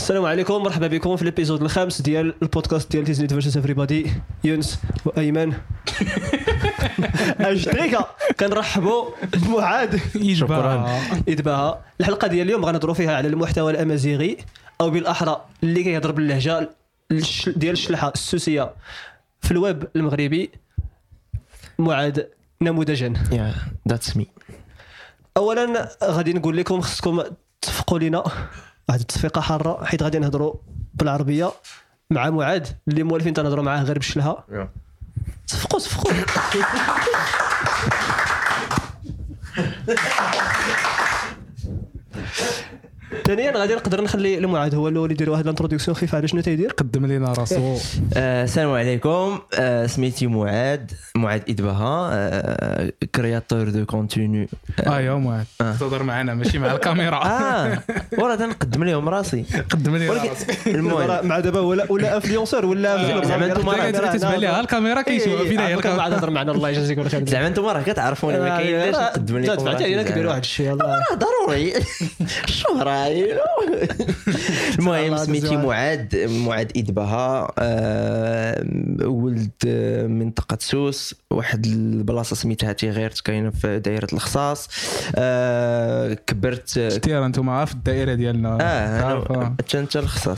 السلام عليكم، مرحبا بكم في الابيزود الخامس ديال البودكاست ديال تيزنيت فيرسس افريبادي. يونس وايمن اجدريكا كنرحبوا بمعاد يدبها. الحلقه ديال اليوم غنهضروا فيها على المحتوى الامازيغي او بالاحرى اللي كيهضر باللهجه ديال الشلحه السوسيه في الويب المغربي. معاد نموذجا. ذاتس مي. اولا غادي نقول لكم خصكم تفقوا لينا واحد التصفيقه حاره، حيت غادي نهضروا بالعربيه مع معاد اللي مولفين تنهضروا معاه غير بالشلها. صفقوا ثانيا غادي نقدر نخلي المعاد هو اللي يدير واحد الانتروداكسيون خفيفه على شنو تيدير. قدم لينا راسو. السلام عليكم، سميتي معاد إدبها، كرياتور دو كونتوني. يا معاد تهضر معنا ماشي مع الكاميرا. وراه تنقدم لهم راسي. قدم لينا راسك. المهم مع دابا ولا انفلونسور ولا زعما انتم راه تتبان لها الكاميرا كيشوف فينا هي الكاميرا. بعد هضر معنا الله يجازيكم خير. زعما انتم راه كتعرفوني ما كاينلاش نقدم لكم. دفعتي علينا كبير واحد الشيء يلاه ضروري الشهرة. المهم سميتي معاد إدبها، ولد منطقة سوس، واحد البلاصة سميتها تيغيرت كاينة في دائرة الخصاص. كبرت كثير انتم في الدائرة ديالنا. انت الخصاص.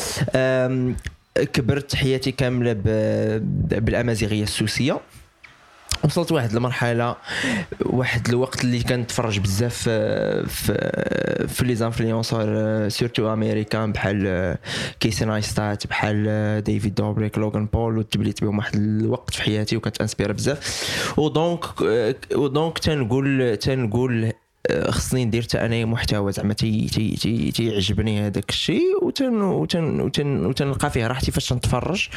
كبرت حياتي كاملة بالأمازيغية السوسية. وصلت واحد المرحله، واحد الوقت اللي كنتفرج بزاف في لي زانفلونسور سورتو امريكان بحال كيسي نايستات، بحال ديفيد دوبريك، لوغان بول، وتبليت بهم واحد الوقت في حياتي وكنت انسبير بزاف. ودونك تنقول خصني ندير حتى انا محتوى زعما تيعجبني هذاك الشيء وتنلقى فيه راحتي فاش نتفرج.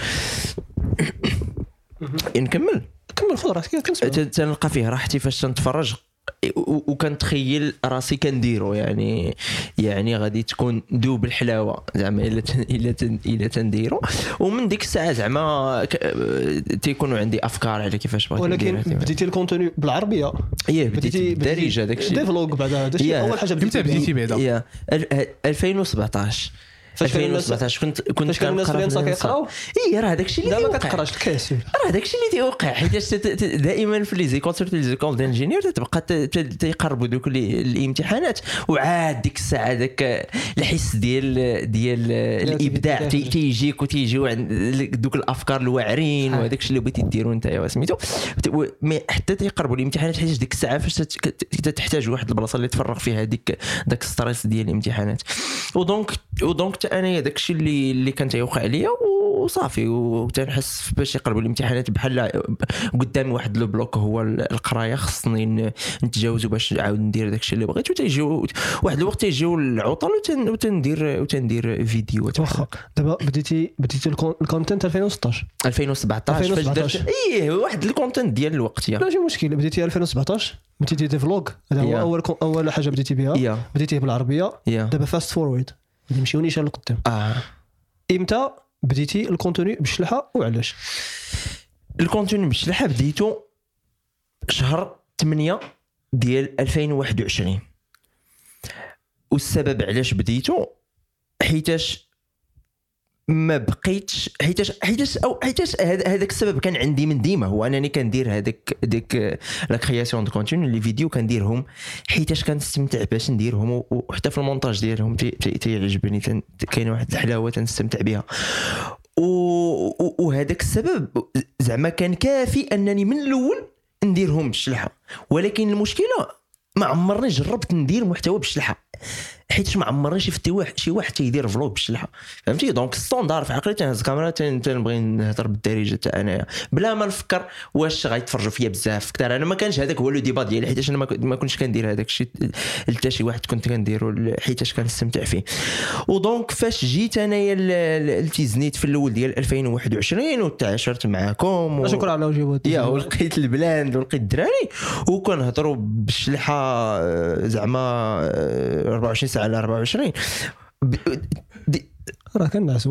نكمل خضرات تنلقى فيه راحتي فاش نتفرج، وكنتخيل راسي كنديرو. يعني غادي تكون دوب الحلاوه زعما الا تنديرو. ومن ديك الساعه زعما تيكونوا عندي افكار على كيفاش بغيت ندير. ولكن بديتي الكونتوني بالعربيه. بديتي بالدارجه داكشي ديفلوب. بعد هذا الشيء اول حاجه بديتي بعدا 2017. كنت كان الناس اللي نساك يقراو. راه داكشي اللي دابا كتقراش الكاسي، راه داكشي اللي تيوقع. حيت دائما في لي زيكول سورت لي زيكول دانجينير تتبقى تيقربوا دوك الامتحانات، وعاد ديك الساعه داك الحس ديال الابداع تيجيك وتيجيو عند دوك الافكار الواعرين وهذاك الشيء اللي بغيتي ديرو نتايا سميتو. حتى تيقربوا الامتحانات حيت ديك الساعه فاش تحتاج واحد البلاصه اللي تفرغ فيها داك الستريس ديال الامتحانات. ودونك انا داكشي اللي كان تيوقع ليا وصافي. وتنحس باش يقربوا الامتحانات بحال قدامي واحد لو بلوك هو القرايه، خصني نتجاوزو باش نعاود ندير داكشي اللي بغيت. وتيجيو واحد الوقت تيجيو العطل وتندير فيديوهات. واخا دابا بديتي الكونتنت 2017 فاش درت واحد الكونتنت ديال الوقت. ماشي مشكل. بديتي 2017 بديتي ديفلوغ. هذا هو اول حاجه بديتي بها. بديتيه بالعربيه. دابا فاست فورورد نمشيونيش للقدام. امتى بديتي الكونتوني بالشلحه وعلاش؟ الكونتوني بالشلحه بديتو شهر 8 ديال 2021. والسبب علاش بديتو حيتاش ما بقيتش حيتاش هذاك السبب كان عندي من ديما، هو انني كندير ديك لا كرياسيون دو كونتوني لي فيديو كنديرهم حيتاش كنستمتع باش نديرهم، وحتى في المونتاج ديالهم تيعجبني. كاين واحد الحلاوه تنستمتع بها. وهذاك السبب زعما كان كافي انني من الاول نديرهم بالشلحه. ولكن المشكله ما عمرني جربت ندير محتوى بالشلحه، حيت ما عمرني شفت شي واحد تيدير فلوق بالشلحه، فهمتي؟ دونك ستاندار في عقلي تنهز الكاميرا تنبغي نهضر بالدارجه حتى انايا بلا ما نفكر واش غيتفرجوا فيا بزاف كثر. انا ما كانش هذاك هو لو ديبا ديالي، حيت انا ما كنتش كندير هذاك الشيء حتى شي واحد كنت كنديرو حيتاش كنستمتع فيه. ودونك فاش جيت انايا التيزنيت في الاول ديال 2021 وتعاشرت معاكم شكرا على وجودك ولقيت البلاند ولقيت الدراري وكنهضروا بالشلحه زعما 24 ساعه على 24. راه كنعسو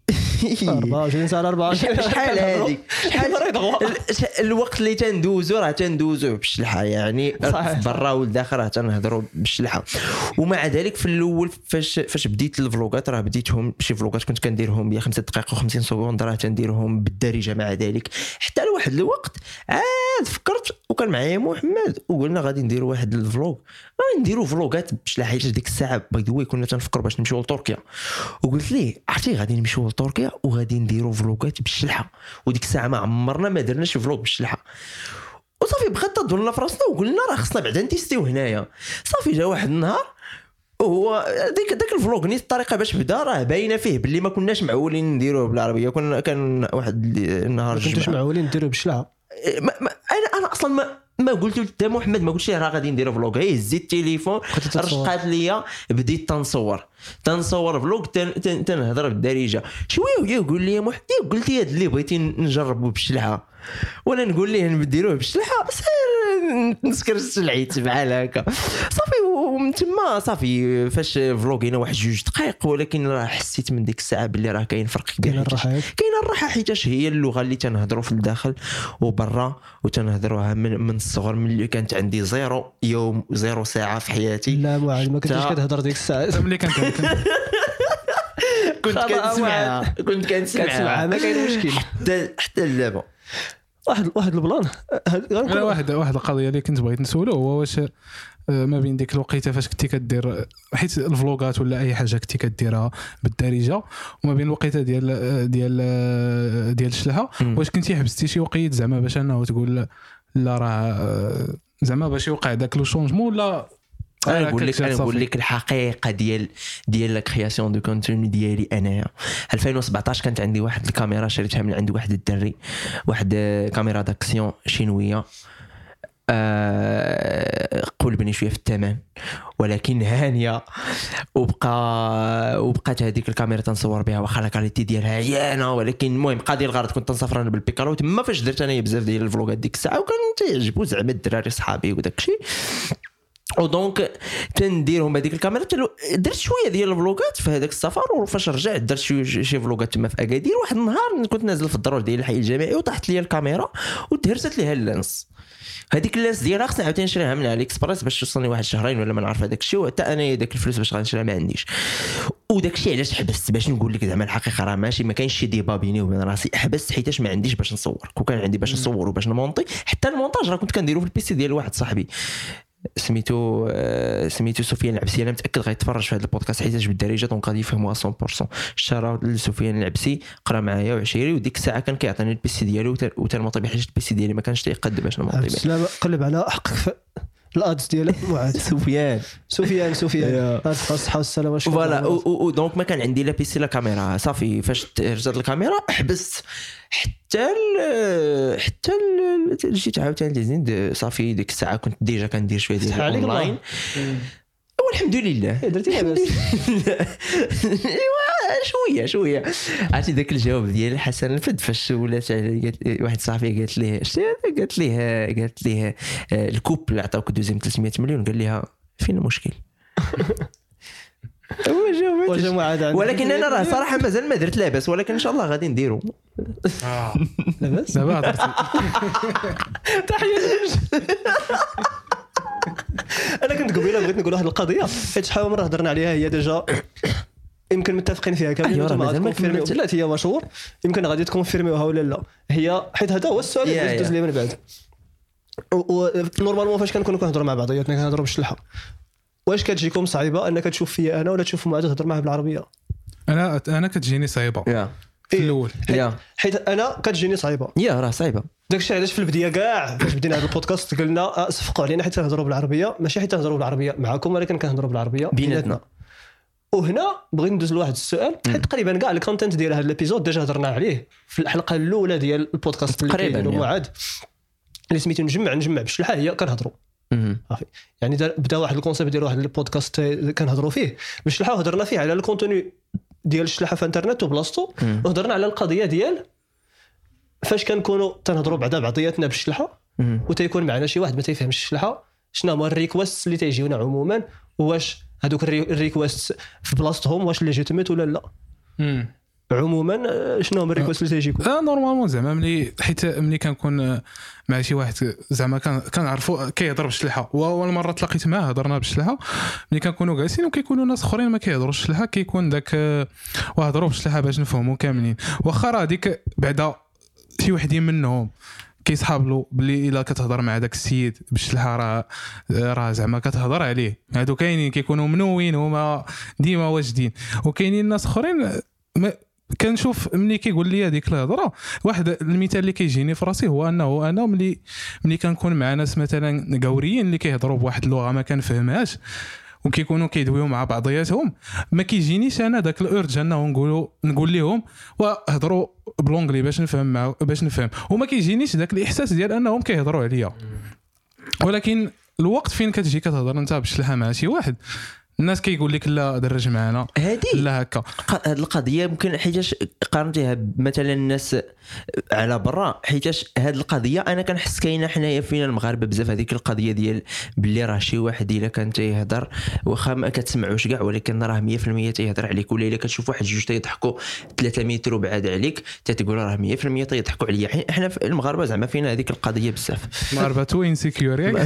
24 ساعه 24 شحال هذيك الوقت اللي تندوزو راه تندوزوه بالشلحه يعني برا والداخل راه تنهضروا بالشلحه. ومع ذلك في الاول فاش بديت الفلوغات راه بديتهم شي فلوغات كنت كنديرهم ب 5 دقائق و50 سكوند راه تنديرهم بالدارجه. مع ذلك حتى لواحد الوقت عاد فكرت وكان معايا محمد وقلنا غادي نديروا واحد الفلوغ غادي نديروا فلوغات بالشلحه. حيت ديك الساعه باي كنا تنفكروا باش نمشيو لتركيا وقلت ليه عرفتي غادي نمشيو لتركيا وغادي نديروا فلوغات بالشلحه. وديك الساعه ما عمرنا ما درناش فلوغ بالشلحه وصافي بقات تدور في راسنا وقلنا راه خصنا بعدا نتيستيو هنايا. صافي جا واحد النهار وهو داك الفلوغ نيت الطريقه باش بدا راه باينه فيه باللي ما كناش معولين نديروه بالعربيه. كان واحد النهار كنتوش معولين نديروه بالشلحه. انا اصلا ما قلت حتى محمد ما قلتش راه غادي ندير فلوغ. هي زيد التليفون رشقات ليا بديت تنصور فلوغ تنهضر بالدارجه شويه وهي يقول لي محمد قلت لي هاد اللي بغيتي نجربوا بالشلحه وانا نقول ليه نديروه بالشلحه نسكر السلعيت بحال هكا. صافي ومن تما صافي فاش فلوغينا واحد 2 دقائق ولكن راه حسيت من ديك الساعه باللي راه كاين فرق كبير. كاين الراحه حيتاش هي اللغه اللي تنهضروا في الداخل وبرا وتنهضروها من الصغر. من اللي كانت عندي 0 يوم 0 ساعه في حياتي. لا معاذ ما كنتش كتهضر ديك الساعه ملي كنت كنت كنسمعها ما كاين مشكل حتى دابا. واحد البلان انا واحد القضيه اللي كنت بغيت نسولو هو واش ما بين ديك الوقيته فاش كنتي كدير حيت الفلوغات ولا اي حاجه كنتي كديرها بالدارجه وما بين الوقيته ديال الشلحه واش كنتي حبستي شي وقيت زعما باش انه تقول لا راه زعما باش يوقع داك لو شونجمون ولا انا نقول لك الحقيقه ديال لا كرياسيون دو كونتوني ديالي انايا 2017 كانت عندي واحد الكاميرا شريتها من عند واحد الدري واحد كاميرا داكسيون شينويه قلبني شويه في الثمن ولكن هانيه وبقات هذيك الكاميرا تنصور بها واخا لا كاليتي ديالها عيانه ولكن المهم قاضي الغرض كنت تنسافر انا بالبيكالو تما فاش درت انا بزاف ديال الفلوغات ديك الساعه وكان تيعجبوا زعما الدراري صحابي وداك الشيء ودونك تنديرهم بهذيك الكاميرا. درت شويه ديال الفلوغات في هذاك السفر وفاش رجعت درت شي فلوغات تما في اكادير. واحد النهار كنت نازل في الضرور ديال الحي الجامعي وطاحت لي الكاميرا ودهرست ليها اللانس. هذيك اللانس ديالها خصني عاوتاني نشريها من علي اكسبريس باش توصلني واحد شهرين ولا ما نعرف هذاك الشيء وحتى انا داك الفلوس باش غنشريها ما عنديش. وداك الشيء علاش حبست باش نقول لك زعما الحقيقه راه ماشي ما كاينش شي ديبا بيني وبين راسي. حبست حيتاش ما عنديش باش نصور. كون كان عندي باش نصور وباش نمونطي حتى المونتاج راه كنت كنديرو في البيسي ديال واحد صاحبي سميتو سفيان العبسي. انا متاكد غيتفرج في هذا البودكاست حيتاش بالدارجه دونك غادي يفهموها 100%. اشترى لسفيان العبسي قرا معايا وعشيري وديك الساعه كان كيعطيني البيسي ديالو وتنمونطي بحال البيسي ديالي ما كانش تيقد باش نمونطي به. لا قلب على حقك الادز ديالك معاد سفيان الصحه والسلامه فوالا. ودونك ما كان عندي لا بيسي لا كاميرا. صافي فاش رجعت الكاميرا حبست حتى جيت عاوتاني لزين. صافي ديك الساعه كنت ديجا كندير شويه ديال اونلاين والحمد لله درتي لاباس شويه عرفتي داك الجواب ديال حسن الفد فاش ولات واحد صاحبي قالت ليه الكوبل عطاوك دوزيام 300 مليون قال لها فين المشكل ولكن انا راه صراحه مازال ما درت لاباس ولكن ان شاء الله غادي نديرو لاباس دابا درتي تحيه. انا كنت قبيله بغيت نقول واحد القضيه حيت شحال مره هضرنا عليها هي ديجا يمكن متفقين فيها كاملين لا هي مشهور يمكن غادي تكونفيرميوها ولا لا هي حيت هذا هو السؤال اللي دوز لي من بعد. نورمالمون فاش كنكونوا كنهضروا مع بعضياتنا كنهضروا بالشلحه واش كتجيكم صعيبه انك تشوف فيا انا ولا تشوف معاد تهضر معاه بالعربيه؟ انا كتجيني صعيبه في الاول حيت انا كتجيني صعيبه راه صعيبه. داكشي علاش في البدايه كاع فاش بدينا هذا البودكاست قلنا صفقوا علينا حيت نهضروا بالعربيه ماشي حيت نهضروا بالعربيه معكم ولكن كنهضروا بالعربيه بيناتنا. وهنا بغيت ندوز لواحد السؤال حيت تقريبا كاع الكونتنت ديال هذا الابيزود ديجا هضرنا عليه في الحلقه الاولى ديال البودكاست اللي كاين معاد اللي سميتو نجمع بالشلحه هي كنهضروا صافي يعني بدا واحد الكونسيبت ديال واحد البودكاست كنهضروا فيه بالشلحه وهضرنا فيه على الكونتوني ديال الشلحه في انترنت وبلاصتو وهضرنا على القضيه ديال فاش كنكونوا تنهضروا بعدا بعضياتنا بالشلحه وتيكون معنا شي واحد ما تيفهمش الشلحه شنو هما الريكويست اللي تيجيونا عموما واش هذوك الريكويست في بلاصتهم واش ليجيتيميت ولا لا. عموما شنو هما الريكوست اللي تيجيكم؟ نورمالمون زعما ملي كنكون مع شي واحد زعما كنعرفوا كيهضر بالشلحه، واول مره تلاقيت معاه هضرنا بالشلحه، ملي كنكونوا جالسين وكيكونوا ناس اخرين ما كيهضروش الشلحه كيكون داك وهضروا بالشلحه باش نفهموا كاملين. واخا راه ديك بعدا شي وحدين منهم كيصحاب له بلي الا كتهضر مع داك السيد بالشلحه راه زعما كتهضر عليه. هادو كاينين كيكونوا منوين هما ديما واجدين، وكاينين ناس اخرين كنشوف ملي كيقول لي هذيك الهضره. واحد المثال اللي كيجيني في راسي هو انه انا ملي كنكون مع ناس مثلا قوريين اللي كيهضروا بواحد اللغه ما كنفهمهاش وكيكونوا كيدويو مع بعضياتهم، ما كيجينيش انا داك الارج انه نقول لهم وهضروا بالونجلي باش نفهم وما كيجينيش داك الاحساس ديال انهم كيهضروا عليا. ولكن الوقت فين كتجي كتهضر انت بالشلحه مع شي واحد الناس كيقول لك لا درج معنا لا هكا. هذه القضيه يمكن حيتاش قارنتيها مثلا الناس على برا، حيتاش هذه القضيه انا كنحس كاينه حنايا فينا المغاربه بزاف هذيك القضيه ديال باللي راه شي واحد الا كان تيهضر واخا ما كتسمعوش كاع ولكن راه 100% تيهضر عليك، ولا الا كتشوف واحد جوج تيضحكوا 3 متر وبعاد عليك تتقول راه 100% تيضحكوا عليا. احنا في المغاربه زعما فينا هذيك القضيه بزاف. المغاربه تو انسيكيور انا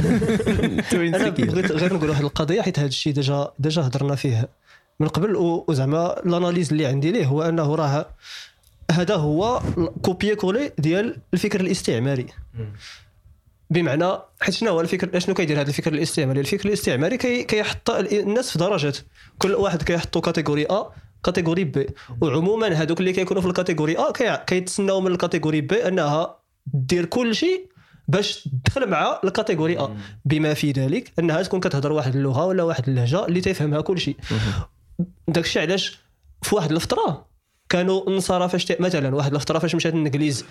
بغيت غير نقول واحد القضيه حيت هذا الشيء ديجا هضرنا فيه من قبل، وزعما الاناليز اللي عندي ليه هو انه راه هذا هو كوبي كولي ديال الفكر الاستعماري. بمعنى حيت شنو هو الفكر، شنو كيدير هذا الفكر الاستعماري؟ الفكر الاستعماري كيحط الناس في درجات، كل واحد كيحطو كاتيجوري A كاتيجوري B، وعموما هذوك اللي كيكونوا في الكاتيجوري A كيتسناو من الكاتيجوري B انها دير كل شيء باش تدخل مع الكاتيجوري A، بما في ذلك انها تكون كتهضر واحد اللغه ولا واحد اللهجه اللي تيفهمها كل شيء. داكشي علاش في واحد الفتره كانوا النصارى فاش مثلا واحد الفتره فاش مشات الانجليز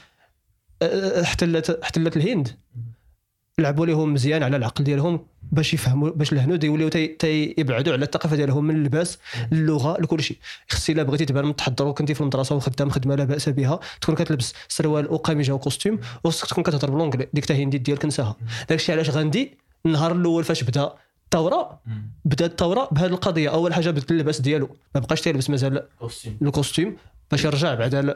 احتلت الهند، لعبوا لهم مزيان على العقل ديالهم باش يفهموا باش الهنود يوليو يبعدوا على الثقافه ديالهم من اللباس اللغه لكل شيء. خصي الا بغيتي تبان متحضر وكنتي في المدرسه وخدام خدمه لا باس بها تكون كتلبس سروال وقميجه وكوستيم وخصك تكون كتهضر بالونجلي، ديك تا هندي ديالك نساها. داكشي علاش غاندي النهار الاول فاش بدات الثوره بهذه القضيه، اول حاجه بدل اللباس ديالو ما بقاش تيلبس مازال الكوستيم باش يرجع بعدا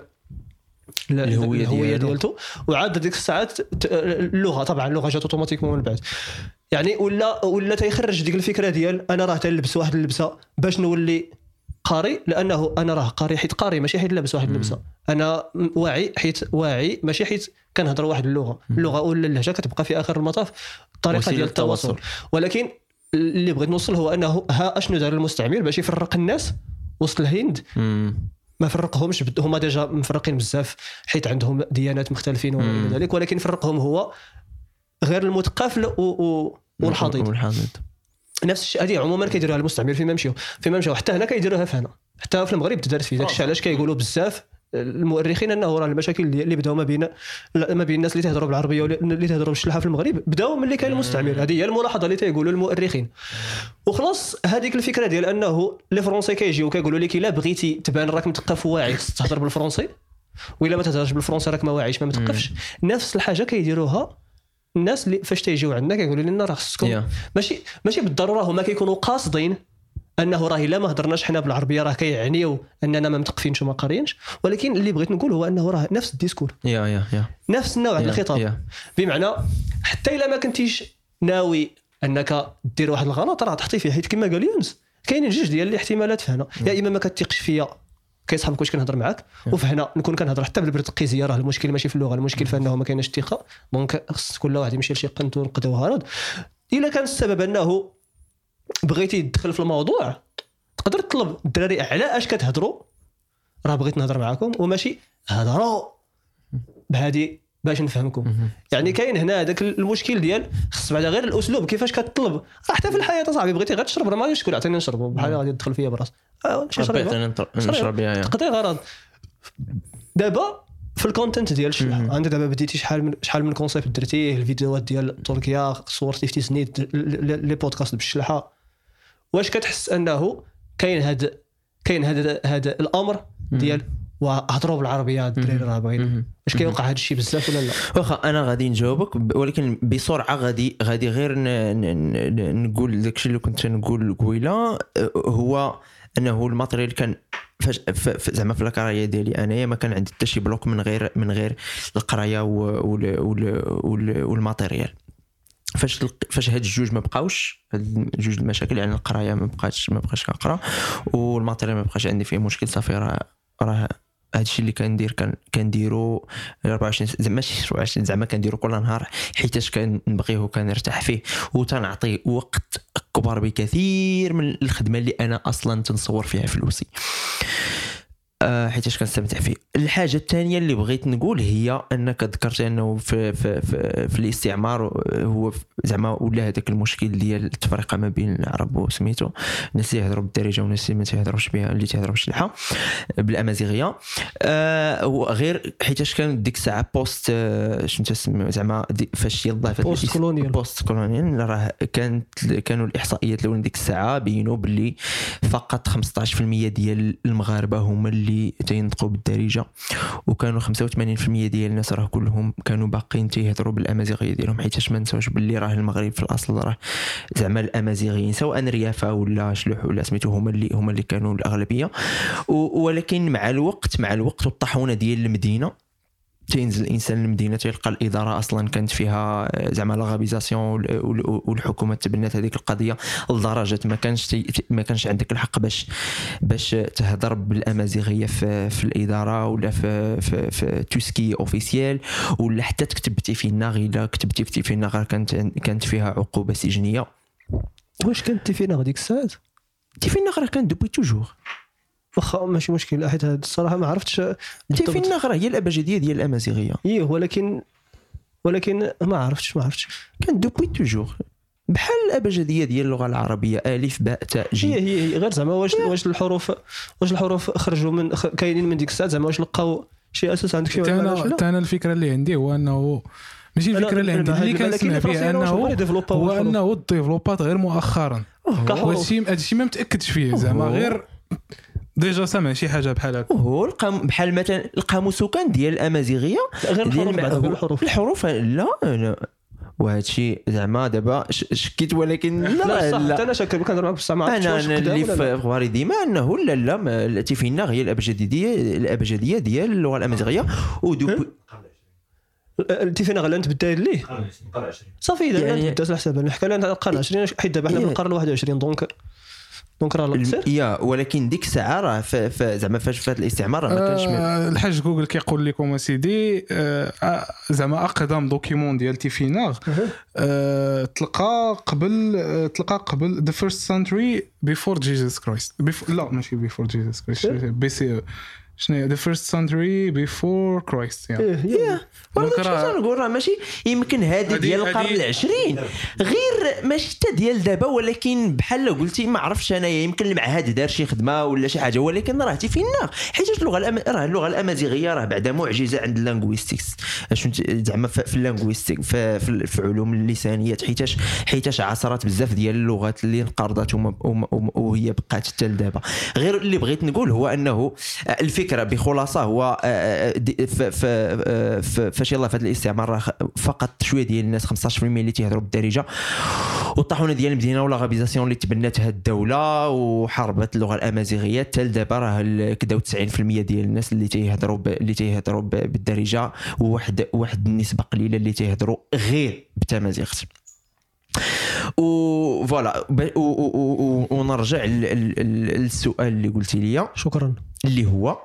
الهويه ديالته، وعاد ديك الساعات اللغه طبعا اللغه جات اوتوماتيكمون من بعد. يعني ولا تيخرج ديك الفكره ديال انا راه تلبس واحد اللبسه باش نولي قاري، لانه انا راه قاري حيت قاري ماشي حيت لابس واحد اللبسه، انا واعي حيت واعي ماشي حيت كنهضر واحد اللغه ولا اللهجه كتبقى في اخر المطاف طريقه ديال التواصل. ولكن اللي بغيت نوصل هو انه ها اشنو دار المستعمر باش يفرق الناس وسط الهند. ما فرقهمش، هما ديجا مفرقين بزاف حيت عندهم ديانات مختلفين وما ذلك، ولكن فرقهم هو غير المثقف والحضيض. نفس الشيء هذه عموما كيديروها المستعمر فيما مشاو حتى هنا كيديروها في هنا، حتى في المغرب تدارت فيه. داك الشيء علاش كيقولوا بزاف المؤرخين انه راه المشاكل اللي بداو ما بين الناس اللي تهضروا بالعربيه واللي تهضروا بالشلحه في المغرب بداو ملي كان المستعمر. هذه هي الملاحظه اللي تيقولوا المؤرخين. وخلاص هذيك الفكره ديال انه لي فرونسي كيجيو كيقولوا لك الا بغيتي تبان راك مثقف وواعي خصك تهضر بالفرنسي، وإلا ما تهضرش بالفرنسي راك ما واعيش ما مثقفش. نفس الحاجه كيديروها الناس اللي فاش تيجيو عندنا كيقولوا لنا راه خصكم ماشي بالضروره هما كيكونوا قاصدين انه راه الا ما هضرناش حنا بالعربيه راه كيعنيو اننا ما مثقفينش وما قاريينش، ولكن اللي بغيت نقول هو انه راه نفس الديسكور نفس النوع ديال الخطاب. بمعنى حتى الا ما كنتيش ناوي انك دير واحد الغلط راه تحطي فيه، حيت كما قال يونس كاينين جوج ديال الاحتمالات فهنا. يا اما ما كتثقش فيا كيصحابك واش كنهضر معاك، وفهنا نكون كنهضر حتى بالبرتقيزيه، راه المشكل ماشي في اللغه، المشكل في انه ما كاينش الثقه. دونك خص كل واحد يمشي لشي قنت ونقدو هرد. الا كان السبب انه بغيتي تدخل في الموضوع تقدر تطلب الدراري على اش كتهضروا، راه بغيت نهضر معاكم وماشي هضروا بهذه باش نفهمكم. يعني كاين هنا هذاك المشكل ديال خص بعدا غير الاسلوب كيفاش كتطلب. حتى في الحياه صاحبي بغيتي غير تشرب راه ما غاديش تقول عطيني نشربوا بحال غادي تدخل فيا براس شي نشرب تقضي غرض. دابا في الكونتنت ديال الشلحه انت دابا بديتي شحال من كونسيبت درتيه، الفيديوهات ديال تركيا صورتي في تسنيد لي بودكاست بالشلحه. واش كتحس انه كاين هذا الامر ديال وهضروا بالعربيه الدراري راه باغيين؟ واش كيوقع هذا الشيء بزاف ولا لا؟ واخا انا غادي نجاوبك ولكن بسرعه غادي غير نقول داكشي اللي كنت نقول قبيله، هو انه الماتريال كان زعما في القرايه ديالي انايا ما كان عندي حتى شي بلوك من غير القرايه والماتيريال. فاش هاد الجوج ما بقاوش، هاد جوج المشاكل، يعني القرايه ما بقاش كنقرا والماتيريال ما بقاش عندي فيه مشكل، صافي راه هادشي اللي كنديرو 24 ماشي 24 زعما كنديرو كل نهار حيتاش كنبغيه وكنرتاح فيه، وتنعطي وقت اكبر بكثير من الخدمه اللي انا اصلا تنصور فيها فلوسي حيتاش كنستمتع فيه. الحاجه الثانيه اللي بغيت نقول هي انك ذكرت انه في الاستعمار هو زعما ولا هذاك المشكل ديال التفرقه ما بين العرب وسميتو، الناس اللي يهضروا بالدارجه والناس اللي ما تيهضروش بها، اللي تيهضروا بالشلحه بالامازيغيه. غير حيتاش كان ديك الساعه بوست شنو تسمى زعما فاش يلاه بوست كولونيال راه كانوا الاحصائيات الاولى ديك الساعه بينوا باللي فقط 15% ديال المغاربه هما اللي تينطقوا بالدارجه، وكانوا 85% ديال الناس راه كلهم كانوا باقيين تيهضروا بالامازيغيه ديالهم، حيتاش ما نساوش باللي راه المغرب في الاصل راه زعما الامازيغيين سواء ريافه ولا شلوح ولا سميتو هما اللي كانوا الاغلبيه. ولكن مع الوقت والطاحونه ديال المدينه تينزل الانسان للمدينه تيلقى الاداره اصلا كانت فيها زعما لاغابيزاسيون والحكومه تبنات هذيك القضيه لدرجه ما كانش عندك الحق باش تهضر بالامازيغيه في الاداره ولا في توسكي اوفيسيال، ولا حتى كتبتي فينا غير كتبتي فينا غير كانت فيها عقوبه سجنيه. واش كانت فينا ديك الساعات؟ فينا غير كان دوبوي توجور واخا ماشي مشكل، حيت هاد الصراحه ما عرفتش في النغره هي الابجديه ديال الامازيغيه ولكن ما عرفتش كان دوبوي توجور بحال الابجديه ديال اللغه العربيه الف باء تاء جيم. هي غير زعما واش الحروف خرجوا من كاينين من ديك الساعه، زعما واش لقاو شي اساس عندك فيه ولا انا الفكره اللي عندي هو انه ماشي الفكره اللي عندي اللي كنسمع فيها انه الديفلوبات غير مؤخرا هادشي ما متاكدش فيه زعما غير ديجا سامع شي حاجه بحال هكا. هو بحال مثلا القاموس كان ديال الامازيغيه غير الحروف لا وهادشي زعما دابا شكيت ولكن لا انا شاكر كنهضر معاك بصح ما عرفتش انا اللي في اخباري ديما انه لا تيفينا هي الابجديه ديال اللغه الامازيغيه ودوك التيفينا غلا نتبدل ليه صافي اذا يعني بدات الحساب نحكي لنا القرن 20 حيت دابا حنا في القرن 21 دونك راه يا ولكن ديك الساعه راه زعما فاش فات الاستعمار ما كانش الحاج جوجل كيقول لكم اسيدي زعما اقدم دوكيمون ديال تيفيناغ تلقى قبل the first century before Jesus Christ لا ماشي before Jesus Christ BCE شنو the first century before Christ يعني نقول راه ماشي يمكن هذه ديال القرن العشرين غير ماشي حتى ديال دابا، ولكن بحال قلتي ما عرفتش انا يمكن المعهد دار شي خدمه ولا شي حاجه، ولكن راه تيفينا حيت اللغه الامازيغيه راه بعدا معجزه عند اللانغويستيكس زعما في اللانغويستيك في علوم اللسانيات حيتاش عاصرات بزاف ديال اللغات اللي انقرضت وهي بقات حتى لدابا. غير اللي بغيت نقول هو انه الفكره بخلاصه هو فاش يلاه فهاد الاستعمار فقط شويه ديال الناس 15% اللي تيهضروا بالدارجه، والطاحونه ديال المدينه ولاغابيزاسيون اللي تبناتها الدوله وحاربت اللغه الامازيغيه حتى دابا راه كداو 90% ديال الناس اللي تيهضروا بالدارجه، وواحد النسبه قليله اللي تيهضروا غير بالتمازيغت. وفوالا ونرجع للسؤال اللي قلتي لي شكرا اللي هو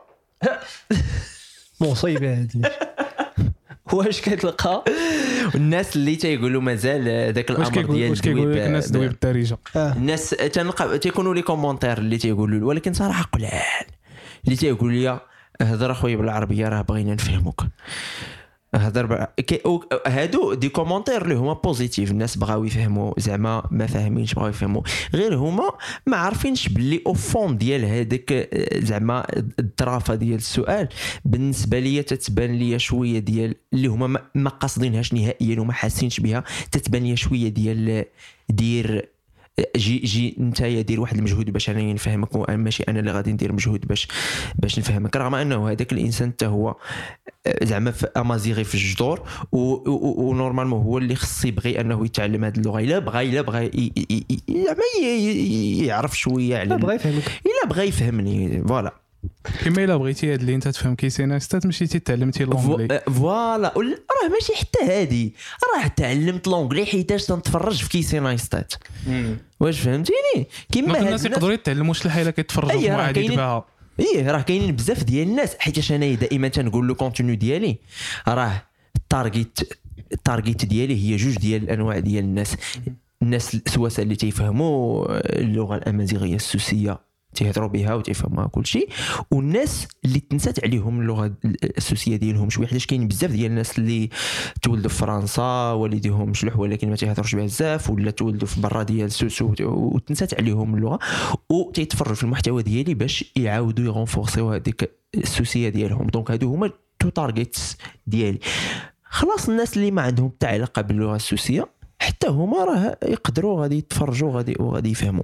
مصيبه هذه واش كتلقى الناس اللي تيقولوا مازال ذاك الامر ديال كيقولوا لك الناس دوي بالدارجه الناس تيكونوا لي كومونتير اللي تيقولوا، ولكن صراحه قلال اللي تيقول لي هضر اخويا بالعربيه راه بغينا نفهموك هضر هادو دي كومونتير اللي هما بوزيتيف، الناس بغاو يفهموا زعما ما فاهمينش بغاو يفهموا، غير هما ما عارفينش باللي او فون ديال هذاك زعما الطرافه ديال السؤال بالنسبه ليا تتبان ليا شويه ديال اللي هما ما قاصدينهاش نهائيا وما حاسينش بها، تتبان ليا شويه ديال دير جي نتايا دير واحد المجهود باش انا نفهمك وماشي انا اللي غادي ندير مجهود باش نفهمك، رغم انه هذاك الانسان حتى هو زعما في امازيغي في الجذور ونورمالمون هو اللي خص يبغي انه يتعلم هذه اللغه الا بغى زعما يعرف شويه على بغى يفهمك الا بغى يفهمني فوالا. كما الا بغيتي هاد اللي انت تفهم كيسينايستات مشيتي تعلمتي لونجلي فوالا راه ماشي حتى هادي راه تعلمت لونجلي حيتاش تنتفرج في كيسينايستات واش فهمتيني كيما هاد الناس يقدروا يتعلموا شي حاجه كيتفرجوا في معادي تبعها راه كاينين بزاف ديال الناس حيتاش انا دائما تنقول له كونتينيو ديالي راه التارجيت ديالي هي جوج ديال الانواع ديال الناس السواسه اللي تيفهموا اللغه الامازيغيه السوسيه تيهضروا بها وتيفهموها كل شيء والناس اللي تنسات عليهم اللغه السوسيه ديالهم شويه حيت كاين بزاف ديال الناس اللي تولدوا في فرنسا والديهم شلوح ولكن ما تيهضروش بها بزاف ولا تولدوا في برا ديال سوسو وتنسات عليهم اللغه وتيتفرجوا في المحتوى ديالي باش يعاودوا يغونفورسيو هذيك السوسيه ديالهم دونك هادو هما تو تارجيتس ديالي خلاص الناس اللي ما عندهم حتى علاقه باللغه السوسيه حتى هما راه يقدروا غادي يتفرجوا غادي يفهموا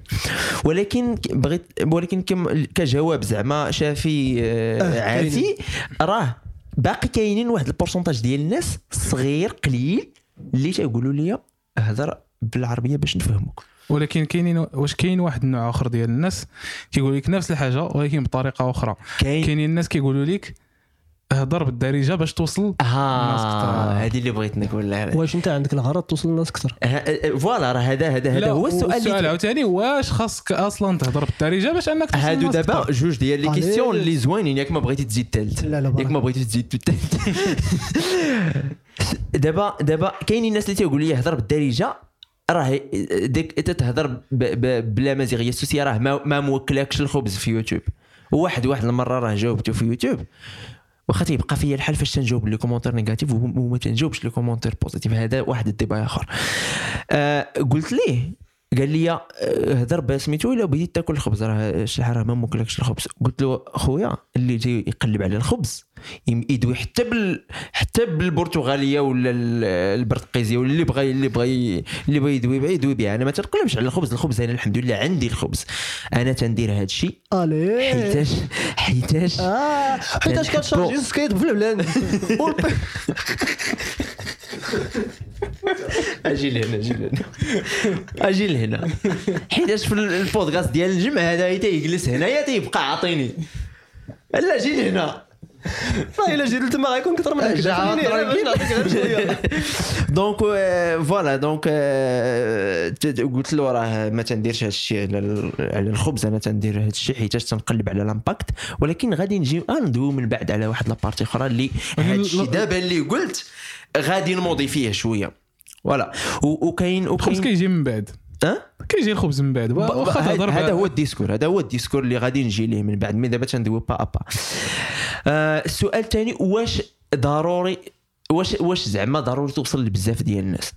ولكن كجواب زعما شافي عافي راه باقي كاينين واحد البورسونتاج ديال الناس صغير قليل اللي تيقولوا لي هضر بالعربيه باش نفهموك ولكن كاين واحد النوع اخر ديال الناس كيقول لك نفس الحاجه ولكن بطريقه اخرى كاينين الناس كيقولوا لك هضر بالدارجه باش توصل للناس اكثر هذه اللي بغيت نقول لها واش انت عندك الغرض توصل للناس اكثر فوالا راه هذا هو السؤال عاوتاني واش خاصك اصلا تهضر بالدارجه باش انك توصل هادو دابا جوج ديال لي كيسيون اللي زوينين ياك ما بغيتي تزيد ثالث ياك ما بغيتي تزيد ثالث دابا كاينين الناس اللي تيقول لي هضر بالدارجه راه ديك تهضر بلا مزيغيه السوسيه راه ما موكلاكش الخبز في يوتيوب واحد المره راه جاوبته في يوتيوب واخا تيبقى فيا الحال فاش تنجاوب لي كومونتير نيجاتيف وما تنجاوبش لي كومونتير بوزيتيف هذا واحد الديبا اخر قلت ليه قال لي هضر بسميتو الا بغيتي تاكل الخبز راه شي حاجه ما موكلكش الخبز قلت له خويا اللي جاي يقلب على الخبز يدوي حتى بالبرتغاليه ولا البرتقيزيه ولا اللي بغى يدوي بها انا ما تنقلبش على الخبز انا الحمد لله عندي الخبز انا تندير هذا الشيء حيتاش كتشارجي سكيت في البلان اجي لهنا حيتاش في البودكاست ديال الجمع هذا تيجلس هنايا تيبقى عاطيني لا جي لهنا الا جيت لتما غيكون اكثر من هكا باش نعطيك غير شويه دونك فوالا دونك قلت له راه ما تنديرش هذا الشيء على الخبز انا تندير هذا الشيء حيتاش تنقلب على لامباكت ولكن غادي نجي ندوي من بعد على واحد لابارتي اخرى اللي هذا الشيء دابا اللي قلت غادي نموضي فيه شويه فوالا وكاين الخبز كيجي من بعد كيجي الخبز من بعد هذا هو الديسكور اللي غادي نجي ليه من بعد مي دابا تندوي با السؤال الثاني واش ضروري واش زعما ضروري توصل لبزاف ديال الناس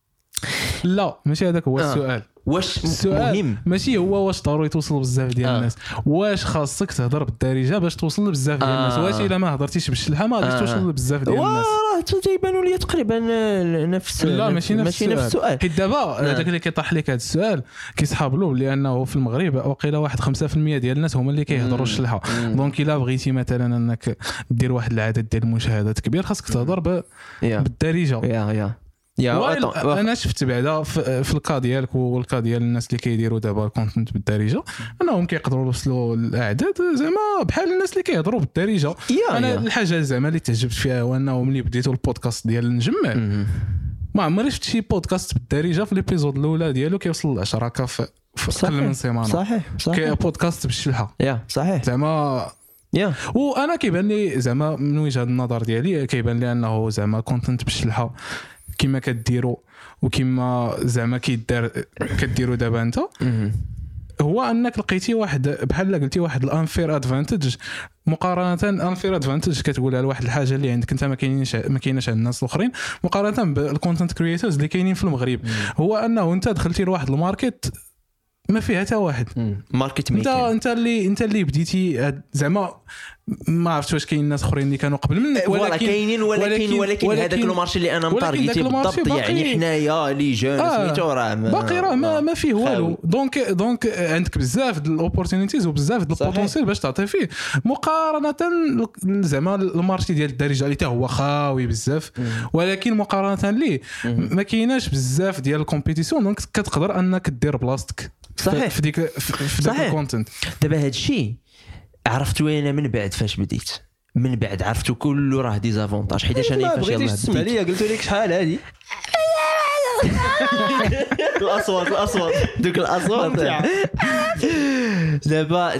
لا ماشي هذاك هو السؤال واش مهم ماشي هو واش ضروري توصل بزاف ديال الناس واش خاصك تهضر بالدارجه باش توصل لبزاف ديال الناس واش الا ما هضرتيش بالشلحه ما غاديش توصل لبزاف ديال الناس تيبانوا لي تقريبا نفس لا ماشي نفس السؤال حيت دابا هذاك اللي كيطرح لك هذا السؤال كيسحاب له لانه في المغرب وقيله واحد 5% ديال الناس هما اللي كيهضروا الشلحه دونك الا بغيتي مثلا انك دير واحد العدد ديال المشاهدات كبير خاصك تهضر بالدارجه انا شفت بعدا في الكا ديالك والكا ديال الناس اللي كيديروا دابا الكونتنت بالدارجه انهم كيقدروا يوصلوا الاعداد زعما بحال الناس اللي كيهضروا بالدارجه انا الحاجه زعما اللي تعجبت فيها هو انه ملي بديتوا البودكاست ديال النجمع ما عمري شفت شي بودكاست بالدارجه في ليبيزود الاولى ديالو كيوصل ل 10 في اقل من سيمانه صحيح بودكاست بالشلحه صحيح زعما وانا كيبان لي زعما من وجهه النظر ديالي كيبان لي انه زعما كونتنت بالشلحه كما كديروا وكما زعما كديروا دابا انت هو انك لقيتي واحد بحال قلتي واحد الانفير ادفانتج مقارنه انفير ادفانتج كتقولها لواحد الحاجه اللي عندك انت ما كايناش عند الناس الاخرين مقارنه بالكونتنت كرييتورز اللي كاينين في المغرب هو انه انت دخلتي لواحد الماركت ما فيها حتى واحد ماركت ميكين انت اللي بديتي زعما ما عرفتش واش كاين ناس اخرين اللي كانوا قبل منك ولكن كاينين ولكن هذاك المارشي اللي انا مطارقيتي بالضبط يعني حنايا لي جون سميتو راه باقي راه ما فيه والو دونك عندك بزاف د الاوبورتونيتيز وبزاف د البوتونسيال باش تعطي فيه مقارنه زعما المارشي ديال الدارجه اللي حتى هو خاوي بزاف ولكن مقارنه ليه ما كايناش بزاف ديال الكومبيتيسيون دونك كتقدر انك دير بلاصتك صحيح في ديك الكونتنت دابا هذا الشيء عرفتو انا من بعد فاش بديت، من بعد عرفتو كله راه ديزافونتاج، حيت انا فاش يلاه تسمع ليا قلت لك شحال هذه الاصوات دوك الاصوات. دابا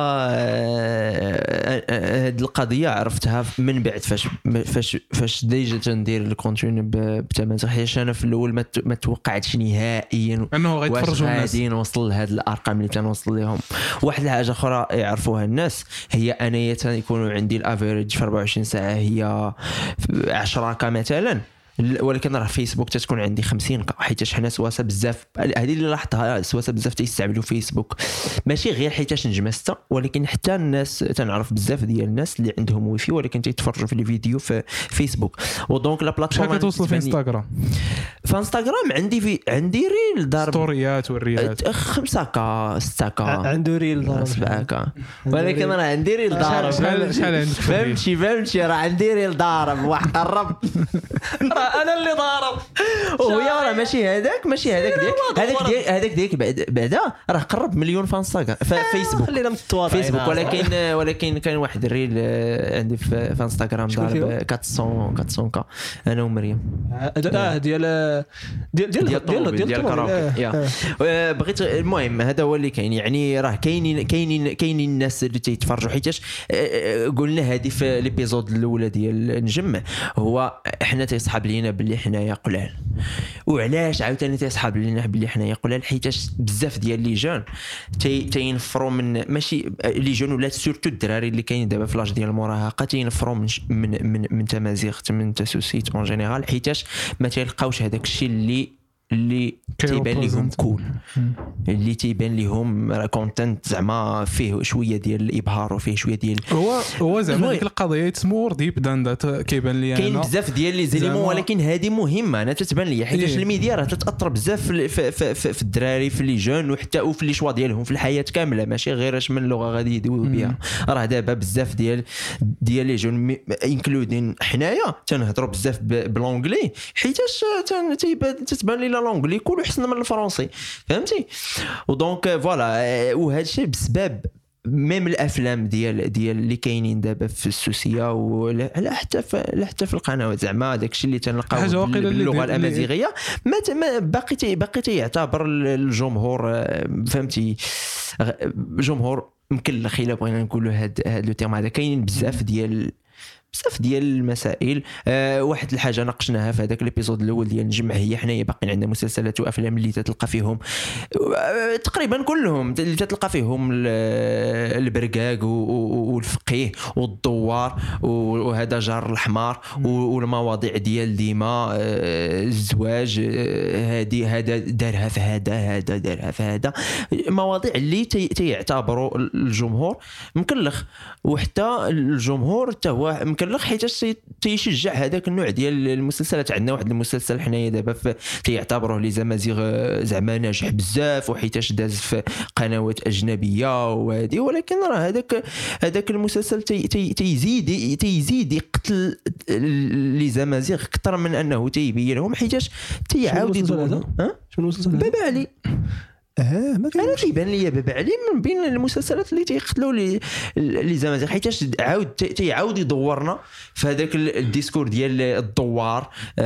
هاد القضيه عرفتها من بعد فاش ديجا تندير الكونتون بتمازيغ، حيت انا في الاول ما توقعتش نهائيا انه غيتفرجوا الناس غادي نوصل لهاد الارقام اللي تنوصل لهم. واحد الحاجه اخرى يعرفوها الناس هي انايا تيكونوا عندي الافيريج في 24 ساعه هي 10 مثلا، ولكن راه فيسبوك تتكون عندي 50 حيت حنا سواسه بزاف. هذه اللي لاحظتها، سواسه بزاف تيستعملوا فيسبوك ماشي غير حيت نجمه 6، ولكن حتى الناس تنعرف بزاف ديال الناس اللي عندهم ويفي ولكن تيتفرجوا في الفيديو في فيسبوك. ودونك لا بلاتفورم شحال كتوصل في انستغرام؟ في انستغرام عندي ريل ضارب ستوريات والريالات 5K 6K عنده ريل ضارب 7K، ولكن راه عندي ريل ضارب. شحال عندك؟ فهمتي راه عندي ريل ضارب واحد قرب انا اللي ضارب وهي راه ماشي هذاك هذاك ديك بعدا راه قرب مليون في انستغرام في فيسبوك. خلينا متواضعين فيسبوك ولكن كان واحد الريل عندي في انستغرام ضارب 400K انا ومريم ديال الكراوكي. بغيت المهم هذا هو اللي كاين، يعني راه كاينين الناس اللي تيتفرجوا حيتاش قلنا هذه في ليبيزود الاولى ديال نجم هو احنا تيصحاب لينا باللي حنايا قلال. وعلاش عاوتاني تيصحاب لينا باللي حنايا قلال؟ حيتاش بزاف ديال لي جون تينفروا من ماشي لي جون ولا سورتو الدراري اللي كاين دابا في لاج ديال المراهقه تينفروا من تمازيغ من تسوسيت اون جينيرال، حيتاش ما تيلقاوش هذاك الشيء اللي تيبان لهم كول، اللي تيبان لهم كونتنت زعما فيه شويه ديال الابهار وفيه شويه ديال هو زعما ديك القضيه تسمو ديب داندا كيبان لي كاين بزاف ديال لي زيليمون، ولكن هذه مهمه انا تتبان لي حيت الميديا راه تتاثر بزاف في الدراري في لي جون وحتى وفي لي شوا ديالهم في الحياه كامله، ماشي غير اش من لغه غادي يدويو بها. راه دابا بزاف ديال لي جون انكلودين حنايا تنهضروا بزاف بلونجلي حيتاش تتبان لي لونجلي كله احسن من الفرنسي، فهمتي؟ ودونك فوالا، وهذا الشيء بسبب ميم الافلام ديال اللي كاينين دابا في السوسيه ولا حتى في القنوات، زعما داكشي اللي تنلقاو باللغه الامازيغيه ما باقي تيعتبر الجمهور، فهمتي، جمهور مكلخ الا بغينا نقولوا هذا لو تيرم هذا. كاينين بزاف ديال المسائل. واحد الحاجه ناقشناها في هذاك الابيزود الاول ديال نجمع، هي حنايا باقي عندنا مسلسلات وافلام اللي تتلقى فيهم تقريبا كلهم اللي تتلقى فيهم البرقاق والفقيه والدوار وهذا جار الحمار والمواضيع ديال ديما الزواج، هذا دارها في هذا دارها في هذا، مواضيع اللي تيعتبروا الجمهور مكلخ، وحتى الجمهور حتى هو مكلخ حيت تيشجع هذاك النوع ديال المسلسلات. عندنا واحد المسلسل حنايا دابا تيعتبروه لي زمازيغ زعما ناجح بزاف وحيتاش داز في قنوات اجنبيه وهذه، ولكن راه هذاك المسلسل تيزيد يقتل لي زمازيغ اكثر من انه تيبين لهم، حيتاش تيعاود يدور. شنو المسلسل؟ بابا علي. ما انا تيبان لي بابا علي من بين المسلسلات اللي تيقتلوا لي زمازيغ، حيتاش تيعاود يدورنا في هذاك الديسكور ديال الدوار،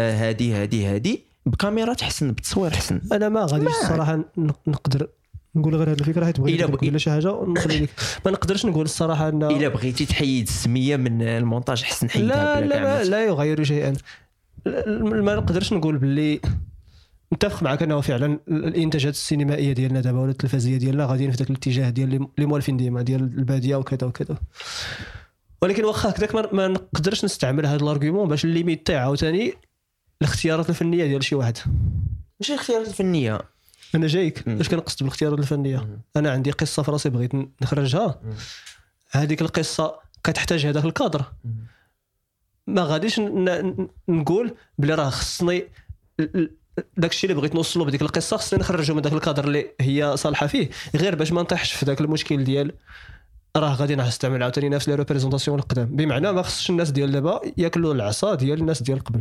هذه بكاميرا تحسن، بتصوير حسن. انا ما غاديش الصراحه نقدر نقول غير هذه الفكره، حيت بغيت نقول ولا شي حاجه نخلي لك، ما نقدرش نقول الصراحه ان الا بغيتي تحيد السميه من المونتاج حسن حيدها. لا يغير شيئا. ما نقدرش نقول باللي متفق معك انه فعلا الانتاجات السينمائيه ديالنا دابا ولا التلفزيونيه ديالنا غاديين في ذاك الاتجاه ديال اللي موالفين ديما ديال الباديه وكذا وكذا، ولكن واخا هكذاك ما نقدرش نستعمل هذا الارغيومون باش ليميتي عاوتاني الاختيارات الفنيه ديال شي واحد. ماشي الاختيارات الفنيه، انا جايك اش كنقصد بالاختيارات الفنيه. انا عندي قصه في راسي بغيت نخرجها، هذيك القصه كتحتاج هذاك الكادر، ما غاديش نقول بلي راه خصني داكشي اللي بغيت نوصله بديك القصه خصني نخرجه من داك الكادر اللي هي صالحه فيه، غير باش ما نطيحش في داك المشكل ديال راه غادي نستعمل عاوتاني نفس لي ريبريزونطاسيون القدام. بمعنى ما خصش الناس ديال دابا ياكلوا العصا ديال الناس ديال قبل.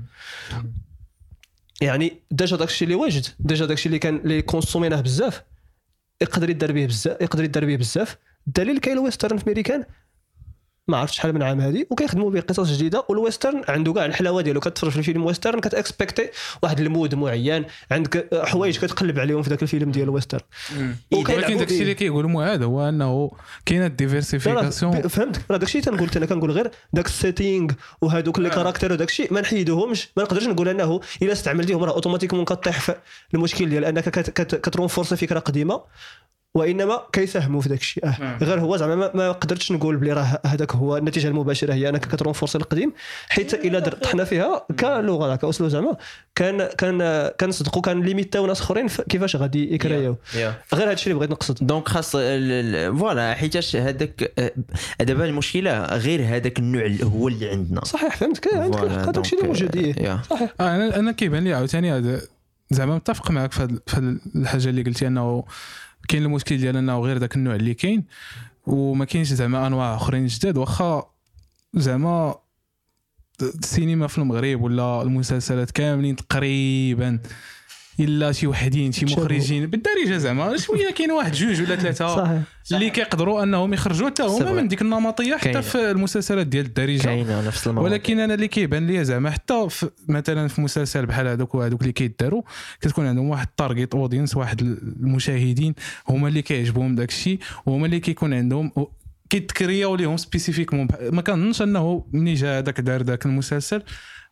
يعني ديجا داكشي اللي واجد، ديجا داكشي اللي كان اللي كونسوميناه بزاف يقدر يدار به بزاف الدليل كاين الويسترن في امريكان ما عرفتش شحال من عام هذه وكيخدموا به قصص جديده والويسترن عنده كاع الحلاوه ديالو. كتفرج في الفيلم ويسترن كتاكسبكتي واحد المود معين عندك حوايج كتقلب عليهم في ذاك الفيلم ديال الويسترن. ولكن داكشي اللي كيقولوا معاد هو انه كاينه الديفيرسيفيكاسيون. فهمت راه داكشي تنقول انا كنقول غير داك السيتينغ وهذوك لي كاركتير وداكشي ما نحيدوهمش. ما نقدرش نقول انه الا استعملتيهم راه اوتوماتيكمون كطيح في المشكل ديال انك كترونفورسي فكره قديمه وانما كيساهموا في داك الشيء. غير هو زعما ما قدرتش نقول بلي راه هذاك هو النتيجه المباشره هي انك كترونفورسي القديم حيت الا طحنا فيها كلغه كاسلوب زعما كنصدقوا كان ليميتاو ناس اخرين كيفاش غادي يكرياو. غير هذا الشيء اللي بغيت نقصد. دونك خاص فوالا حيتاش هذاك دابا المشكله غير هذاك النوع هو اللي عندنا. صحيح فهمت عندك هذاك الشيء اللي موجود. صحيح انا كيبان لي عاوتاني هذا زعما متفق معك في الحاجه اللي قلتي انه كاين المشكل ديال انه غير داك النوع اللي كاين وما كاينش زعما انواع اخرين جداد. واخا زعما السينما في المغرب ولا المسلسلات كاملين تقريبا الا شي وحدين شي مخرجين بالدارجه زعما شويه كاين واحد جوج ولا ثلاثه اللي كيقدروا انهم يخرجوا حتى هما من ديك النمطيه حتى في المسلسلات ديال الدارجه كاينه نفس الموضوع. ولكن انا اللي كيبان لي زعما حتى مثلا في مسلسل بحال هذوك اللي كيداروا كتكون عندهم واحد تارجت اودينس واحد المشاهدين هما اللي كيعجبهم داك الشيء وهما اللي كيكون عندهم كيتكرياو ليهم سبيسيفيكمون. ما كنظنش انه ملي جا هذاك دار داك المسلسل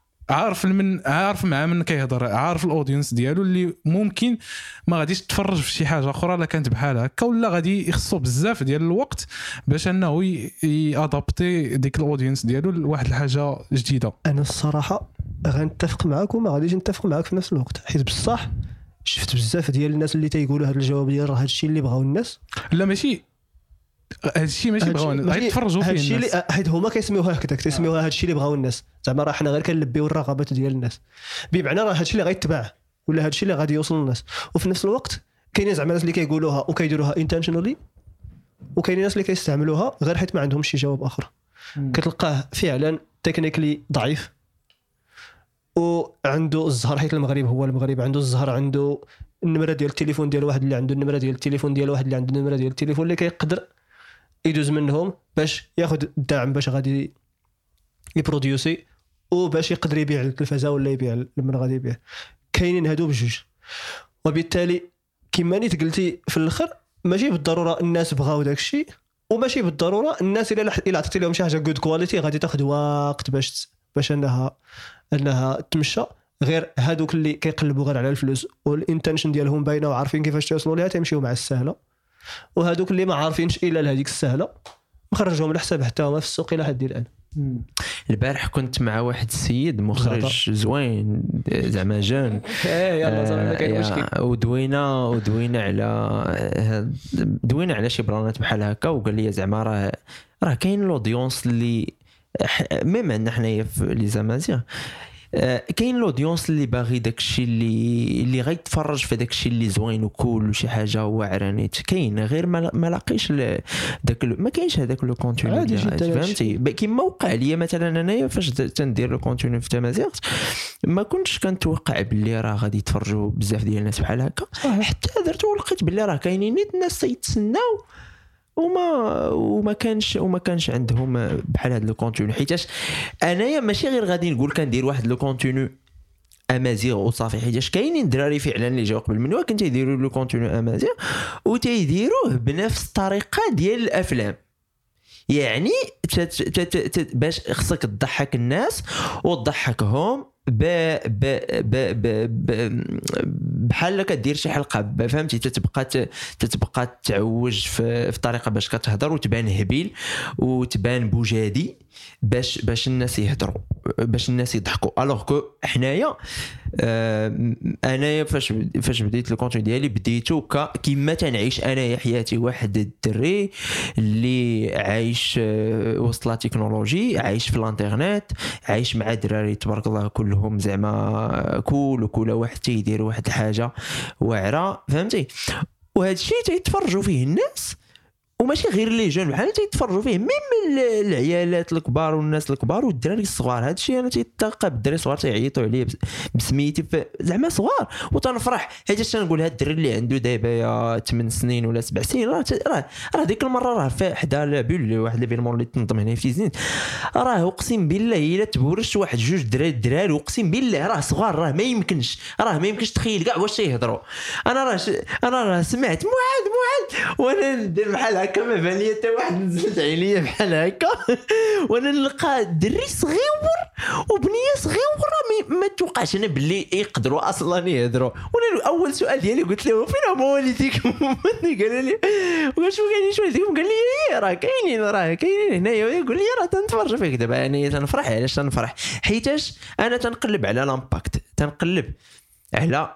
عارف مع من كيهضر عارف الاودينس ديالو اللي ممكن ما غاديش تفرج في شي حاجه اخرى لا كانت بحال هكا ولا غادي يخصو بزاف ديال الوقت باش انه يادابتي ديك الاودينس ديالو لواحد الحاجه جديده. انا الصراحه غنتفق معاك وما غاديش نتفق معاك في نفس الوقت حيت بصح شفت بزاف ديال الناس اللي تيقولوا هذا الجواب ديال راه هادشي اللي بغاو الناس. لا ماشي هادشي بغاو غيتفرجوا فيه الناس حيت هما كيسميوها هكذا كيسميوها هادشي اللي بغاو الناس زعما راه حنا غير كنلبيو الرغبات ديال الناس بمعنى راه هادشي اللي غيتباع ولا هادشي اللي غادي يوصل للناس. وفي نفس الوقت كاينين زعما الناس اللي كيقولوها وكيديروها انتنشنالي وكاينين الناس اللي كيستعملوها غير حيت ما عندهمش شي جواب اخر. كتلقاه فعلا تكنيكلي ضعيف وعنده الزهر حيت المغرب عنده الزهر عنده النمره ديال التليفون ديال واحد اللي عنده النمره ديال التليفون ديال واحد اللي عنده النمره ديال التليفون اللي كيقدر يدوز منهم باش ياخذ الدعم باش غادي يبروديوسي وباش يقدر يبيع التلفزه ولا يبيع لمن غادي يبيع. كاينين هادو بجوج وبالتالي كما نيت قلتي في الاخر ماشي بالضروره الناس بغاو داك الشيء وماشي بالضروره الناس الا عطيتي لهم شي حاجه جود كواليتي غادي تاخذ وقت باش انها تمشى. غير هادوك اللي كيقلبوا غير على الفلوس والانتنشن ديالهم باينه وعارفين كيفاش توصلوا ليها تمشيو مع السهله وهادوك اللي ما عارفينش الا لهذيك السهله مخرجهم الحساب حتى هما في السوق الى حد الان. البارح كنت مع واحد السيد مخرج زوين زعما جون يلا زعما كاين مشكل دوينا على شي برانات بحال هكا وقال لي زعما راه كاين لوديونس اللي ميم عندنا حنايا في لي زامازيغ كاين لوديونس اللي باغي داكشي اللي غيتفرج في داكشي اللي زوين وكول وشي حاجه واعره نيت كاين غير ما لاقيش داك ما كاينش هذاك لو كونتوني فهمتي. كيما وقع ليا مثلا انايا فاش تندير لو كونتوني في تمازيغ ما كنتش كنتوقع باللي راه غادي يتفرجوا بزاف ديال الناس بحال هكا حتى درت ولقيت باللي راه كاينين نيت الناس تيتسناو وما كانش عندهم بحال هذا لو كونتوني. حيتاش انايا ماشي غير غادي نقول كندير واحد لو كونتوني امازيغ وصافي حيتاش كاينين دراري فعلا اللي جاو قبل مني وكان تيديروا لو كونتوني امازيغ وتيديروه بنفس الطريقه ديال الافلام. يعني باش خصك تضحك الناس وتضحكهم بحال كدير شي حلقه فهمتي تتبقى تعوج في طريقه باش كتهضر وتبان هبيل وتبان بوجادي باش الناس يهضروا باش الناس يضحكوا. الوغ كو حنايا انايا فاش بديت الكونتوني ديالي بديتو كيما تنعيش انايا حياتي واحد الدري اللي عايش وسط لا تكنولوجي عايش في الانترنت عايش مع دراري تبارك الله كلهم زعما كل واحد تيدير واحد الحاجه واعره فهمتي. وهذا الشيء تيتفرجوا فيه الناس وماشي غير لي جون بحال تيتفرجوا فيه ميم العيالات الكبار والناس الكبار والدراري الصغار. هذا الشيء انا تيتلقى بالدراري الصغار تيعيطوا عليه بسميتي زعما صغار وتنفرح حيت تنقول هاد الدري اللي عنده دابا يا 8 سنين ولا 7 سنين راه ديك المره راه في حدا لابول واحد ليفينمون اللي تنظم هنا في زين راه اقسم بالله الا تبورش واحد جوج دراري اقسم بالله راه صغار راه ما يمكنش تخيل كاع واش تيهضروا. انا راه سمعت معاد وانا ندير بحال هكا ما بان لي حتى واحد نزلت عليا بحال هكا وانا نلقى دري صغير وبنيه صغيره ما توقعش انا باللي يقدروا اصلا يهضروا. وانا اول سؤال ديالي قلت له فين هما والديكم؟ قال لي واش كاينين والديكم؟ قال لي راه كاينين هنايا. يقول لي راه تنتفرج فيك دابا يعني تنفرح. علاش تنفرح؟ حيتاش انا تنقلب على لامباكت تنقلب على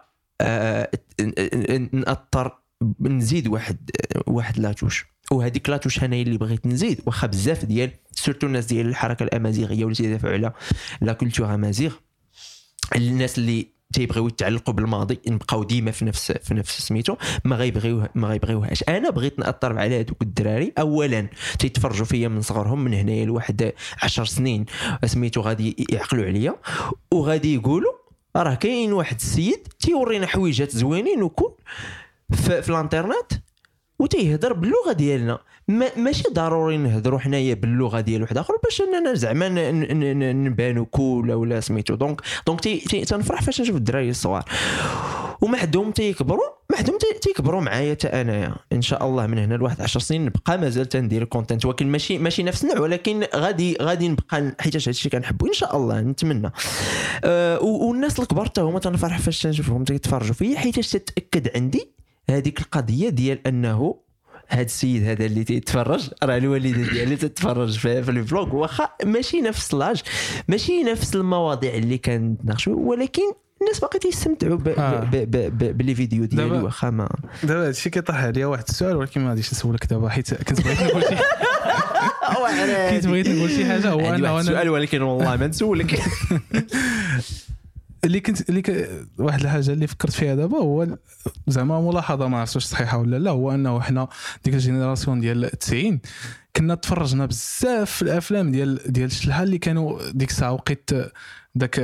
نأثر نزيد واحد لاتوش وهذيك لاتوش انا اللي بغيت نزيد واخا بزاف ديال سورتو الناس ديال الحركه الامازيغيه واللي تيدافعوا على لا كولتور امازيغ الناس اللي تيبغيو يتعلقوا بالماضي نبقاو ديما في نفس سميتو ما غيبغيوهاش. انا بغيت ناثر على هذوك الدراري اولا تيتفرجوا فيا من صغرهم من هنايا لواحد 10 سنين سميتو غادي يعقلوا عليا وغادي يقولوا راه كاين واحد السيد تيورينا حويجات زوينين وكل في الانترنت وتيهضر باللغه ديالنا. ماشي ضروري نهضروا حنايا باللغه ديال واحد اخر باش اننا زعما نبانوا كول ولا سميتو. دونك تنفرح فاش نشوف الدراري الصغار ومحدهم تيكبروا معايا حتى انايا ان شاء الله من هنا لواحد 10 سنين نبقى مازال تندير كونتنت ولكن ماشي نفس النوع ولكن غادي نبقى حيت هذا الشيء كنحبو ان شاء الله نتمنى. والناس الكبار حتى هما تنفرح فاش تنشوفهم تيتفرجوا فيا حيت تتاكد عندي هذيك القضيه ديال انه هذا السيد هذا اللي تيتفرج راه الوالده ديالي تتفرج في الفلوق واخا ماشي نفس لاج ماشي نفس المواضيع اللي كنتناقشوا ولكن الناس باقي تيستمتعوا باللي فيديو ديالي واخا ما دابا هادشي كيطرح عليا واحد السؤال ولكن ما غاديش نسولك دابا حيت كنت بغيت نقول شي حاجه هو انا سؤال ولكن والله ما نسولك واحد الحاجه اللي فكرت فيها دابا هو زعما ملاحظه ما عرفتش صحيحه ولا لا هو انه حنا ديك الجينيراسيون ديال 90 كنا تفرجنا بزاف في الافلام ديال الشلحه اللي كانوا ديك الساعه وقيت داك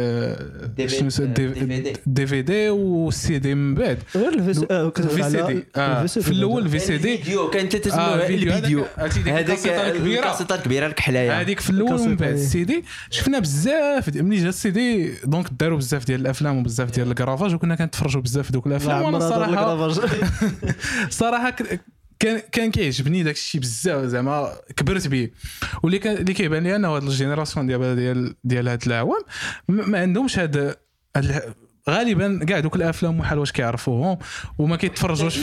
دي في دي والسي دي من بعد غير الفي سي في الاول في سي دي فيديو كانت تسمى الفيديو هذيك الكاسيطه الكبيره الكحلايه هذيك في الاول ومن بعد السي دي شفنا بزاف ملي جا السي دي دونك داروا بزاف ديال الافلام وبزاف ديال الكرافاج وكنا كنتفرجوا بزاف في دوك الافلام وانا الصراحه كان كيعجبني داك الشيء بزاف زعما كبرت به واللي كيبان لي انه هاد الجينيراسيون ديال هاد العوام ما عندهمش هاد غالبا كاع دوك الافلام وحال واش كيعرفوهم وما كيتفرجوش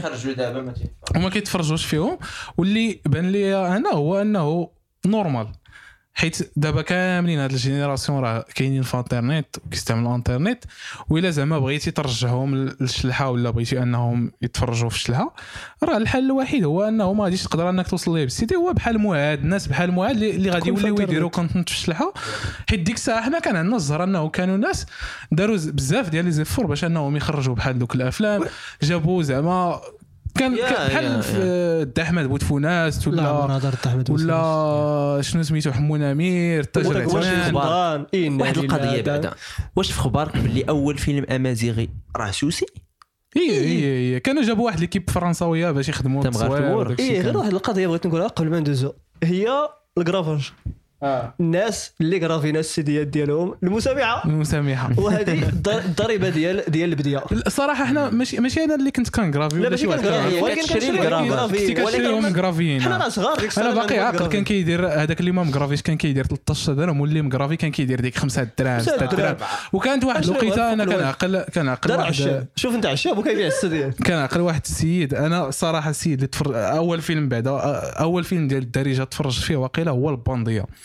فيهم واللي بان لي انا هو انه نورمال حيت دابا كاملين هاد الجينيراسيون راه كاينين في الانترنت وكيستعملوا الانترنت وإلا زعما بغيتي ترجعهم للشلحه ولا بغيتي انهم يتفرجوا في الشلحه راه الحل الوحيد هو انه ما غاديش تقدر انك توصل ليه بالسيتي هو بحال معاد الناس بحال معاد اللي غادي يوليو يديروا كونتنت في الشلحه حيت ديك الساعه حنا كان عندنا الزهر انه كانوا ناس داروا بزاف ديال لي زيفور باش انهم يخرجوا بحال دوك الافلام جابوا زعما كان بحال احمد بوتفوناس ولا شنو سميتو حمون امير واحد القضيه بعدا واش في خبارك باللي اول فيلم امازيغي راه سوسي هي كانوا جابوا واحد ليكيب فرنساويه باش يخدموا التصوير غير واحد القضيه بغيت نقولها قبل ما ندوزو هي الكرافاج الناس اللي كرافينا السيديات ديالهم المسامحه وهذه الضريبه ديال البديه الصراحه حنا ماشي انا اللي كنت كنغرافي ولا شي واحد ولكن كنشريهم مغرافيين حنا راه صغار ديك الساعه انا باقي عاقل كان كيدير هذاك اللي ما مغرافيش كان كيدير 13 درهم واللي مغرافي كان كيدير ديك 5 دراهم 6 دراهم وكانت واحد الوقيته انا كنعقل واحد شوف انت عشاب وكيبيع السديات كنعقل واحد السيد انا صراحه السيد اللي اول فيلم بعدا اول فيلم ديال الدارجه تفرجت فيه واقيلا هو البانديه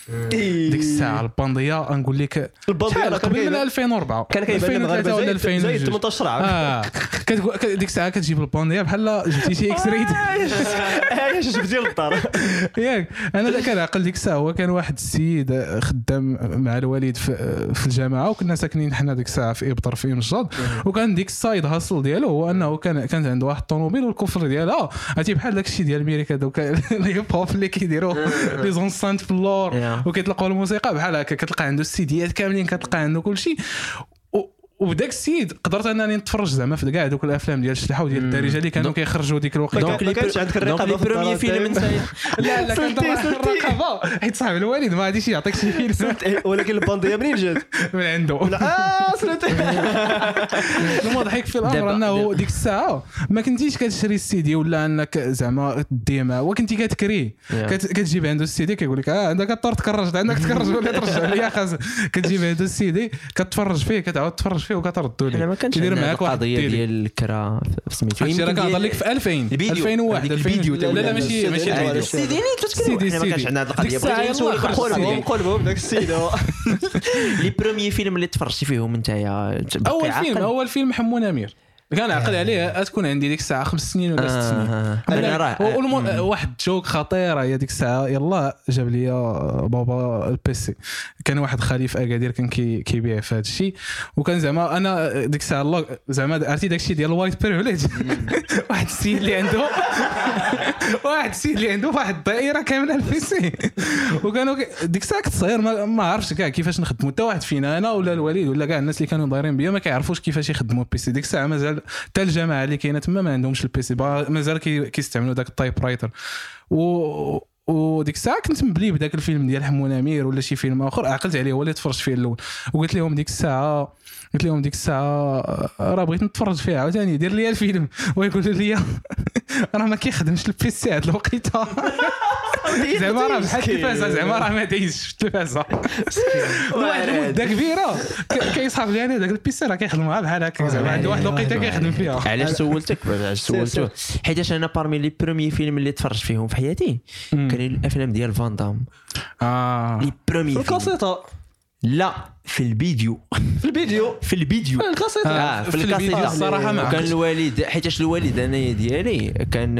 ديك الساعه البانديه نقول لك البانديه قبل من 2004 كان كيبان 2003 ولا 2000 زايد 18 عام ديك الساعه كتجيب البانديه بحال جبتي شي اكس ريد ايش جبتي للدار ياك. انا كنعقل ديك الساعه هو كان واحد السيد خدام مع الوالد في الجامعه وكنا ساكنين حنا ديك الساعه في ابطر في مشهد وكان ديك السايد هاسل ديالو هو انه كانت عنده واحد الطوموبيل والكفر ديالها عرفتي بحال داكشي ديال امريكا دوك الهيب هوب اللي كيديروا لي زونسانت في اللور وكيطلقوا الموسيقى بحال هكا كتلقى عنده السيديات كاملين كتلقى عنده كلشي وداك السيد قدرت انني نتفرج زعما في كاع دوك الافلام ديال الشلاحه وديال الدارجه اللي كانوا كيخرجوا ديك الوقت ما كانش عندك الرقابه في البروميير فيلم نتايا لا كانت الرقابه حيت صاحب الوالد ما غاديش يعطيك شي فيلم ولكن البانديه منين جات من عنده سلطي المضحك في الامر انه ديك الساعه ما كنتيش كتشري السيدي ولا انك زعما ديما وكنتي كتكري كتجيب عنده السيدي كيقول لك عندك الطور تكرجت عندك تكرج ولا ترجع ليا خاص كتجيب عنده السيدي كتفرج فيه كتعاود تفرج فيه وكتردوا ليه ما كانش معاك القضيه ديال الكرا سميتو يمكن راه كنهضر لك في 2000 2001 الفيديو لا ماشي السيدي حنا ما كانش عندنا هذه القضيه نقولوا داك السيد لي بروميير فيلم اللي تفرجتي فيهم نتايا اول فيلم حمو نمير كان عقل عليه تكون عندي ديك الساعه 5 سنين ولا 6 سنين انا راه واحد جوك خطيره هي ديك الساعه يلا جاب لي بابا البيسي كان واحد خليف اكادير كان كيبيع في هذا الشيء وكان زعما انا ديك الساعه زعما عرفتي داك الشيء ديال الوايت بريفليج واحد السيد اللي عنده واحد الدائره كامله البيسي وكانوا ديك الساعه كنت صغير ما عرفتش كاع كيفاش نخدموا حتى واحد فينا انا ولا الوالد ولا كاع الناس اللي كانوا دايرين بيا ما كيعرفوش كيفاش يخدموا البيسي ديك الساعه مازال حتى الجماعه اللي كاينه تما ما عندهمش البيسي مازال كيستعملوا داك التايب رايتر وديك الساعه كنت مبلي بداك الفيلم ديال حمو نمير ولا شي فيلم اخر عقلت عليه هو اللي تفرجت فيه الاول وقلت لهم ديك الساعه راه بغيت نتفرج فيه عاوتاني دير لي الفيلم ويقولوا لي راه ما كيخدمش البيسي هاد الوقيته زعما راه بحال التلفازه زعما راه ما دايزش في التلفازه واحد المده كبيره كيصحاب لي انا داك البيسي راه كيخدمها بحال هكا زعما عنده واحد الوقيته كيخدم فيها. علاش سولتو حيتاش انا بارمي لي بروميير فيلم اللي تفرجت فيهم في حياتي كان الافلام ديال فان دام لي بروميير في الكاسيطه لا في الفيديو في الكاسيطه الصراحه ما كان الوالد حيتاش الوالد انا ديالي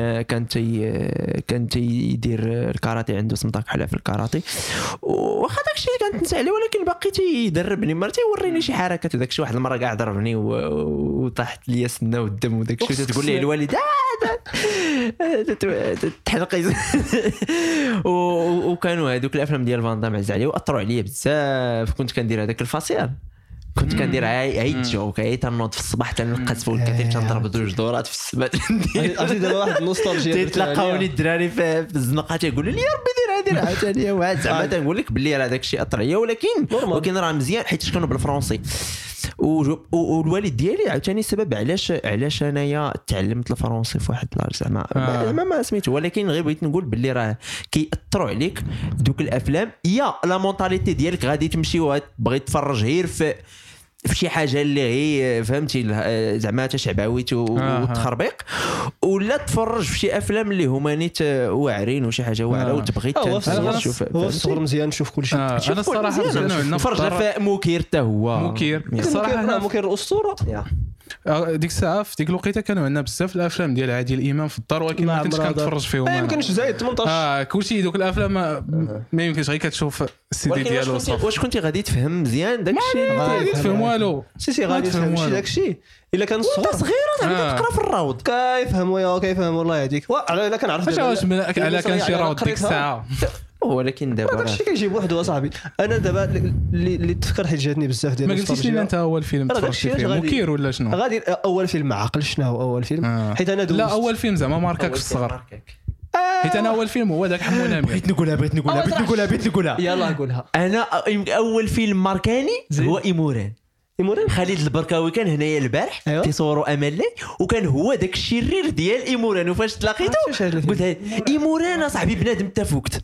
كان تيدير الكاراتي عنده سمطه كحله في الكاراتي واخا داكشي اللي كنت نسى عليه ولكن باقي تيدربني مرتي وريني شي حركات وداكشي واحد المره كاع ضربني وطاحت لي السنه والدم وداكشي تقول لي الوالد تحلقي وكانوا هذوك الافلام ديال فان دام عز عليه واثروا عليا بزاف كنت كندير هذاك الفصيل كنت كندير عيد جوك عيد تنوض في الصباح تنقص الكثير تنضرب دوج دورات في السماء عرفتي دابا واحد النوستالجيا تلقاوني الدراري في الزنقه تيقولوا لي يا ربي دير عاوتاني واحد زعما تنقول لك باللي راه داك الشيء اثر عليا ولكن راه مزيان حيت كانوا بالفرنسي والوالد ديالي عاوتاني السبب علاش انايا تعلمت الفرنسي في واحد الار زعما ما سميتو ولكن غير بغيت نقول باللي راه كيأثروا عليك دوك الافلام يا لا مونطاليتي ديالك غادي تمشي وتبغي تفرج غير في شي حاجه اللي هي فهمتي زعما تشعباويت والتخربيق ولا تفرج في شي افلام اللي هما نيت واعرين وشي حاجه واعره وتبغي تشوف هو الصغر مزيان نشوف كل شيء انا الصراحه نفرج في موكير حتى هو الصراحه موكير الاسطوره ديك الساعه في ديك الوقيته كانوا عندنا بزاف الافلام ديال عادل امام في الدار ولكن ما كنتش كنتفرج فيهم ما يمكنش زايد 18 كلشي دوك الافلام ما يمكنش غير كتشوف السيدي ديالو واش كنتي غادي تفهم مزيان داكشي غادي تفهم والو سي غادي تفهم شي داكشي الا كان صغير زعما تقرا في الروض كيفهم والله هذيك الا كنعرف على كان شي روض ديك الساعه ولكن دابا داكشي كيجيب وحده اصاحبي انا دابا اللي تفكر حيت جاتني بزاف ديال ما قلتيش لي انت اول فيلم تفرجتي فيه موكير ولا شنو غادي اول فيلم ما عقلش شنو هو اول فيلم حيت انا لا اول فيلم زعما ماركاك في الصغر حيت انا اول فيلم هو داك حمو نمير بغيت نقولها يلا قولها انا اول فيلم ماركاني هو ايموران خالد البركاوي كان هنايا البارح تيصوروا امل لي وكان هو داك الشرير ديال ايموران وفاش تلاقيته قلت ايموران صاحبي بنادم تفوكت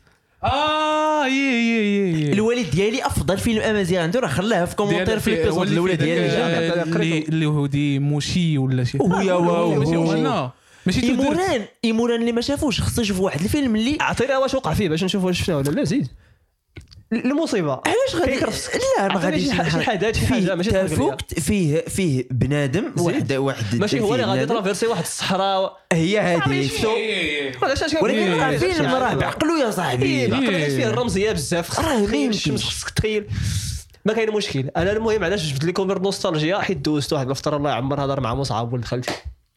الوالد ديالي افضل فيلم امازيغ عنده راه خلاه في كومونتير في البيزود الاولى ديالي اللي هو دي موشي ولا شي ماشي ايموران اللي ما شافوش خصو يشوف واحد الفيلم اللي عطينا واش وقع فيه باش نشوف واش شفنا ولا لا زيد المصيبه علاش غادي لا ما غاديش شي حاجه ماشي تفوقت فيه بنادم واحد ماشي هو اللي غادي ترافيرسي واحد الصحراء هي هذه ولكن الفيلم راه بعقلو يا صاحبي بعقلو فيه الرمزيه بزاف راه الشمس خصك تخيل ما كاين مشكل. انا المهم علاش جبت لكم النوستالجيا حيت دوزت واحد الفتره الله يعمر هضر مع مصعب ولد خالتي.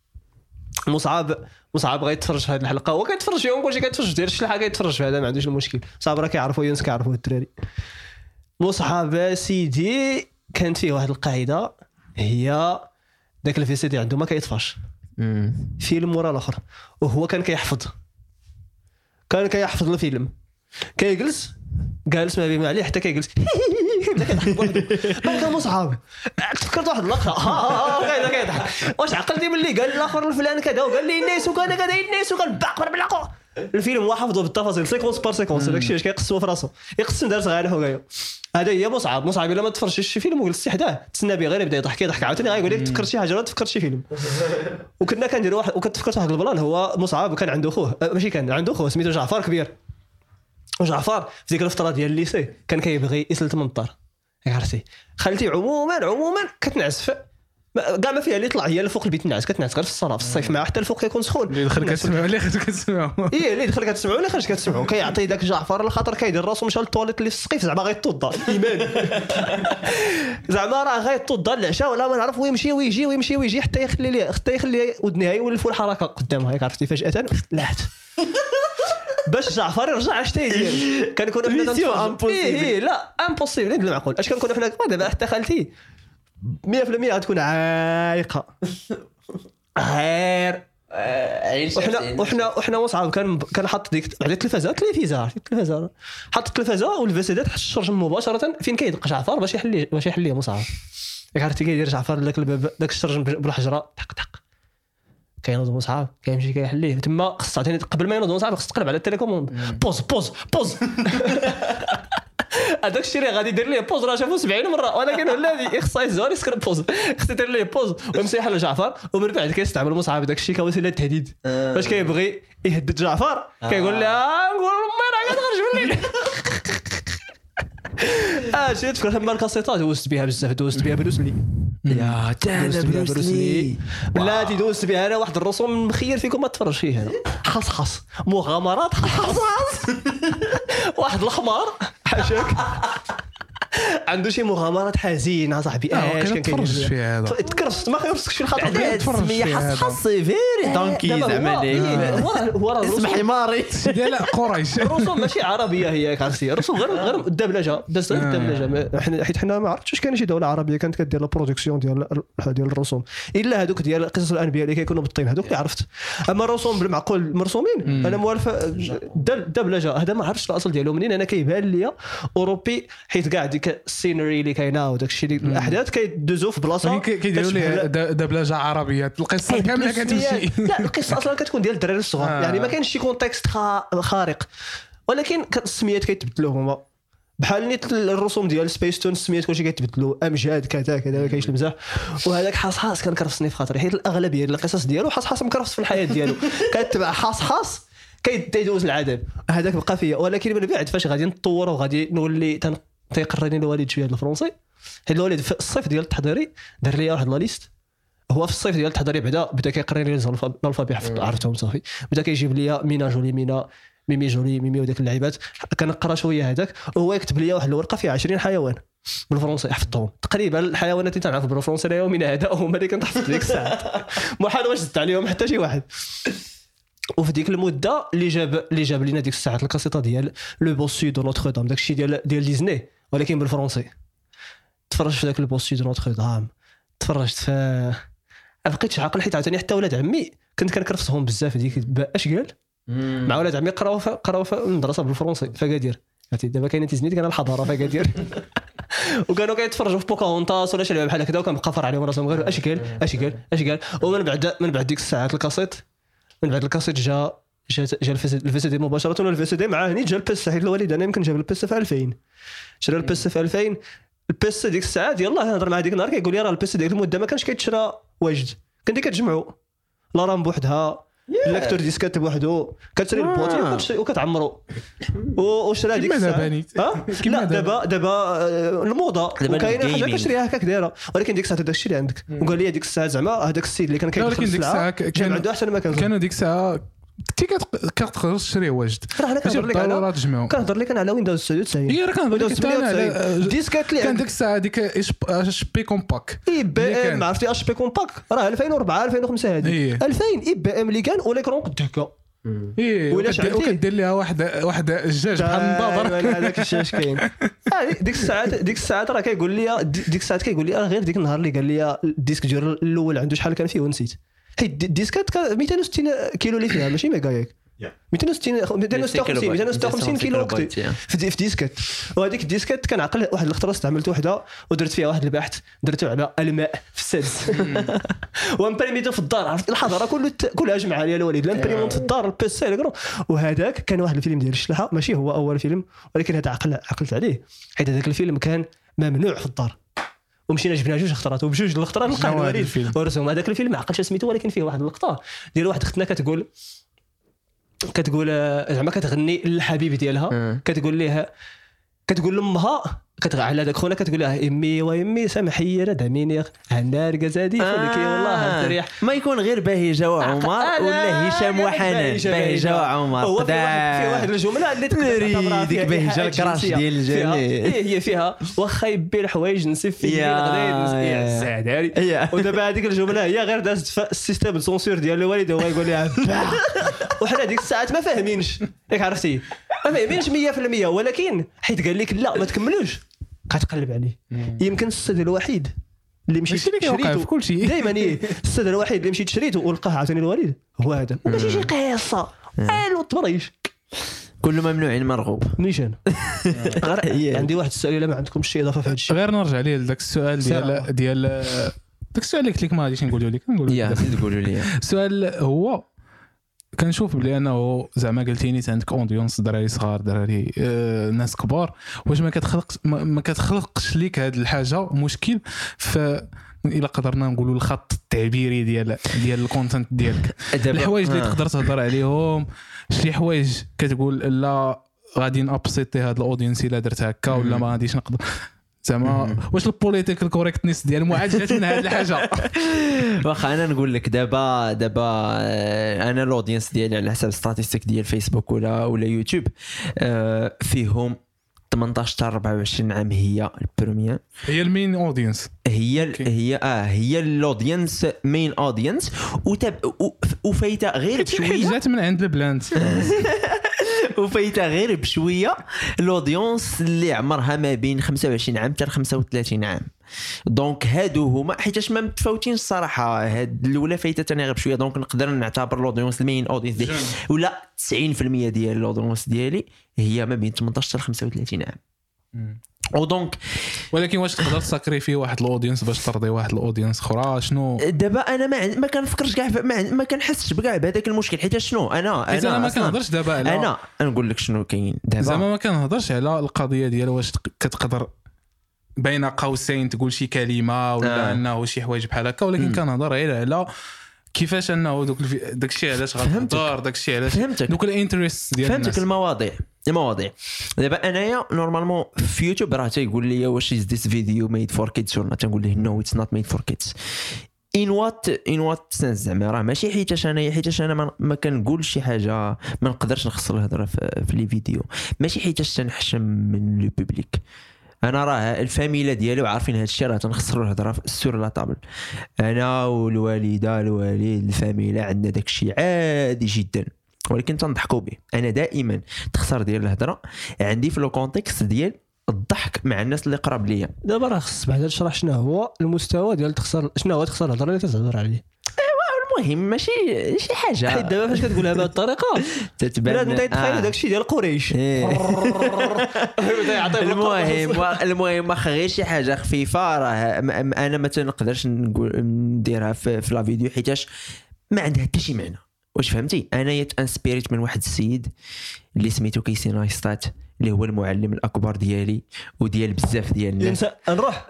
مصعب غيتفرج في هذه الحلقه هو كيتفرج فيهم كلشي كيتفرج دير شي حاجه كيتفرج في هذا ما عندوش المشكل. صعب راه كيعرفوا يونس كيعرفوا الدراري. مصعب سيدي كانت فيه واحد القاعده هي داك الفي سي دي عنده ما كيطفاش فيلم ورا الاخر وهو كان كيحفظ الفيلم جالس ما بين عليه حتى كيجلس ما كان مصعب تفكرت واحد اللقطه هذا كيضحك واش عقلتي ملي قال الاخر الفلان كذا وقال لي الناس وكان كذا الناس وقال باقر بلاقو الفيلم هو حافظه بالتفاصيل سيكونس بار سيكونس داكشي واش كيقسمو في راسو يقسم دار صغير حكايه. هذا هي مصعب الا ما تفرجش شي فيلم وجلستي حداه تسنى به غير يبدا يضحك عاوتاني غايقول لك تفكرت شي حاجه ولا تفكرت شي فيلم. وكنا كنديروا واحد وكتفكرت واحد البلان هو مصعب كان عنده خوه ماشي كان عنده خوه سميتو جعفر كبير. وجعفر في ديك الفتره ديال الليسي كان كيبغي يسلت من الدار عرفتي خالتي عموما كتنعس كاع ما فيها اللي يطلع هي لفوق البيت النعاس كتنعس غير في الصلاه في الصيف مع حتى الفوق كيكون سخون اللي دخل كتسمعوا اللي دخل كتسمعوا اللي خرج كتسمعوا كيعطي داك جعفر الخاطر كيدير راسو مشى للطواليت اللي في السقيف زعما غيتوضا ايمان زعما راه غيتوضا العشاء ولا ما نعرف ويمشي ويجي حتى يخلي ودنيها يولفوا الحركه قدامها هيك عرفتي فجاه لحت باش جعفر يرجع اش تيدير كنكونوا حنا امبوسيبل لا امبوسيبل لا معقول اش كنكونوا حنا دابا حتى خالتي 100% غتكون عايقه غير وحنا مصعب كان حط ديك على التلفازه حط التلفازه والفيسيدات تحت الشرجم مباشره فين كيدق جعفر باش يحل مصعب عرفتي كيدير جعفر داك الباب داك الشرجم بالحجره طق كينوض مصعب كيمشي كيحليه تما خص عاوتاني قبل ما ينوض مصعب خص تقلب على التليكوموند بوز هذاك الشيء اللي غادي يدير ليه بوز راه شافو 70 مره ولكن ولادي خصها يزور يسكر بوز خص يدير ليه بوز ويمشي يحل جعفر ومن بعد كيستعمل مصعب داك الشيء كوسيله تهديد باش كيبغي يهدد جعفر كيقول لها نقول امي راه كتخرج بالليل شي تفكر تما الكاسيطات دوزت بها بزاف دوزت بها بروسلي يا تانا بروسلي بلاتي دوزت بها انا واحد الرسوم مخير فيكم ما تفرج فيه هذا خاص مغامرات خاص واحد الحمار حاشاك عنده شي مغامرات حزينه صاحبي اش كان كيتفرج فيه هذا تكرفت ما خيرسكش في الخاطر السميه حص فيري دونكي زعما هو اسم حماري ديال قريش الرسوم ماشي عربيه هي عرفتي الرسوم غير الدبلجه دازت الدبلجه حيت حنا ما عرفتش واش كاين شي دوله عربيه كانت كدير لا برودكسيون ديال الرسوم الا هذوك ديال قصص الانبياء اللي كيكونوا بالطين هذوك اللي عرفت. اما الرسوم بالمعقول المرسومين انا موالف الدبلجه هذا ما عرفتش الاصل ديالو منين انا كيبان ليا اوروبي حيت كاع ديك السينري اللي كاينه وداك الشيء الاحداث كيدوزوا في بلاصه كيديروا ليه دبلجه عربيه القصه كامله كتمشي لا القصه اصلا كتكون ديال الدراري الصغار يعني ما كاينش شي كونتكست خارق ولكن السميات كيتبدلوا هما بحال نيت الرسوم ديال سبيس تون السميات كلشي كيتبدلوا امجاد كذا ما كاينش المزاح وهذاك حاص كان كرفسني في خاطري حيت الاغلبيه ديال القصص ديالو حاص مكرفس في الحياه ديالو كتبع حاص كيدوز العذاب هذاك بقى فيا. ولكن من بعد فاش غادي نطور وغادي نولي تيقررني الوالد شويه الفرنسي حيت الوالد في الصيف ديال التحضيري دار لي واحد لا ليست هو في الصيف ديال التحضيري بدا كيقررني الالفابي عرفتهم صافي بدا كيجيب لي مينا جولي مينا ميمي جولي ميمي وداك اللعيبات كنقرا شويه هذاك وهو يكتب لي واحد الورقه فيها 20 حيوان بالفرنسي حفظتهم تقريبا الحيوانات اللي تنعرف بالفرنسي يومنا هذا هما اللي كنحفظ ديك الساعات محال واش زدت عليهم حتى شي واحد. وفي ديك المده اللي جاب لنا ديك الساعات القصيده ديال لو بوسي دو نوتر دام داكشي ديال ديزني ولكن بالفرنسي تفرجت في داك لو بوسي دو نوتر دام تفرجت في بقيتش عاقل حيت عاوتاني حتى ولاد عمي كنت كنكرفسهم بزاف ديك اش قال مع ولاد عمي قراو في المدرسه بالفرنسي فكادير عرفتي دابا كاينه تيزنيت كان الحضاره فكادير وكانوا كيتفرجوا في بوكاهونتاس ولا شي لعبه بحال هكذا وكنبقى فرع عليهم راسهم غير اش قال ومن بعد ديك الساعات من بعد الكاسيت جا الفي دي مباشره ولا الفي دي معاه نيت جا البيس حيت الوالد انا يمكن جاب البيس في 2000 شرا البيس في 2000 البيس ديك الساعات يلاه نهضر مع ديك النهار كيقول لي راه البيس ديك المده ما كانش كيتشرى واجد كنتي كتجمعوا لا رام بوحدها اللاكتور ديسكات بوحدو كتشري البوطي وكتعمرو وشرا ديك الساعه لا دابا الموضه وكاينه حاجه كتشريها هكاك دايره ولكن ديك الساعه داكشي اللي عندك وقال لي ديك الساعه زعما هذاك السيد اللي كان كيدخل السلعه كان عنده احسن ما كانوا ديك الساعه كتقدر تشري واجد كنهضر لك على ويندوز 99 هي راه كنهضر لك على ديسكات اللي كان ديك الساعه ديك اش بي كومباك اي بي ام عرفتي اش بي كومباك راه 2004 2005 هذه 2000 اي بي ام اللي كان وليكرون قد هكا وكدير لها واحد الجاج بحال النظر هذاك الشاش كاين ديك الساعات راه كيقول لي ديك الساعات كيقول لي غير ديك النهار اللي قال لي الديسك ديال الاول عنده شحال كان فيه ونسيت حيت الديسكات 260 كيلو اللي فيها ماشي ميجا ياك 256 كيلو وقتي في ديسكات وهذيك الديسكات كنعقل واحد الخطره استعملت وحده ودرت فيها واحد البحث درته على الماء في السادس وامبريميتو في الدار عرفت الحضاره كلها جمع عليها الوالد الامبريمونت في الدار البيسي وهذاك كان واحد الفيلم ديال الشلحه ماشي هو اول فيلم ولكن هذا عقلت عليه حيت هذاك الفيلم كان ممنوع في الدار ومشينا جبنا جوج خطرات وبجوج الخطرات لقى الوالد ورسم هذاك الفيلم ما عقلتش سميتو ولكن فيه واحد اللقطه ديال واحد اختنا كتقول زعما كتغني للحبيب ديالها كتقول لامها على داك خونا كتقول لها امي وامي سامحي راه داميني النار كزادي فلكي والله تريح ما يكون غير باهجه وعمر ولا هشام وحنان باهجه وعمر هو في واحد الجمله اللي تقدر ديك باهجه الكراش ديال الجميع هي فيها واخا يبي الحوايج نسيب فيه الغداء الزعداري ودابا هذيك الجمله هي غير دازت في السيستم السونسور ديال الوالد هو يقول لها وحنا ديك الساعات ما فاهمينش ياك عرفتي ما فاهمينش 100% ولكن حيت قال لك لا ما تكملوش كتقلب عليه يمكن السد الوحيد اللي مشيت شريته في كل شيء دائما السد الوحيد اللي مشيت شريته ولقاه عاوتاني الوالد هو هذا ماشي شي قصه قالوا تبريش كل ممنوع مرغوب نيشان عندي واحد السؤال الا ما عندكمش شي اضافه في هذا الشيء غير نرجع ليه لذاك السؤال ديال داك السؤال اللي قلت لك ما غاديش نقولوا لك نقولوا لي السؤال هو كنشوف بلي انه زعما قلتيني عندك اودينس دراري صغار دراري ناس كبار واش ما كتخلقش ليك هذه الحاجه مشكل الا قدرنا نقولوا الخط التعبيري ديال الكونتنت ديالك الحوايج اللي تقدر تهضر عليهم شي حوايج كتقول لا غادي نابسيتي هذا الاودينس الا درت هكا ولا ما غاديش نقدر زعما واش البوليتيكال كوريكتنس ديال معالجه من هذه الحاجه واخا انا نقول لك دابا انا الاودينس ديالي على حسب ستاتستيك ديال فيسبوك ولا يوتيوب فيهم 18 حتى 24 عام هي البروميير هي المين اودينس هي الاودينس مين اودينس وفايته غير بشويه جات من عند البلاند وفايته غير بشويه الاودينس اللي عمرها ما بين 25 عام حتى 35 عام دونك هادو هما حيتاش ما متفاوتين الصراحه هاد الاولى فايته ثاني غير بشويه دونك نقدر نعتبر الاودينس المين اودينس ديالي ولا 90% ديال الاودينس ديالي هي ما بين 18 حتى 35 عام ودونك ولكن واش تقدر تساكريفي واحد الاودينس باش ترضي واحد الاودينس اخرى شنو دابا انا ما كنفكرش كاع ما كنحسش بكاع بهذاك المشكل حيت شنو انا ما كنهضرش دابا على انا نقول لك شنو كاين دابا زعما ما كنهضرش على القضيه ديال واش كتقدر بين قوسين تقول شي كلمه ولا انه شي حوايج بحال هكا ولكن كنهضر غير على كيفاش انه داك الشيء علاش غتهضر داك الشيء علاش دوك الانترست ديال الناس فهمتك المواضيع دابا انايا نورمالمون في يوتيوب راه تيقول لي واش از ذيس فيديو ميد فور كيدز ولا تنقول له نو اتس نوت ميد فور كيدز ان وات سنس زعما راه ماشي حيتاش انا ما كنقولش شي حاجه ما نقدرش نخسر الهضره في لي فيديو ماشي حيتاش تنحشم من لو بوبليك انا راه الفاميله ديالي وعارفين هذا الشيء راه تنخسروا الهضره سور لا طابل انا والوالده الوالد الفاميله عندنا داك الشيء عادي جدا ولكن تنضحكوا به انا دائما تخسر ديال الهضره عندي في لو كونتكست ديال الضحك مع الناس اللي قراب ليا دابا راه خص بعدا تشرح شنو هو المستوى ديال شنو هو تخسر الهضره اللي تهضر عليه المهم ماشي شي حاجه حيت دابا فاش كتقولها بهذه الطريقه تتبان انت تخيل داك الشيء ديال قريش المهم واخا غير شي حاجه خفيفه راه انا ما تنقدرش نديرها في لا فيديو حيتاش ما عندها حتى شي معنى واش فهمتي انا انسبيريت من واحد السيد اللي سميتو كيسي نايستات اللي هو المعلم الاكبر ديالي وديال بزاف ديال الناس. نروح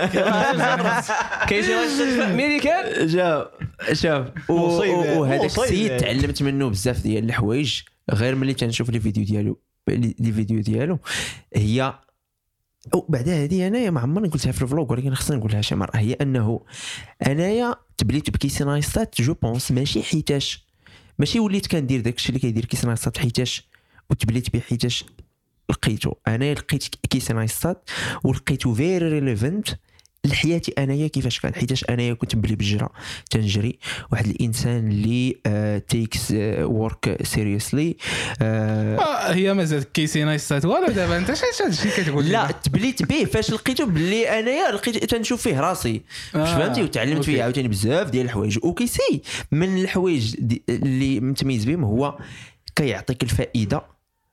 كاين شي مين كان شاف وهذاك السيد تعلمت منه بزاف ديال الحوايج غير ملي تنشوف لي فيديو ديالو هي بعد هذه انايا ما عمرني قلتها في الفلوق ولكن خصني نقولها شي مره، هي انه انايا تبليت بكيسي نايستات جو بونس ماشي وليت كندير داكشي اللي كيدير كيسي نايستات حيتاش وتبليت به حيتاش لقيت كيسي نايستات ولقيتو فيري ريليفنت لحياتي انايا كيفاش كان، حيتاش انايا كنت بلي بالجرا تنجري واحد الانسان اللي تيكس وورك سيريسلي. هي مازال كيسي نايستات ولا دابا انت شي كتقول لا تبليت به فاش لقيتو باللي انايا لقيت تنشوف فيه راسي فهمتي وتعلمت فيه عاوتاني بزاف ديال الحوايج. وكيسي من الحوايج اللي متميز بهم هو كيعطيك الفائده،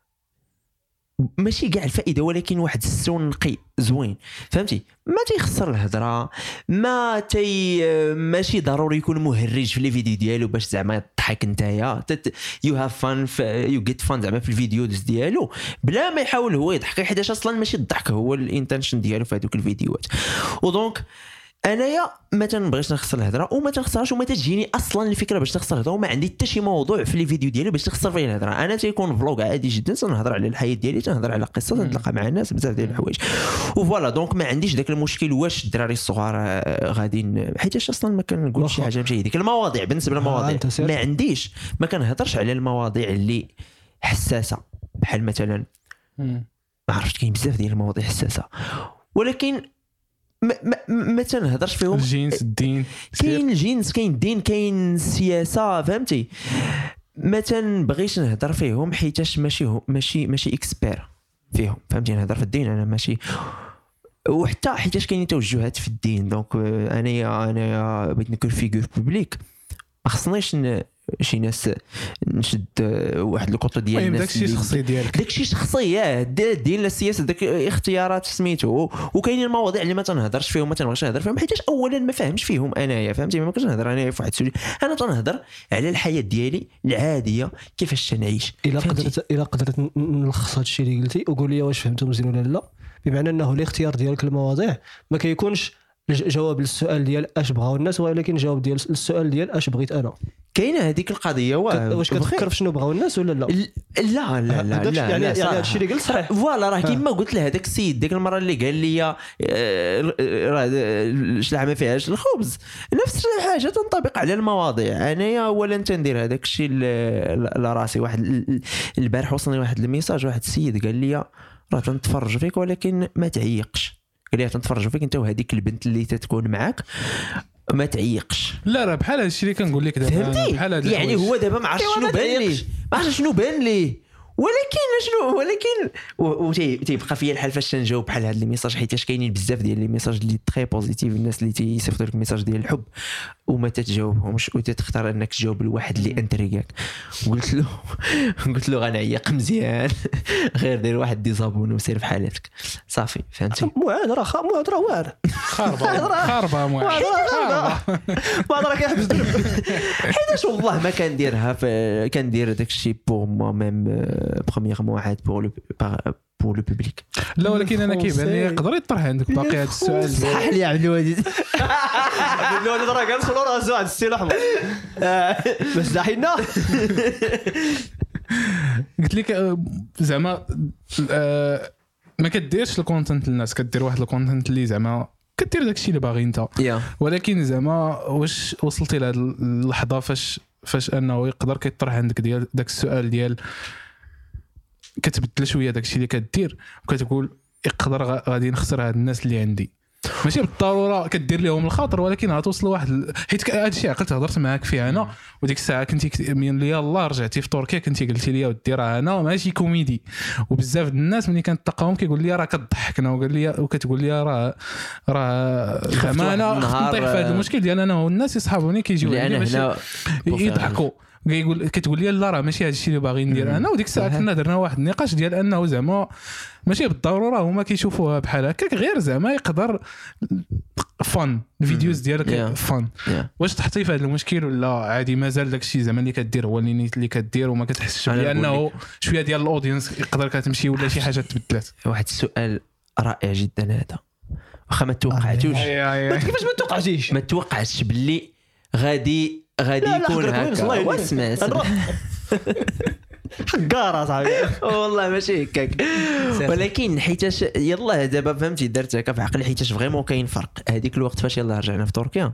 ماشي كاع الفائده ولكن واحد السون نقي زوين فهمتي، ما تيخسر الهضره ماشي ضروري يكون مهرج في لي فيديو ديالو باش زعما يضحك نتايا يو هاف فان يو جيت فان زعما في الفيديوز ديالو بلا ما يحاول هو يضحك، حيت اصلا ماشي الضحك هو الانتنشن ديالو في هذوك الفيديوهات. ودونك انايا ما تنبغيش نخسر الهضره وما تنخسرهاش وما تجيني اصلا الفكره باش نخسر الهضره وما عندي حتى شي موضوع في لي فيديو ديالي باش نخسر فيه الهضره. انا تيكون فلوغ عادي جدا تنهضر على الحياه ديالي تنهضر على قصه تنتلاقى مع الناس بزاف ديال الحوايج وفوالا. دونك ما عنديش داك المشكل واش الدراري الصغار غاديين حيتاش اصلا ما كنقولش شي حاجه ماشي ديك المواضيع بالنسبه للمواضيع ما عنديش ما كنهضرش على المواضيع اللي حساسه بحال مثلا ما عرفتش كاين بزاف ديال المواضيع حساسه ولكن ما تنهضرش فيهم. الجنس الدين كاين الجنس كاين الدين كاين السياسه فهمتي ما تنبغيش نهضر فيهم حيتاش ماشي اكسبير فيهم فهمتي. نهضر في الدين انا ماشي وحتى حيتاش كاينين توجهات في الدين. دونك انا بغيت نكون فيغور بوبليك ما خصنيش شي ناس نشد واحد الكوطه ديال الناس داكشي شخصي ديالك داكشي شخصيه ديال السياسه داك اختيارات سميتو. وكاينين المواضيع اللي ما تنهضرش فيهم ما تنبغيش نهضر فيهم حيتاش اولا ما فاهمش فيهم انايا فهمتي ما كنتش نهضر انايا في واحد السوجي انا تنهضر على الحياه ديالي العاديه كيفاش تنعيش. الا قدرت نلخص هذا الشيء اللي قلتي وقول لي واش فهمتو مزيان ولا لا، بمعنى انه الاختيار ديالك المواضيع ما كيكونش جواب للسؤال ديال اش بغاو الناس ولكن جواب ديال السؤال ديال اش بغيت انا. كاينه هذيك القضيه واش كتفكر في شنو بغاو الناس ولا لا؟ لا لا لا لا يعني هادشي اللي قلت صحيح فوالا راه كيما قلت لهذاك السيد ديك المره اللي قال لي راه الشلعه ما فيهاش الخبز نفس الحاجه تنطبق على المواضيع. انايا اولا تندير هذاك الشيء لراسي. واحد البارح وصلني واحد الميساج واحد السيد قال لي راه تنتفرج فيك ولكن ما تعيقش، قال لي تنتفرج فيك انت وهذيك البنت اللي تتكون معاك ما تعيقش. لا راه بحال هذا الشيء اللي كنقول لك دابا بحال هذا يعني هو دابا ما عرفش شنو بان ليه ما عرفش شنو بان ليه ولكن تيبقى فيا الحال فاش تنجاوب بحال هذا الميساج حيتاش كاينين بزاف ديال لي ميساج اللي تري بوزيتيف الناس اللي تيصيفطوا لك ميساج ديال الحب وما تتجاوبهمش وتختار انك تجاوب لواحد اللي انتريغاك. قلت له غنعيق مزيان غير دير واحد ديزابون وسير بحالتك صافي فهمتي. معادره واعره خربه معادره كيحبس درب حيتاش والله ما كنديرها كندير داك الشيء بور مو ميم برومييرمون واحد بور لو بوبليك. لا ولكن انا كيبان لي يقدر يطرح عندك باقي هذا السؤال. صح لي عبد الوديد راه جالس ولا راه واحد السيل احمر باش داحينا قلت لك زعما ما كديرش الكونتنت للناس كدير واحد الكونتنت اللي زعما كدير داكشي اللي باغي انت ولكن زعما واش وصلتي لهاد اللحظه فاش انه يقدر كيطرح عندك ديال داك السؤال ديال كتبدل شويه داكشي اللي كدير وكتقول يقدر غادي نخسر هاد الناس اللي عندي ماشي بالضروره كدير لهم الخاطر ولكن غتوصل واحد حيت هذا الشيء عقلت هضرت معاك فيه انا وديك الساعه كنتي من لي الله رجعتي في تركيا كنتي قلتي لي ودي راه انا ماشي كوميدي وبزاف الناس ملي كنتلاقاهم كيقول لي راه كتضحكنا وقال لي وكتقول لي راه زعما انا نطيح في هذا المشكل ديال انا والناس يصحابوني كيجيو عندي يضحكوا كتقول لي لا راه ماشي هذا الشيء اللي باغي ندير انا. وديك الساعه كنا درنا واحد النقاش ديال انه زعما ماشي بالضروره هما كيشوفوها بحال هكاك غير زعما يقدر فن الفيديوز ديالك فن. Yeah. واش تحطي في هذا المشكل ولا عادي مازال داكشي زعما اللي كدير هو اللي كدير وما كتحسش بانه شويه ديال الاودينس يقدر كتمشي ولا شي حاجه تبدلات؟ واحد السؤال رائع جدا هذا، واخا ما توقعتوش كيفاش ما توقعتيش؟ ما توقعتش باللي غادي يكون هكا. واسمع حقاره صاحبي والله ماشي هكاك، ولكن حيتاش يلا دابا فهمتي درت هكا في عقلي حيتاش فريمون كاين فرق. هذيك الوقت فاش يلا رجعنا في تركيا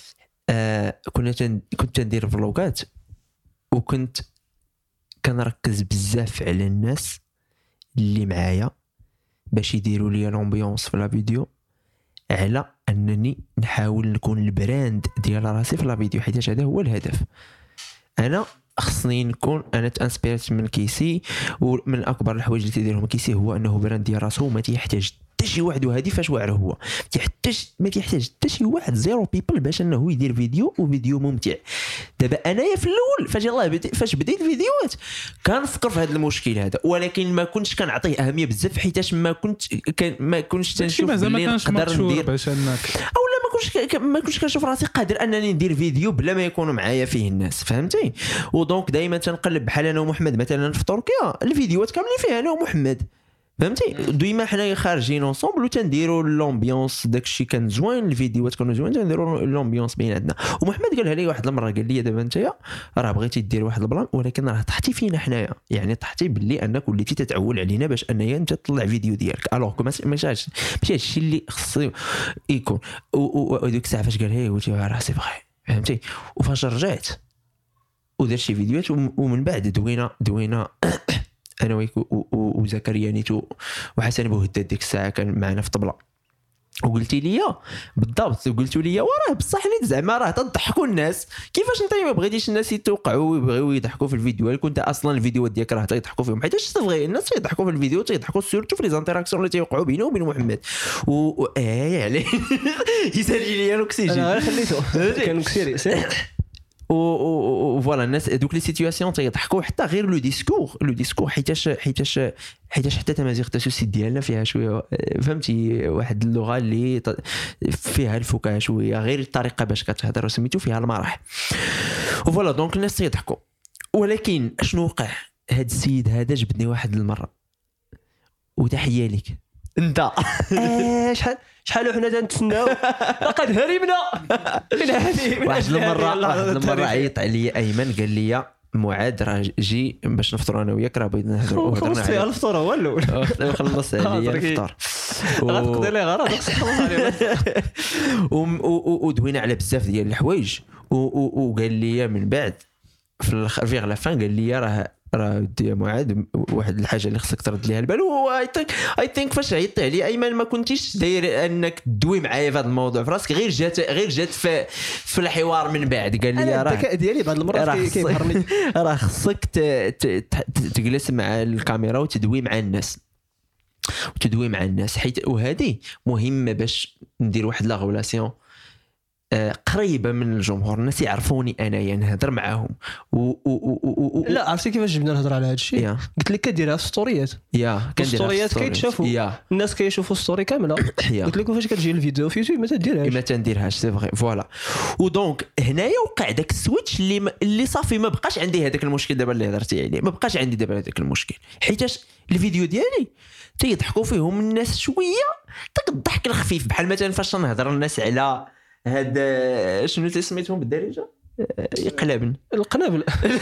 كنت تندير فلوغات وكنت كنركز بزاف على الناس اللي معايا باش يديروا لي لومبيونس في لا فيديو، على انني نحاول نكون البراند ديال راسي في لا فيديو، حيت هذا هو الهدف. انا خصني نكون انا تانسبيرت من كيسي، ومن اكبر الحوايج اللي تيديرهم كيسي هو انه براند ديال راسو وما تيحتاج حتى شي واحد، وهذه فاش واعر هو ما تيحتاج حتى شي واحد زيرو بيبل باش انه يدير فيديو ممتع. دابا انايا في الاول فاش بديت الفيديوهات كنفكر في هذا المشكل هذا، ولكن ما كنتش كنعطيه اهميه بزاف حيتاش ما كنتش تنشوف بلي نقدر ندير باش انك اولا ما كنتش كنشوف راسي قادر انني ندير فيديو بلا ما يكونوا معايا فيه الناس، فهمتي؟ ودونك دائما تنقلب بحال انا ومحمد مثلا في تركيا الفيديوهات كاملين فيها انا ومحمد، فهمتي؟ ديما حنايا خارجين اونصومبل وتنديروا لومبيونس، داكشي كان زوين، الفيديوهات كانوا زوين، تنديروا لومبيونس بيناتنا. ومحمد قالها لي واحد المره، قال لي دابا انت راه بغيتي دير واحد البلان ولكن راه طحتي فينا حنايا، يعني طحتي باللي انك وليتي تتعول علينا باش انايا انت تطلع فيديو ديالك، الوغ ماشي هادشي اللي خصو يكون. وديك الساعه فاش قالها لي قلت راه سي فغي، فهمتي؟ وفاش رجعت ودرت شي فيديوهات ومن بعد دوينا انا وزكريا نيتو وحسن بوهداد ديك الساعه كان معنا في الطبله، وقلتي لي بالضبط، قلتوا لي وراه بصح نيت زعما راه تضحكوا الناس، كيفاش انت ما بغيتيش الناس يتوقعوا ويبغيو يضحكوا في الفيديو، كنت اصلا الفيديوهات ديالك راه تيضحكوا فيهم، حيت تبغي الناس تيضحكوا في الفيديو، تيضحكوا سورتو في لي زانتيراكسيون اللي تيوقعوا بينه وبين محمد يعني يسالي لي انا كسيجي انا خليته كان كسيري فوالا الناس دوك لي سيتوياسيون تيضحكوا حتى غير لو ديسكور حيتاش حتى تمازيغ التسوسي ديالنا فيها شويه، فهمتي؟ واحد اللغه اللي فيها الفكاهه شويه، غير الطريقه باش كتهضر وسميتو فيها المرح، وفوالا دونك الناس تيضحكوا. ولكن اشنو وقع؟ هاد السيد هذا جبدني واحد المره، وتحيه لك انت شحال وحنا تنتسناو لقد هربنا واحد المره عيط عليا ايمن قال لي معاد راه جي باش نفطروا انا وياك، راه بغينا نهضروا خلص فيها الفطور هو الاول خلص عليا الفطور غتقضي لي غرض خصك تخلص عليه ودوينا على بزاف ديال الحوايج، وقال لي من بعد في غلافان قال لي راه يا معاد واحد الحاجه اللي خصك ترد ليها البال. اي ثينك فاش عيطت عليه ايمن ما كنتيش داير انك تدوي معايا في هذا الموضوع في راسك، غير جات في الحوار من بعد قال لي راه الذكاء ديالي بعض المرات كيظهرني راه خصك تجلس مع الكاميرا وتدوي مع الناس حيت وهذه مهمه باش ندير واحد لا غولاسيون قريبه من الجمهور، الناس يعرفوني انايا نهضر معاهم لا عرفتي كيفاش جبنا نهضر على هذا الشيء؟ قلت لك كديرها في ستوريات، الستوريات كيتشافوا الناس كيشوفوا الستوري كامله، قلت لك فاش كتجي الفيديو في يوتيوب ما تنديرهاش سي فغي فوالا. ودونك هنايا وقع داك السويتش اللي صافي ما بقاش عندي هذاك المشكل دابا اللي هضرتي عليه، ما بقاش عندي دابا هذاك المشكل حيتاش الفيديو ديالي تيضحكوا فيهم الناس شويه داك الضحك الخفيف، بحال مثلا فاش نهضر الناس على هاد شنو سميتهم بالدارجه يقلبن القنابل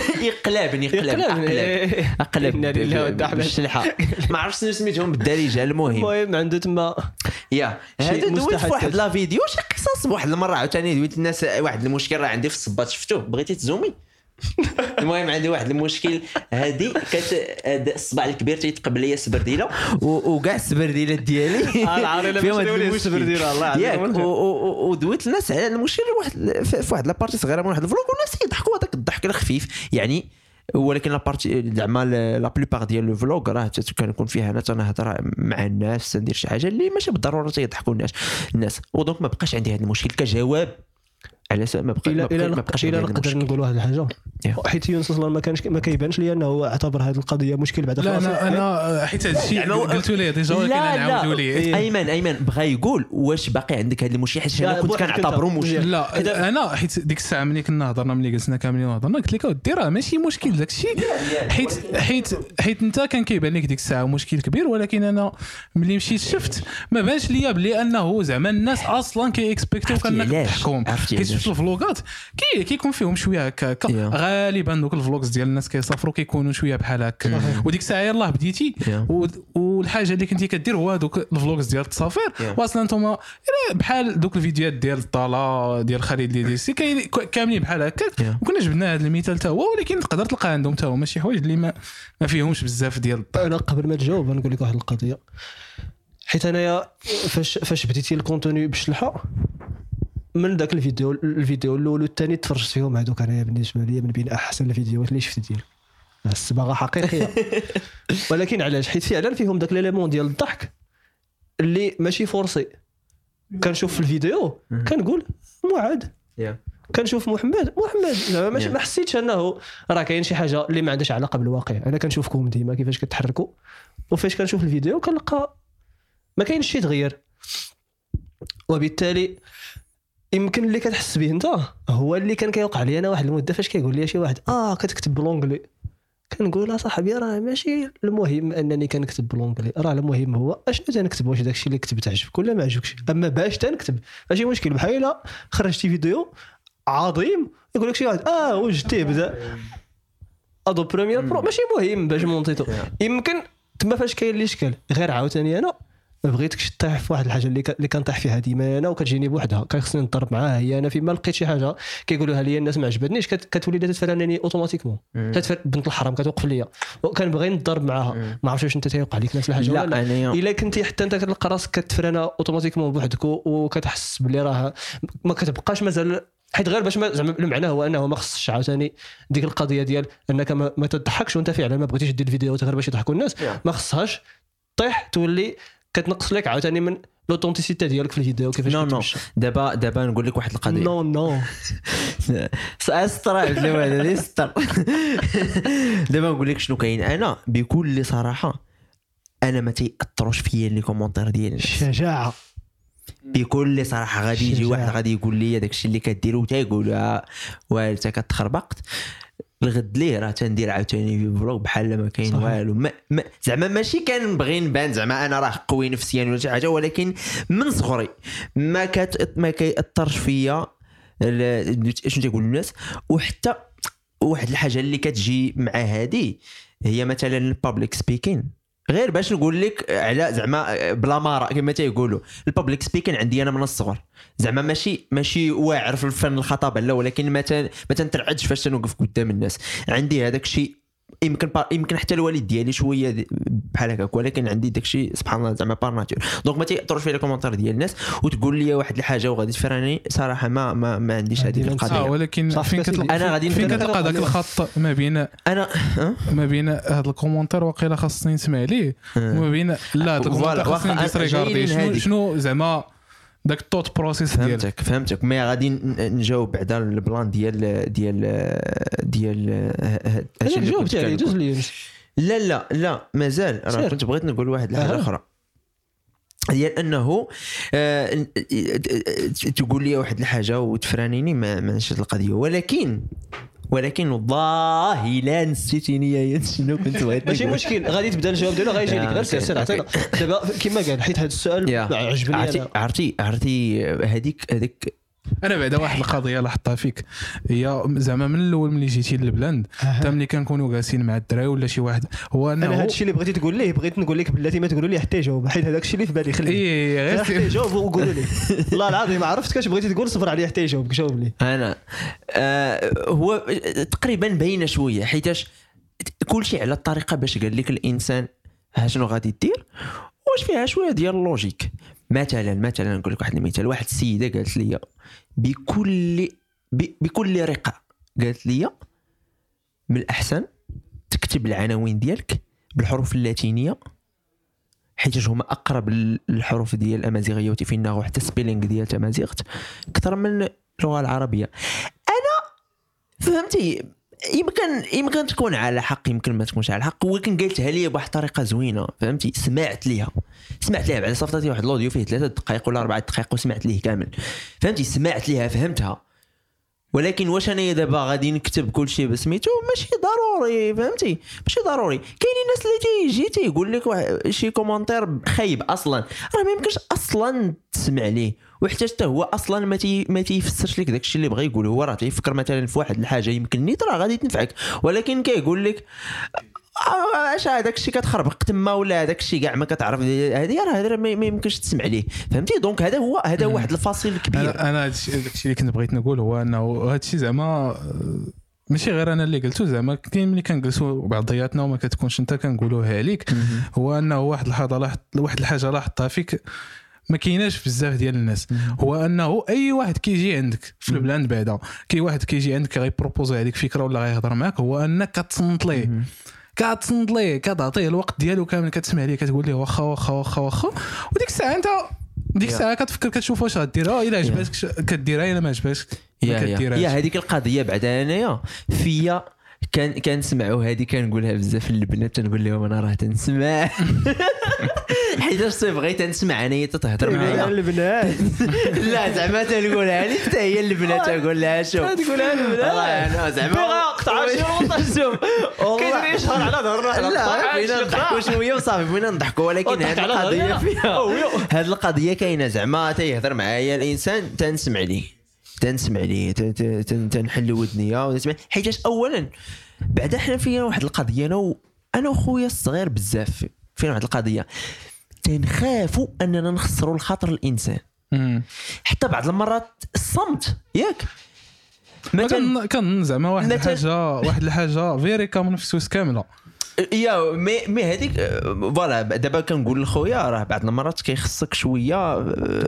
يقلب بالشلحه ما عرفتش شنو سميتهم بالدارجه، المهم عنده تما هذا دويت في واحد لا فيديو شي قصص بواحد المره عاوتاني دويت الناس واحد المشكل راه عندي في الصباط شفتوه بغيتي تزومي المهم عندي واحد المشكل هذه الصباع الكبير تيتقبل ليا السبرديله وكاع السبرديله ديالي فيهم السبرديله الله يعلم ودويت الناس على المشكل في واحد لابارتي صغيره من واحد الفلوق والناس يضحكوا هذاك الضحك الخفيف يعني. ولكن لابارتي زعما لا بلوبار ديال لو فلوغ راه كنكون فيها انا تنهضر مع الناس ندير شي حاجه اللي ماشي بالضروره تيضحكوا الناس ودونك ما بقاش عندي هذا المشكل كجواب على ما بقاش نقدر نقول واحد الحاجه حيت يونس اصلا ما كيبانش لي انه اعتبر هذه القضيه مشكل بعد لا انا حيت هذا الشيء قلت ليه ديجا ولكن نعاودوا ليه ايمن بغى يقول واش باقي عندك هذا المشكل حيت انا كنت كنعتبره مشكل. لا انا حيت ديك الساعه ملي كنا هضرنا ملي جلسنا كاملين وهضرنا قلت لك اودي راه ماشي مشكل داك الشيء حيت انت كان كيبان لك ديك الساعه مشكل كبير ولكن انا ملي مشيت شفت ما بانش ليا بلي انه زعما الناس اصلا كيكسبكتو كانك تحكم. كيشوف الفلوغات كيكون فيهم شويه هكا غالبا دوك الفلوغز ديال الناس كيسافروا كيكونوا شويه بحال هكا وديك الساعه يلاه بديتي والحاجه اللي كنتي كدير هو دوك الفلوغز ديال التسافر واصلا نتوما بحال دوك الفيديوهات ديال الطالا ديال خالد ديسي كاملين بحال هكا وكنا جبنا هذا المثال حتى هو ولكن تقدر تلقى عندهم حتى هما شي حوايج اللي ما فيهمش بزاف ديال انا قبل ما تجاوب نقول لك واحد القضيه حيت انايا فاش بديتي الكونتوني بشلحه من ذاك الفيديو الاول والثاني تفرجت فيهم هذوك انايا بالنسبه لي من بين احسن الفيديوهات اللي شفت ديالو الصباغه حقيقيه ولكن علاش حيت فعلا فيهم داك ليليمون ديال الضحك اللي ماشي فورسي كنشوف في الفيديو كنقول معاد كنشوف محمد زعما ماشي ما حسيتش انه راه كاين شي حاجه اللي ما عندهاش علاقه بالواقع. انا كنشوفكم ديما كيفاش كتحركوا وفاش كنشوف الفيديو كنلقى ما كاينش شي تغيير وبالتالي يمكن اللي كتحس به انت هو اللي كان كيوقع لي انا واحد المده فاش كيقول لي شي واحد كتكتب بالونجلي كنقول صاحبي راه ماشي المهم انني كنكتب بالونجلي راه المهم هو اشنو تنكتب واش داكشي اللي كتبت عجبك ولا ما عجبكش اما باش تنكتب ماشي مشكل بحال الا خرجتي فيديو عظيم يقول لك شي واحد وجدتيه بدا ادو بريمير برو ماشي مهم باش مونطيتو يمكن تما فاش كاين الاشكال غير عاوتاني انا ما بغيتكش تطيح في واحد الحاجه اللي كنطيح فيها ديما انا وكتجيني بوحدها كنخصني نضرب معاها هي انا فيما لقيت شي حاجه كيقولوها لي الناس ما عجبتنيش كتولي تتفرنني اوتوماتيكمون بنت الحرام كتوقف ليا وكنبغي نضرب معاها ما عرفتش واش انت تيوقع لك نفس الحاجه ولا لا الا كنتي حتى انت كتلقى راسك كتفرنا اوتوماتيكمون بوحدك وكتحس بلي راه ما كتبقاش مازال حيت غير باش زعما المعنى هو انه ما خصش عاوتاني ديك القضيه ديال انك ما تضحكش وانت فعلا ما بغيتيش دير الفيديو غير باش يضحكوا الناس ما خصهاش طيح تولي كتنقص لك عاوتاني من لوتونتيسيتي ديالك في الفيديو كيفاش كتمشى. دابا نقول لك واحد القضيه نو سأستر هذا يستر دابا نقول لك شنو كاين. انا بكل صراحه انا ما تيأثروش فيا لي كومونتير ديال الشجاعه بكل صراحه. غادي يجي واحد غادي يقول لي داكشي اللي كديرو تيقول وانت كتخربقت الغد ليه راه تندير عاوتاني في فلوغ بحال ما كاين والو زعما ماشي كنبغي نبان زعما انا راه قوي نفسيا ولا شي حاجه ولكن من صغري ما كيأثرش فيا شنو تيقول الناس. وحتى واحد الحاجه اللي كتجي مع هذه هي مثلا البابليك سبيكين غير باش نقول لك على زعما بلا مارا كما تيقولوا البابليك سبيكين عندي انا من الصغر زعما ماشي واعر في الفن الخطابه لا ولكن ما تنترعدش فاش تنوقف قدام الناس. عندي هذاك الشيء يمكن حتى الوالد ديالي شويه بحال هكاك ولكن عندي داك الشيء سبحان الله زعما بار ناتور دونك ما تيأثرش فيا الكومونتير ديال الناس وتقول لي واحد الحاجه وغادي تفراني صراحه ما عنديش هذه القضيه ولكن انا غادي كتلقى داك الخط ما بين ما بين هذا الكومونتير واقيلا خاصني نسمع ليه وما بين لا داك الكومونتير خاصني ديسريغاردي شنو زعما داك التوت بروسيس ديالك فهمتك مي غادي نجاوب بعدا البلان ديال هادشي اللي جاوبت عليه دوز لي لا مازال راه كنت بغيت نقول واحد الحاجه اخرى هي انه تقول لي واحد الحاجه وتفرانيني ما شفت القضيه ولكن والله لا نسيتيني شنو كنت بغيت ماشي مشكل غادي تبدا الجواب ديالو غيجي لك غير سير عطينا دابا كما قال حيت هذا السؤال عجبني انا عرفتي هذيك انا بعدا واحد القضيه لاحظتها فيك هي زعما من الاول ملي جيتي للبلان حتى ملي كنكونوا جالسين مع الدراري ولا شي واحد هو انا هذا الشيء اللي بغيتي تقول ليه بغيت نقول لك بلاتي ما تقولوا لي حتى يجاوب حيت هذاك الشيء اللي في بالي خليه غير حتى يجاوب وقولوا لي والله العظيم ما عرفت كاش بغيتي تقول صبر عليه حتى يجاوب جاوب لي انا هو تقريبا باينه شويه حيتاش كل شيء على الطريقه باش قال لك الانسان شنو غادي دير واش فيها شويه ديال اللوجيك. مثلا نقول لك واحد المثال واحد السيده قالت لي بكل رقه قالت لي من الاحسن تكتب العناوين ديالك بالحروف اللاتينيه حيت هما اقرب للحروف ديال الامازيغيه وتفينا وحتى سبيلينغ ديال تمازيغت اكثر من باللغه العربيه. انا فهمتي يمكن تكون على حق، يمكن ما تكونش على حق، ولكن قالتها لي بواحد الطريقه زوينه فهمتي. سمعت ليها بعد صيفطتي واحد الاوديو فيه 3 دقائق ولا 4 دقائق وسمعت ليه كامل فهمتي. سمعت ليها فهمتها، ولكن واش انا دابا غادي نكتب كل شيء بسميتو؟ ماشي ضروري فهمتي، ماشي ضروري. كاينين الناس اللي تيجي تيقول لك شي كومونتير خايب اصلا، راه ما يمكنش اصلا تسمع ليه، وحتى حتى هو اصلا ما تيفسرش لك داكشي اللي بغى يقول. هو راه تيفكر مثلا في واحد الحاجه يمكن نيت راه غادي تنفعك، ولكن كيقول لك اش هذاك الشيء كتخربق تما، ولا هذاك الشيء كاع ما كتعرف هذه راه هذا ما يمكنش تسمع ليه فهمتي. دونك هذا هو واحد الفاصل كبير. انا هذا الشيء اللي كنت بغيت نقول هو انه هذا الشيء زعما ماشي غير انا اللي قلته، زعما كاين ملي كنجلسوا بعضياتنا وما كتكونش انت كنقولوها عليك، هو انه واحد الحاجه لاحظتها فيك ما كايناش بزاف ديال الناس، هو انه اي واحد كيجي عندك في البلان بعدا، كاي واحد كيجي عندك غيبروبوزي عليك فكره ولا غيهضر معك، هو انك كتصنت ليه كتعطيه الوقت ديالو كامل، كتسمع ليه كتقول ليه واخا واخا واخا واخا، وديك الساعه انت ديك الساعه كتفكر كتشوف واش غديرها، الا عجبتك كديرها، الا ما عجبتش ما كديرهاش. يا هذيك القضيه بعدا انايا فيا كنسمعوا هذه كنقولها بزاف للبنات، تنقول لهم انا راه تنسمع حيت اش بغيت نسمع انايا تهضر معايا البنات. لا زعما تنقولها لي حتى هي البنات تقول لها شوف تقولها البنات انا زعما قطع شي وطشوم كاين يشهر على ظهرنا. لا بغينا نضحكوا شويه وصافي بغينا نضحكوا، ولكن هذه القضيه فيها هذه القضيه كاينه زعما تيهضر معايا الانسان تنسمع ليه تنحل ودنيا ونسمع، حيت اولا بعدا حنا فينا واحد القضيه انا وخويا الصغير بزاف فينا واحد القضيه تنخافوا اننا نخسروا الخاطر الانسان. حتى بعض المرات الصمت ياك مثلا كان زعما واحد الحاجه فيري كامل في سويس كامله يا مي هذيك فوالا. دابا كنقول لخويا راه بعض المرات كيخصك شويه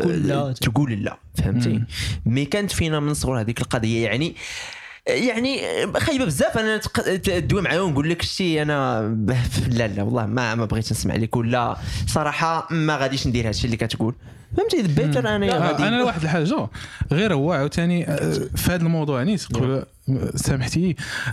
تقول لا فهمتي. مي كانت فينا من صغر هذيك القضيه يعني خايبه بزاف. انا تدوي معايا ونقول لك شتي انا لا والله ما بغيتش نسمع لك، ولا صراحه ما غاديش ندير هادشي اللي كتقول فهمتي. بيتر انا واحد الحاجه غير هو عاوتاني في هذا الموضوع يعني سامحتي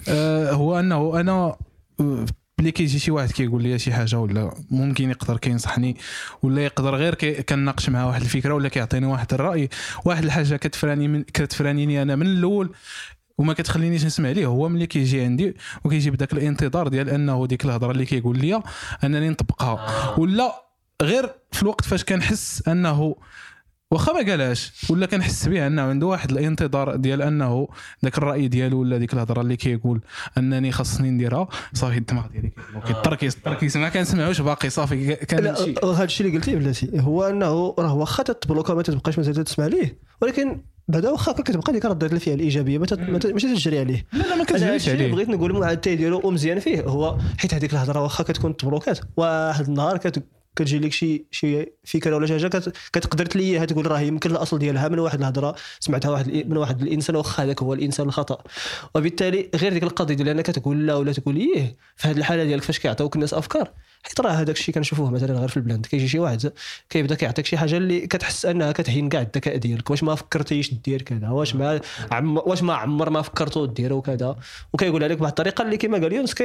هو انه انا بلي كيجي شي واحد كيقول لي شي حاجه ولا ممكن يقدر كينصحني ولا يقدر غير كنناقش معاه واحد الفكره ولا كيعطيني واحد الراي، واحد الحاجه كتفرانيني انا من الاول وما كتخلينيش نسمع ليه، هو ملي كيجي عندي وكيجي بداك الانتظار ديال انه ديك الهضره اللي كيقول لي انني نطبقها، ولا غير في الوقت فاش كنحس انه واخا ما قالهاش ولا كنحس به انه عنده واحد الانتظار ديال انه داك الراي ديالو ولا ديك الهضره اللي كيقول انني خاصني نديرها، صافي الدماغ ديالي كيتركيز ما كنسمعوش باقي صافي كنمشي. هذا الشيء اللي قلتيه بلاتي هو انه راه واخا تبلوكا ما تبقاش مثلا تسمع ليه، ولكن بعدا واخا كتبقى ديك ردات الفعل الايجابيه ماشي تجري عليه. لا ما كتجريش عليه. بغيت نقول مع التاي ديالو ومزيان فيه هو حيت هذيك الهضره واخا كتكون تبلوكات واحد النهار كتجي لك شي فكره ولا شي حاجه كتقدر تليها تقول راه يمكن الاصل ديالها من واحد الهضره سمعتها من واحد الانسان واخا هذاك هو الانسان الخطا. وبالتالي غير ديك القضيه ديال انك تقول لا ولا تقول ايه في هذه الحاله ديالك فاش كيعطيوك الناس افكار، حيت راه هذاك الشيء كنشوفوه مثلا غير في البلاد كيجي شي واحد كيبدا كيعطيك شي حاجه اللي كتحس انها كتهين كاع الذكاء ديالك، واش ما فكرتيش دير كذا، واش ما عمر ما فكرتوا ديروا كذا، وكيقولها لك بواحد الطريقه اللي كما قال يونس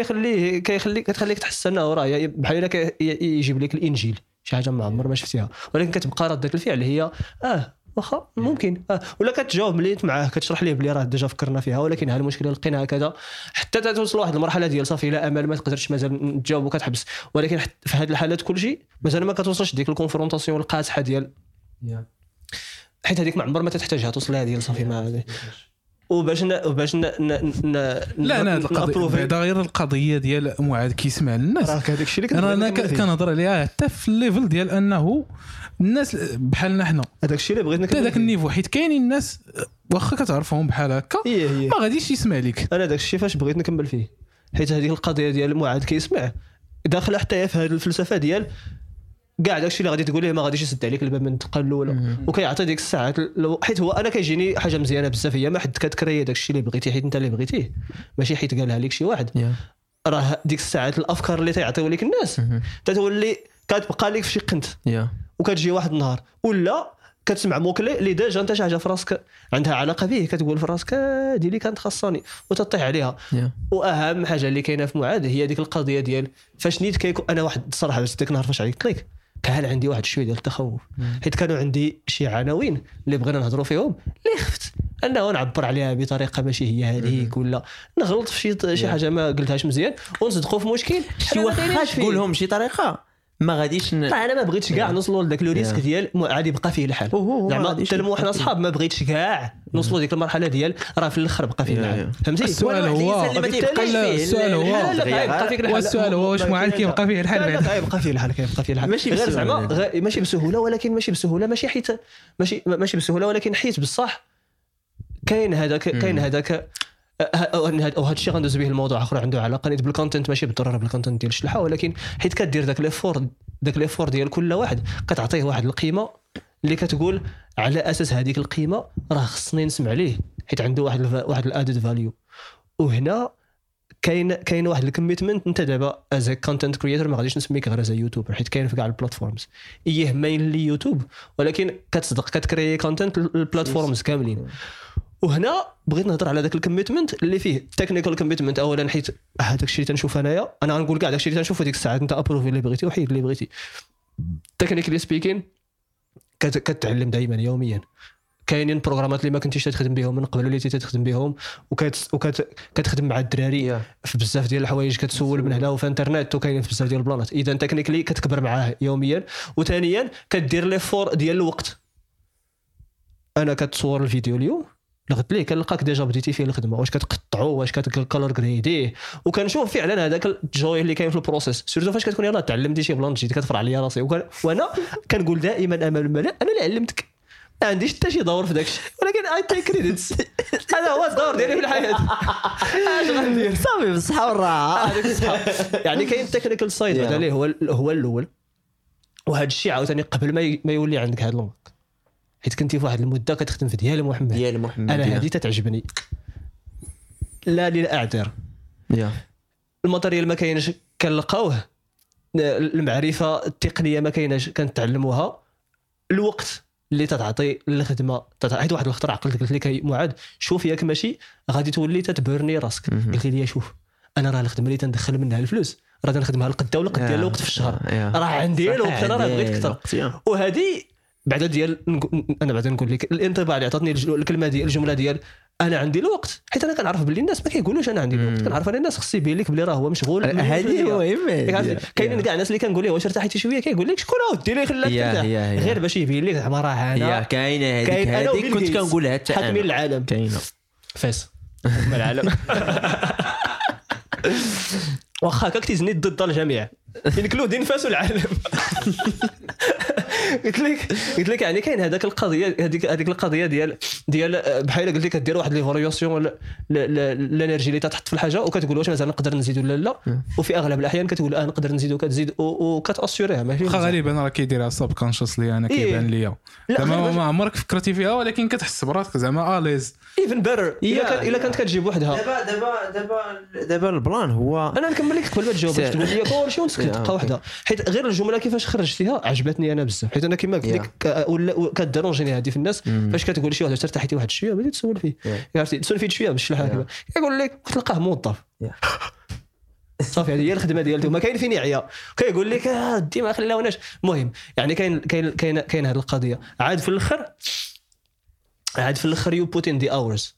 كتخليك تحس انه راه بحال يجيب لك الانجيل شي حاجه ما عمر ما شفتيها، ولكن كتبقى ردة الفعل هي واخا ممكن ولا كتجاوب ملي معاه كتشرح ليه بلي راه ديجا فكرنا فيها، ولكن ها المشكله لقيناها كذا، حتى توصل لواحد المرحله ديال صافي لا امل ما تقدرش مازال تجاوب وكتحبس. ولكن في هذه الحالات كلشي مازال ما كتوصلش ديك الكونفرونطاسيون القاصحه ديال حيت هذيك ما عمر ما تحتاجها توصل لها ديال صافي ما وباش لا انا بعدا غير القضيه ديال معاد كيسمع للناس، راه هذاك الشيء اللي انا كنهضر عليها حتى في الليفل ديال انه الناس بحالنا حنا هذاك الشيء اللي بغيت هذاك النيفو، حيت كاينين الناس واخا كتعرفهم بحال هكا ما غاديش يسمع لك. انا داك الشيء فاش بغيت نكمل فيه حيت هذيك القضيه ديال معاد كيسمع داخله حتى في هذه الفلسفه ديال كاع داكشي اللي غادي تقول ليه ما غاديش يسد عليك الباب من تقل ولا وكيعطي ديك الساعات حيت هو انا كيجيني حاجه مزيانه بزاف هي ما حد كتكري داكشي اللي بغيتي حيت انت اللي بغيتيه ماشي حيت قالها لك شي واحد راه ديك الساعات الافكار اللي تيعطيو لك الناس تتولي كتبقى لك في شي قنت وكتجي واحد النهار ولا كتسمع موكلي اللي ديجا انت شي حاجه في راسك عندها علاقه به كتقول في راسك هذه اللي كانت خاصاني وتطيح عليها. واهم حاجه اللي كاينه في معاد هي ديك القضيه ديال فاش نيت كيكون انا واحد الصراحه باش ديك النهار فاش عليك كليك كان عندي واحد شويه ديال التخوف حيت كانوا عندي شي عناوين اللي بغينا نهضروا فيهم اللي خفت انه نعبر عليها بطريقه ماشي هي هذيك ولا نغلط في شي حاجه ما قلتهاش مزيان ونصدقوا في مشكل شي واخا تقولهم شي طريقه ما غاديش انا ما بغيتش كاع نوصلوا لذاك لو ريسك ديال عادي بقى فيه الحال زعما تلموا حنا اصحاب ما بغيتش كاع نوصلوا ديك المرحله ديال راه في الاخر بقى فيه الحال فهمتي. السؤال هو السؤال هو واش معاد كيبقى فيه الحال بعد كيبقى فيه الحال ماشي غير زعما ماشي بسهوله ولكن ماشي بسهوله ماشي حيت ماشي بسهوله ولكن حيت بصح كاين هذاك وهذا الشيء غندوز به الموضوع اخر عنده علاقه بالكونتنت ماشي بالضروره بالكونتنت ديال الشلحه ولكن حيت كدير داك ليفور ديال كل واحد كتعطيه واحد القيمه اللي كتقول على اساس هذيك القيمه راه خصني نسمع ليه حيت عنده واحد الادد فاليو. وهنا كاين واحد الكوميتمنت انت دابا از كونتنت كرييتور ما غاديش نسميك غير از يوتيوبر حيت كاين في كاع البلاتفورمز ايه مايل لي يوتيوب ولكن كتصدق كتكري كونتنت البلاتفورمز كاملين. وهنا بغيت نهضر على داك الكوميتمنت اللي فيه تكنيكال كوميتمنت اولا حيت هذاك الشيء اللي تنشوف انايا انا غنقول كاع داك الشيء اللي تنشوف ديك الساعات انت ابروفي اللي بغيتي وحيد اللي بغيتي. تكنيكالي سبيكين كتعلم دائما يوميا كاينين بروغرامات اللي ما كنتيش تخدم بهم من قبل وليتي تخدم بهم وكتخدم مع الدراري في بزاف ديال الحوايج كتسول من هنا وفي انترنت وكاينين في بزاف ديال البلانات. اذا تكنيكالي كتكبر معاه يوميا. وثانيا كدير لي فور ديال الوقت. انا كتصور الفيديو اليوم لغت ليه كنلقاك ديجا بديتي فيه الخدمه واش كتقطعو واش كتكالر جريديه وكنشوف فعلا هذاك الجوي اللي كاين في البروسيس سيرتو فاش كتكون يلاه تعلمتي شي بلان جديد كتفرع عليا راسي وانا كنقول دائما امام الملأ انا اللي علمتك ما عنديش حتى شي دور في داك الشيء ولكن اي تيك كريديتس هذا هو الدور ديالي في الحياه اش غندير صافي بالصحه والراحه يعني كاين التكنيكال سايد هذا اللي هو الاول. وهذا الشيء عاوتاني قبل ما يولي عندك هذا الوقت حيت كنتي في واحد المده كتخدم في ديال محمد انا هذه تتعجبني لا للاعذار الماتيريال ما كاينش كنلقاوه المعرفه التقنيه ما كايناش كنتعلموها الوقت اللي تتعطي للخدمه حيت واحد الاختراع قلت لك معاد شوف ياك ماشي غادي تولي تتبرني راسك قلت لي شوف انا راه الخدمه اللي تندخل منها الفلوس راه تنخدمها القدا ولا قد ديال الوقت في الشهر راه عندي الوقت انا راه بغيت اكثر. وهذه بعد ديال انا بعد نقول لك الانطباع اللي عطاتني الكلمه ديال الجمله ديال انا عندي الوقت حيت انا كنعرف باللي الناس ما كيقولوش انا عندي الوقت كنعرف ان الناس خصي يبين لك بلي راه هو مشغول. هذه مهمه كاينين كاع الناس اللي كنقول ليه واش ارتحتي شويه كيقول لك شكون اودي لي خلاك ترتاح غير باش يبين لك زعما راه انا كاينه هذيك كنت كنقولها حتى انا حاكمين العالم كاينه فاس حكم العالم واخا كتزني ضد الجميع الكلودين فاسوا العالم قلت لك يعني كاين هذاك القضيه هذيك القضيه ديال بحال قلت لك كدير واحد ليفاليواسيون الانرجي اللي تحط في الحاجه وكتقول واش مازال نقدر نزيد ولا لا وفي اغلب الاحيان كتقول نقدر نزيد وكتزيد وكتاسيوريها ماشي غالبا راه كيديرها سب كونشسلي انا كيبان ليا زعما ما عمرك فكرتي فيها ولكن كتحس براسك زعما اليز ايفن بيتر الا كانت كتجيب وحدها. دابا البلان هو انا نكمل لك قبل ما تجاوب باش تقول لي كلشي ونسكت دقه واحده حيت غير الجمله كيفاش خرجتيها عجبتني انا بزاف حيت انا كما قلت لك ولا كديرونجيني هذه في الناس فاش كتقول شي واحد ارتحتي واحد شويه بديت تسول فيه عرفتي تسول فيه شويه باش هكذا يقول لك تلقاه موظف صافي هذه هي الخدمه ديالته ما كاين فين يعيا كيقول لك ديما خلاوناش. المهم يعني كاين هذه القضيه عاد في الاخر يو بوت ان دي اورز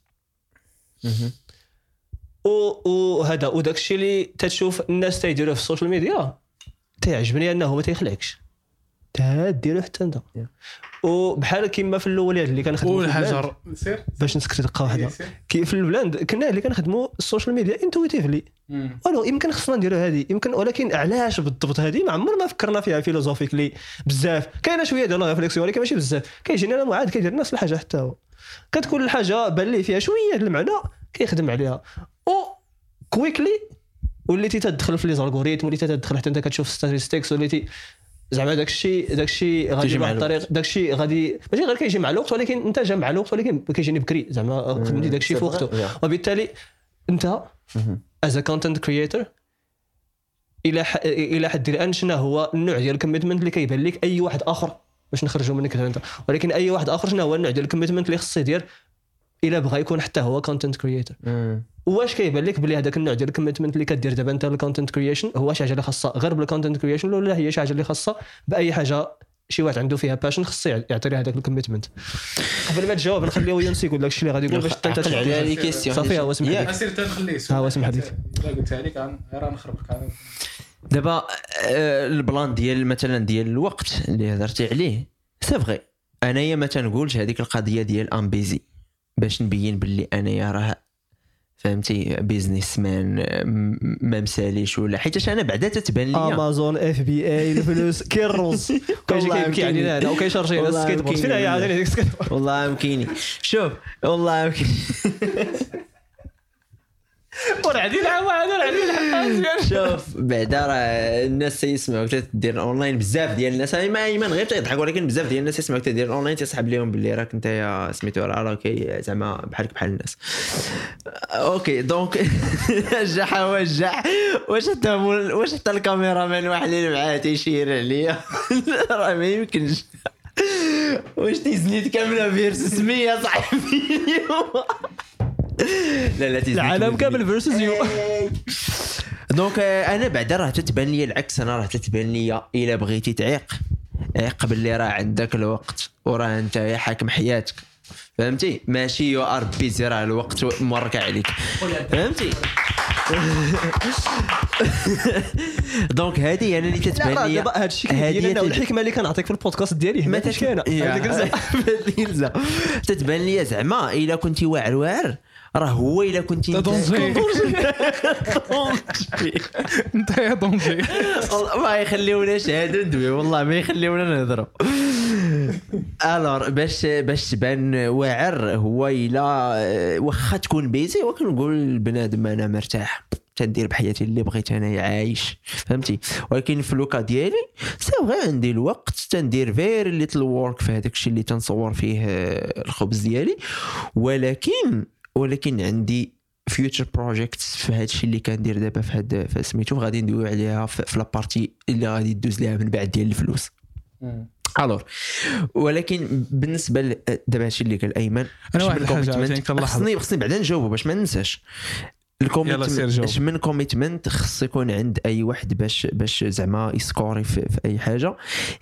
وهذا وداك الشيء اللي تتشوف الناس تيديروه في السوشيال ميديا تيعجبني انه ما تيخلعكش تديرو حتى انت وبحال كيما في الاوليات اللي كنخدموا الحجر باش نسكت دقه واحده في البلاند كنا اللي كنخدموا السوشيال ميديا انتويتيفلي ولو يمكن خصنا نديروا هذه يمكن ولكن علاش بالضبط هذه ما عمرنا فكرنا فيها فيلوزوفيكلي بزاف كاينه شويه ديال ريفليكسيون ولكن ماشي بزاف كيجينا انا معاد كيدير نفس الحاجه حتى هو كتكون الحاجه بان ليه فيها شويه د المعنى كيخدم عليها او كويكلي وليتي تدخل في لي زالغوريثم وليتي تدخل حتى انت كتشوف ستاتستيكس وليتي زعما داكشي غادي بواحد الطريق داكشي غادي ماشي غير كيجي مع الوقت ولكن انت جا مع الوقت ولكن كيجيني بكري زعما خدمتي داكشي في وقته وبالتالي انت از كونتنت كرييتور الى حد الان شنو هو النوع ديال الكوميتمنت اللي كيبان لك اي واحد اخر باش نخرجوا منك انت. ولكن اي واحد اخر شنو هو النوع ديال الكوميتمنت اللي خصو يدير الا بغى يكون حتى هو كونتنت كرييتور؟ واش كيبان لك بلي هذاك النوع ديال الكوميتمنت اللي كدير دابا انت الكونتنت كرييشن هو شي حاجه اللي خاصه غير بالكونتنت كرييشن ولا هي شي حاجه اللي خاصه باي حاجه شي واحد عنده فيها باشن خصو يعطي لها هذاك الكوميتمنت؟ قبل ما تجاوب نخليو يونس يقول لك الشيء اللي غادي يقول باش انت تحل على لي كيسيون. صافي هو سمح لك اسير تنخليه هو سمح لك الا قلتها لك راه نخربك. دابا البلان ديال مثلا ديال الوقت اللي هضرتي عليه سي فغي. انايا ما تنقولش هذيك القضيه ديال امبيزي باش نبين باللي انايا راه فهمتي بيزنس مان ما مساليش ولا حيت انا بعدا تتبان لي امازون اف بي اي الفلوس كيروز كيجي علينا هنا وكيشارجي على السكيت بورد. فين هي عاوتاني ديك السكيت بورد؟ والله يمكنني شوف والله يمكن ورعدين شوف بعدا راه الناس تيسمعوك تدير اونلاين. بزاف ديال الناس ما ايمن غير تيضحك ولكن بزاف ديال الناس يسمعوك تدير اونلاين تيسحب لهم باللي راك انت يا سميتو راه كي زعما بحالك بحال الناس. اوكي دونك الجح وجح واش حتى الكاميرامان واحد اللي معاه تيشير عليا راه ما يمكنش. واش تيزنيت كامله فيرسس 100 صاحبي اليوم؟ لا العالم كامل فيرسز يو. دونك انا بعدا راه تتبان لي العكس. انا راه تتبان لي الا بغيتي تعيق باللي راه عندك الوقت وراه انت حاكم حياتك فهمتي ماشي يو ار بيزي راه الوقت مركع عليك فهمتي. دونك هذه انا اللي تتبان لي هذا الشيء هي الحكمه اللي كنعطيك في البودكاست ديالي ما تاش كاينه تتبان لي زعما الا كنتي واعر راه هو الا كنتي انت يا دونجي ما يخليوناش هادو ندوي والله ما يخليونا نهضروا. الور باش تبان واعر هو الا واخا تكون بيزي وكنقول البنادم انا مرتاح تندير بحياتي اللي بغيت انا عايش فهمتي. ولكن في اللوكا ديالي سي غير عندي الوقت تندير فير ليتل وورك في هذاك الشيء اللي تنصور فيه الخبز ديالي. ولكن عندي فيوتشر بروجيكتس في هذا الشيء اللي كندير دابا في هذا سميتو غادي ندويو عليها في لابارتي اللي غادي دوز ليها من بعد ديال الفلوس. الور ولكن بالنسبه دابا هادشي اللي قال ايمن انا واحد الحاجه خصني بعدا نجاوبو باش ما ننساش الكوميتمنت. من كوميتمنت خص يكون عند اي واحد باش زعما يسكوري في اي حاجه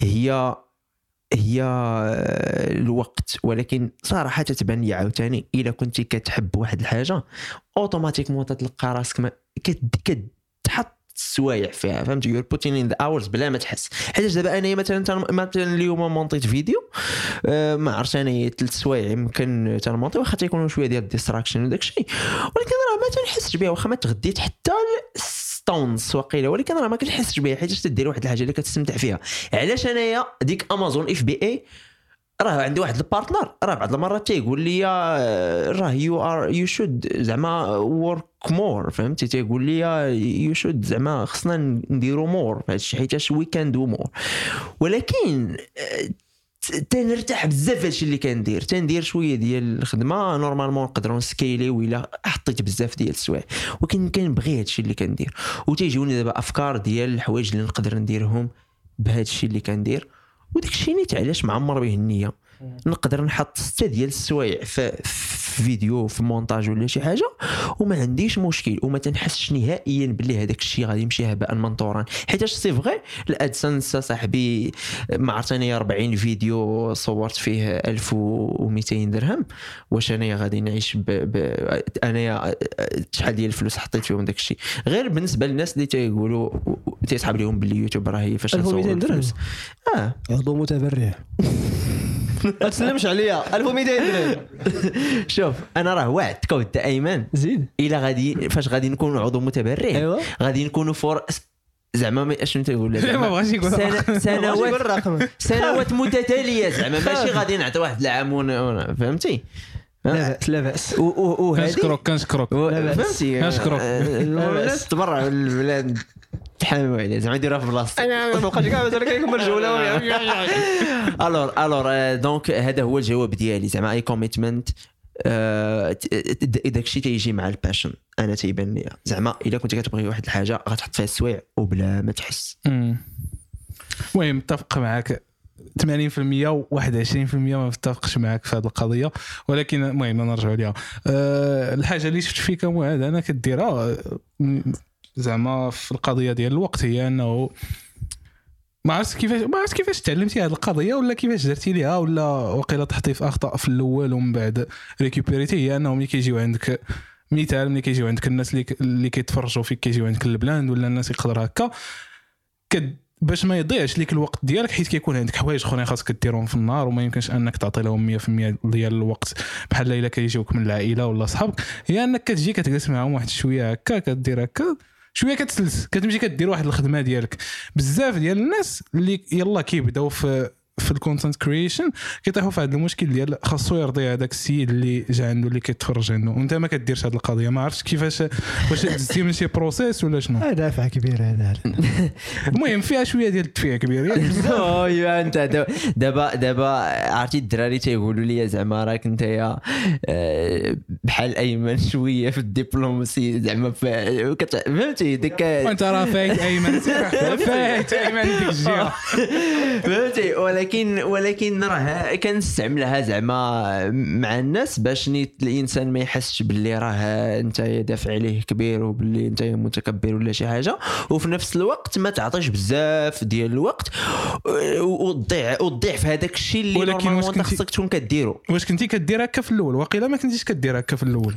هي الوقت. ولكن صراحه تتبان لي عاوتاني الا كنتي كتحب واحد الحاجه اوتوماتيكمون تلقى راسك كتحط السوايع فيها فهمتي يور بوتين ان ذا اورز بلا ما تحس. حيت دابا انا مثلا اليوم مونطيت فيديو ما عرفت انا 3 سوايع يمكن تنمونطي واخا تيكونوا شويه ديال ديستراكشن وداك الشيء ولكن راه ما تنحسش بها واخا ما تغديت حتى ستونز واقيلا ولكن راه ما كنحسش بها حيت تدير واحد الحاجه اللي كتستمتع فيها. علاش انايا ديك امازون اف بي اي راه عندي واحد البارتنر راه بعض المرات تيقول لي راه يو شود زعما ورك مور فهمتي تيقول لي يو شود زعما خصنا نديرو مور فهادشي حيتاش وي كان دو مور. ولكن تنرتاح بزاف هادشي اللي كندير تندير شويه ديال الخدمه نورمالمون نقدروا نسكيلي ولا حطيت بزاف ديال السوايع ولكن كنبغي هادشي اللي كندير وتيجوني دابا افكار ديال الحوايج اللي نقدر نديرهم بهادشي اللي كندير وداك الشيء نيت علاش معمر به النيه. نقدر نحط 6 ديال السوايع في فيديو في مونتاج ولا شي حاجه وما عنديش مشكل وما تنحسش نهائيا باللي هذاك الشيء غادي يمشي هباء منثورا. حيتاش سي فغي الادسنس صاحبي ما عرفتني 40 فيديو صورت فيه 1200 درهم واش انايا غادي نعيش انايا شحال ديال الفلوس حطيت فيهم داك الشيء غير بالنسبه للناس اللي تيقولوا تيسحب لهم باللي يوتيوب راه هي فاش تصور الفلوس عضو متبرع ما تسلمش عليا 1200 درهم. شوف انا راه وعدتك ود ايمن زيد الا غادي فاش غادي نكون عضو متبرع أيوة. غادي نكونوا فور زعما اشنو تيقول لا ما بغاش يقول سنوات متتاليه زعما ماشي غادي نعطي واحد العام فهمتي لا باس وهذه كنشكرك فهمتي كنشكرك الناس تبرع البلاد تحاموا عليه زعما يديروها في بلاصتك انا ما بقاش كاع مازال كاين مرجوله. الور دونك هذا هو الجواب ديالي زعما اي كوميتمنت داك الشيء تيجي مع الباشن. انا تيبان لي زعما الا كنت كتبغي واحد الحاجه غتحط فيها السوايع وبلا ما تحس. المهم متفق معك و21% ما متفقش معك في هذه القضيه. ولكن المهم نرجعوا ليها. الحاجه اللي شفت فيك معاذ انا كديرها زعما في القضيه ديال الوقت هي انه ما عرفت كيفاش تعلمتي هذه القضيه ولا كيفاش درتي ليها ولا وقيله طحتي في اخطاء في الاول ومن بعد ريكوبيريتي. هي انه ملي كيجيو عندك مثال ملي كيجيو عندك الناس اللي كيتفرجوا فيك كيجيو عندك البلاند ولا الناس يقدر هكا باش ما يضيعش ليك الوقت ديالك حيت كيكون عندك حوايج اخرين خاصك ديرهم في النهار وما يمكنش انك تعطي لهم 100% ديال الوقت بحال الا كيجيوك من العائله ولا صحابك. هي انك كتجي كتجلس معهم واحد شويه هكا كدير هكا شويه كتسلس كتمشي كدير واحد الخدمه ديالك. بزاف ديال الناس اللي يلا كيبداو في الكونتنت كرييشن كيطيحوا في هذا المشكل ديال خاصو يرضي هذاك السيد اللي جا عنده اللي كيتفرج عنده وانت ما كديرش هذه القضيه. ما عرفتش كيفاش واش دزتي من شي بروسيس ولا شنو. دافع كبير هذا. المهم فيها شويه ديال التدفيع كبير ايوا انت دابا عرفتي الدراري تيقولوا لي زعما راك انت يا بحال ايمن شويه في الدبلوماسي زعما فهمتي ديك وانت راه فايت ايمن فايت ايمن ديك الجهه فهمتي. ولكن راه كنستعملها زعما مع الناس باش الانسان ما يحسش باللي راه انت دافع عليه كبير وباللي انت متكبر ولا شي حاجه وفي نفس الوقت ما تعطيش بزاف ديال الوقت وتضيع في هذاك الشيء اللي نورمالمون خصك تكون كديرو. واش كنتي كدير هكا في الاول واقيلا ما كنتيش كدير هكا في الاول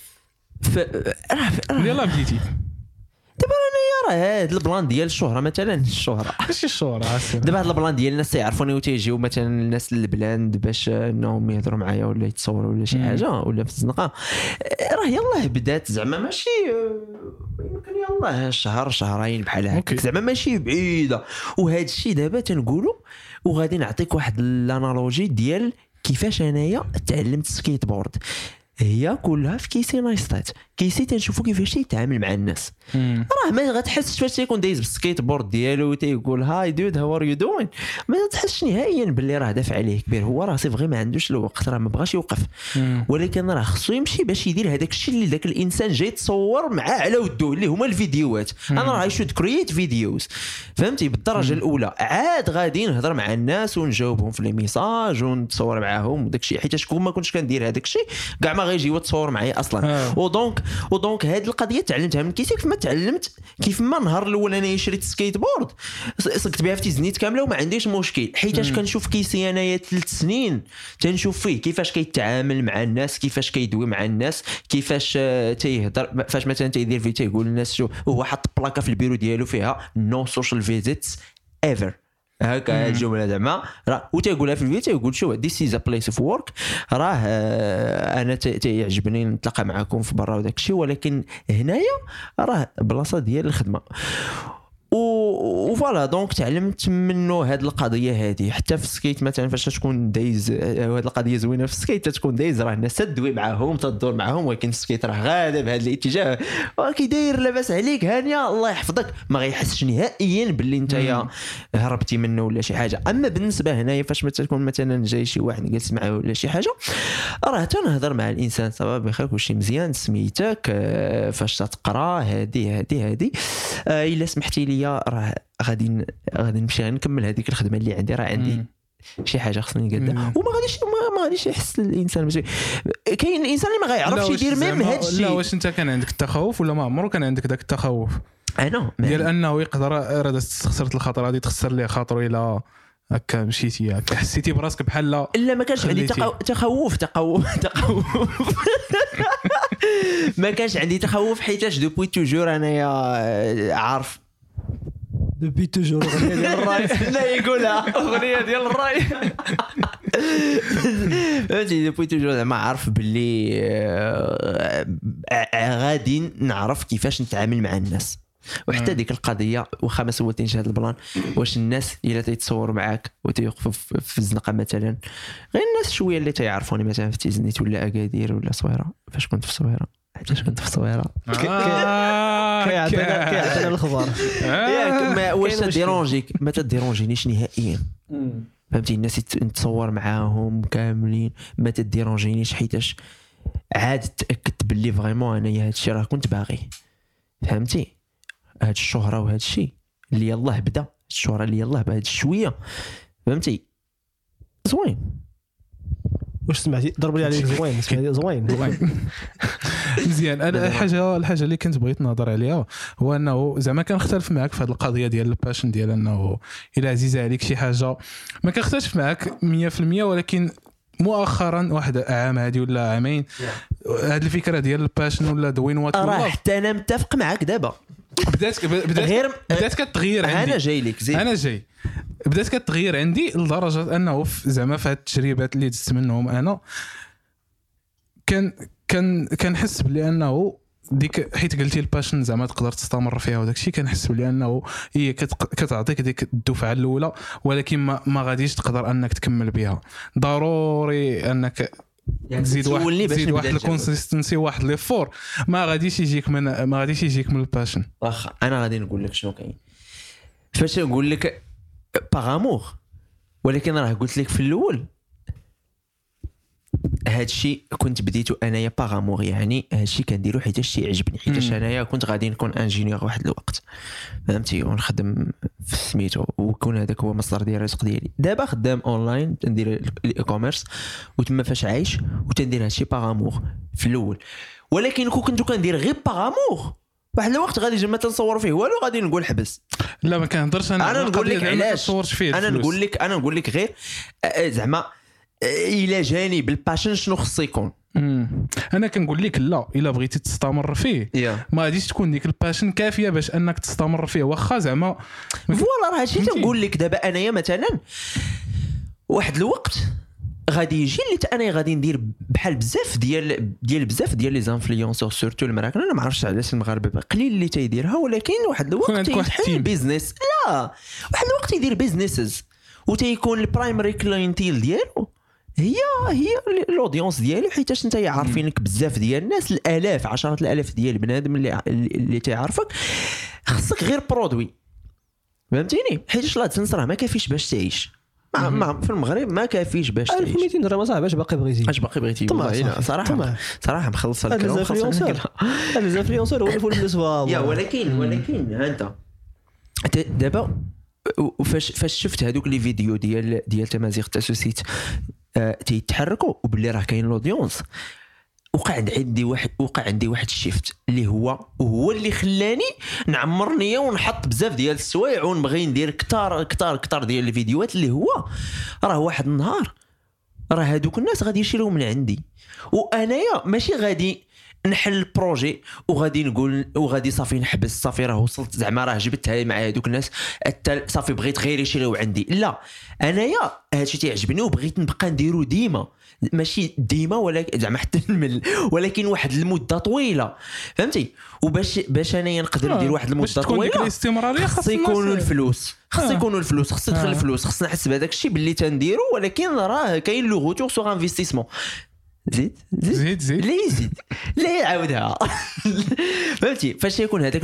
يلا بديتي دابا راه هاد البلان ديال الشهره مثلا ماشي الشهره دابا هاد البلان ديال الناس يعرفوني وتيجيو مثلا الناس البلاند باش انهم يهضروا معايا ولا يتصوروا ولا شي حاجه ولا في الزنقه راه يلاه بدات زعما ماشي يمكن يلاه شهرين بحال هكا زعما ماشي بعيده. وهذا الشيء دابا تنقولوا وغادي نعطيك واحد الانالوجي ديال كيفاش انايا تعلمت السكيت بورد. هي كلها في كيسي نايستات كيسي تنشوفوا كيفاش تيتعامل مع الناس. راه ما غتحسش فاش تيكون دايز بالسكيت بورد ديالو تيقول هاي دود هاو ار يو دوين ما تحسش نهائيا باللي راه دافع عليه كبير. هو راه سي فغي ما عندوش الوقت راه ما بغاش يوقف ولكن راه خصو يمشي باش يدير هذاك الشيء اللي ذاك الانسان جاي يتصور معاه على ودو اللي هما الفيديوهات. انا راه شود كرييت فيديوز فهمتي بالدرجه الاولى عاد غادي نهضر مع الناس ونجاوبهم في لي ميساج ونتصور معاهم وداك الشيء حيت كون ما كنتش كندير هذاك الشيء كاع ما غيجي يتصور معايا اصلا. ودونك هذه القضيه تعلمتها من كيسي كيف ما تعلمت كيف ما النهار الاول انا شريت سكيت بورد سقت بها في تيزنيت كامله وما عنديش مشكل حيت كنشوف كيسي انايا 3 سنين تنشوف فيه كيفاش كيتعامل مع الناس كيفاش كيدوي مع الناس كيفاش تيهضر فاش مثلا تيدير فيه تيقول للناس شو هو حط بلاكه في البيرو ديالو فيها نو سوشيال فيزيتس ايفر هكا الجمله زعما راه وتيقولها في الفيديو تيقول شو ذيس از ا بليس اوف ورك راه انا تيعجبني نتلاقى معكم في برا وداك الشيء ولكن هنايا راه بلاصه ديال الخدمه. وفوالا دونك تعلمت منه هاد القضيه هذه حتى في السكيت مثلا فاش تكون دايز هاد القضيه زوينه في السكيت تكون دايز راه الناس تدوي معاهم تدور معاهم ولكن السكيت راه غادا بهذا الاتجاه كي داير لاباس عليك هانيه الله يحفظك ما غيحسش نهائيا باللي انت يا هربتي منه ولا شي حاجه. اما بالنسبه هنايا فاش تكون مثلا جاي شي واحد جالس معاه ولا شي حاجه راه تنهضر مع الانسان صافا بخير كلشي مزيان سميتك فاش تقرا هذه الا سمحتي لي راه غادي نمشي نكمل هذيك الخدمه اللي عندي راه عندي شي حاجه خصني نقدها وما غاديش يحس الانسان كاين الانسان اللي ما غيعرفش يدير ميم هذا الشيء. لا واش انت كان عندك التخوف ولا ما عمرو كان عندك داك التخوف انا ديال انه يقدر راه خسرت الخطر غادي تخسر ليه خاطرو الى هكا مشيتي هكا حسيتي براسك بحال لا ما كانش عندي تخوف ما كانش عندي تخوف حيتاش دوبوي توجور انايا عارف دوبي توجور اغنيه ديال الراي لا يقولها اغنيه ديال الراي فهمتي دوبي توجور زعما عارف باللي غادي نعرف كيفاش نتعامل مع الناس. وحتى ديك القضيه واخا ما سولتينش هذا البلان واش الناس الا تيتصوروا معاك وتيوقفوا في الزنقه مثلا غير الناس شويه اللي تيعرفوني مثلا في تيزنيت ولا اكادير ولا صويره فاش كنت في صويره كيعطينا الخبر ياك واش ما تديرونجينيش نهائيا فهمتي الناس نتصور معاهم كاملين ما تديرونجينيش حيتاش عاد تاكدت باللي فريمون انايا هذا الشيء راه كنت باغي فهمتي هاد الشهره وهذا الشيء اللي يلاه بدا الشهره اللي يلاه بهاد شويه فهمتي زوين. واش سمعتي ضرب لي عليه زوين زوين مزيان. انا الحاجه اللي كنت بغيت نهضر عليها هو انه زعما كنختلف معك في هذه القضيه ديال الباشن ديال انه الا عزيزه عليك شي حاجه ما كنختلفش معك 100%، ولكن مؤخرا واحد عام هذه ولا عامين هذه الفكره ديال الباشن ولا دوين وات راه حتى انا متفق معك دابا. بدات كتغير عندي. انا جاي لك زين. انا جاي بدات كتغير عندي لدرجه انه زعما في هاد التجربات اللي دزت منهم انا كنحس بلي انه ديك حيت قلتي الباشن زعما تقدر تستمر فيها وداك الشيء، كنحس بلي انه هي كتعطيك ديك الدفعه الاولى، ولكن ما غاديش تقدر انك تكمل بها. ضروري انك تزيد واحد الكونسيستنسي، واحد لي فور ما غاديش يجيك من الباشن. واخا انا غادي نقول لك شنو كاين فاش نقول لك باغامور، ولكن راه قلت لك في الاول هادشي كنت بديتو انايا باغامور، يعني هادشي كنديرو حيت شي عجبني، حيت انايا كنت غادي نكون انجينيور واحد الوقت فهمتي، ونخدم في سميتو ويكون هذاك هو مصدر ديال الرزق ديالي. دابا خدام اونلاين تندير الاي كوميرس وتما فاش عايش وتندير هادشي باغامور في الاول، ولكن كنت كندير غير باغامور واحد الوقت غادي جما تنصور فيه والو غادي نقول حبس. لا ما كنهضرش انا نقول لك علاش انا نقول لك غير زعما الى جاني بالباشن شنو خصو يكون. انا كنقول لك لا، الا بغيتي تستمر فيه ما غاديش تكون ديك الباشن كافيه باش انك تستمر فيه، واخا زعما فوالا راه هادشي تنقول لك. دابا انايا مثلا واحد الوقت غادي يجي اللي انا غادي ندير بحال بزاف ديال لي زانفلونسور سورتو المراكن. انا ما عرفتش علاش المغاربه قليل اللي تيديرها، ولكن واحد الوقت يحل بيزنس. لا واحد الوقت يدير بيزنسز وتيكون البرايمري كلاينتيل ديالو هي الاودينس ديالو، حيتاش انت عارفينك بزاف ديال الناس، الالاف عشرات الالاف ديال بنادم اللي تيعرفك. خصك غير برودوي فهمتيني، حيتاش لا تنسى راه ما كافيش باش تعيش في المغرب، ما كافيش باش تعيش. 1200 درهم صاحبي، اش باقي بغيتي صراحه مخلص الكلام الانفلونسور هو اللي بالنسبه يا ولكن ها انت دابا فاش شفت هذوك لي فيديو ديال تمازيغ تاسوسيت تيتحركوا وباللي راه كاين لوديونس، وقع عندي واحد الشيفت اللي هو اللي خلاني نعمر نيه ونحط بزاف ديال السوايع ونبغي ندير كتار ديال الفيديوهات، اللي هو راه واحد النهار راه هذوك الناس غادي يشريو من عندي، وانايا ماشي غادي نحل البروجي وغادي نقول وغادي صافي نحبس، صافي راه وصلت زعما راه جبتها مع هذوك الناس صافي بغيت غير يشريو عندي. لا انايا هادشي تيعجبني وبغيت نبقى نديرو ديما، ماشي ديما ولكن زعما حتى نمل، ولكن واحد المده طويله فهمتي. وباش انايا نقدر ندير واحد المده طويله خص يكونوا الفلوس، خص تدخل الفلوس، خص نحس بهذاك الشيء باللي تنديرو، ولكن راه كاين لو غوتور سوغ انفستيسمون. زيد لا يعاودها فهمتي. فاش يكون هذاك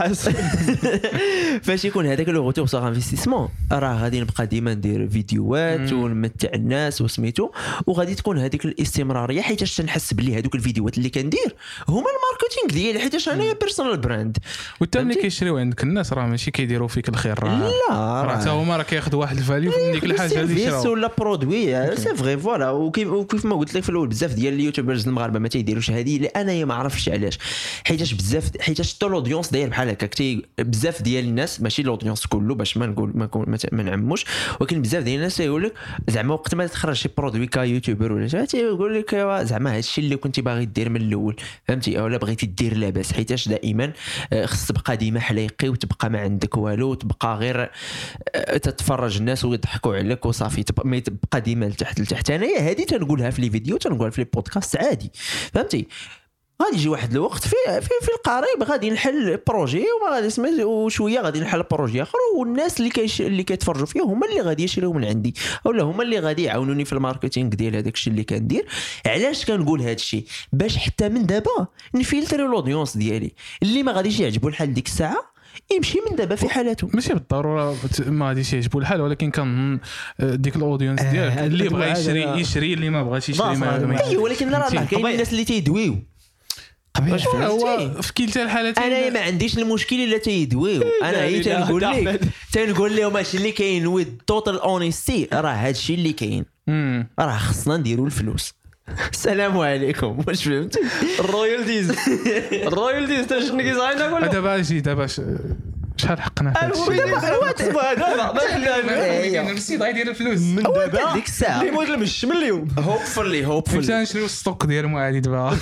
لو غوتور سوغ انفستيسمون راه غادي نبقى ديما ندير فيديوهات ونمتع الناس وسميتو، وغادي تكون هذيك الاستمراريه، حيت تنحس بلي هذوك الفيديوهات اللي كندير هما الماركتينغ ديالي، حيت انا بيرسونال براند. وتا ملي كيشريو عندك الناس راه ماشي كيديروا فيك الخير، راه حتى هما راه كياخذوا واحد الفاليو من ديك الحاجه اللي شراو ولا برودوي سي فري فوالا. وكيف ما قلت لك في الاول بزاف ديال اليوتيوبرز المغاربه ما تيديروش هذه، اللي انا ما عرفتش علاش، حيتاش حتى الاودينس داير بحال هكاك. بزاف ديال الناس ماشي الاودينس كله باش ما نقول ما نعموش، ولكن بزاف ديال الناس يقول لك زعما وقت ما تخرج شي برودوي كيوتيوبر ولا شي تيقول لك زعما هادشي اللي كنتي باغي دير من الاول فهمتي، اولا بغيتي دير لاباس، حيتاش دائما خص تبقى ديما حليقي وتبقى ما عندك والو، تبقى غير تتفرج الناس ويضحكوا عليك وصافي، تبقى ديما لتحت. انايا هذه تنقولها في لي فيديو، تنقولها في لي بودكاست عادي فهمتي. غادي يجي واحد الوقت في القريب غادي نحل بروجي وما غادي اسمه وشويه غادي نحل بروجي اخر، والناس اللي كيتفرجوا فيه هما اللي غادي يشريو من عندي، اولا هما اللي غادي يعاونوني في الماركتينغ ديال هذاك الشيء اللي كندير. علاش كنقول هذا الشيء؟ باش حتى من دابا نفلتري الاودينس ديالي، اللي ما غاديش يعجبو الحال ديك الساعه يمشي من دابا في حالاته. ماشي بالضروره ما غاديش يعجبو الحال، ولكن كان ديك الاودينس ديالك اللي بغى يشري اللي ما بغاش يشري ما ولكن راه كاين الناس اللي تيدويو واش هو في كلتا الحالتين. انا ما عنديش المشكل الا تيدويو، انا هي تنقول لهم ماشي اللي كاين ويز توتال اونستي، راه هادشي اللي كاين راه خصنا نديروا الفلوس. السلام عليكم. واش فهمتي؟ الرويالتيز تا شنو كيزعينا ولا دابا اجي دابا شحال حقنا في هادشي دابا ما خلينا نسيت غيدير الفلوس من دابا ديك الساعه اللي مود مش من اليوم هوبفلي فهمت نشريو السوق ديال معادي دابا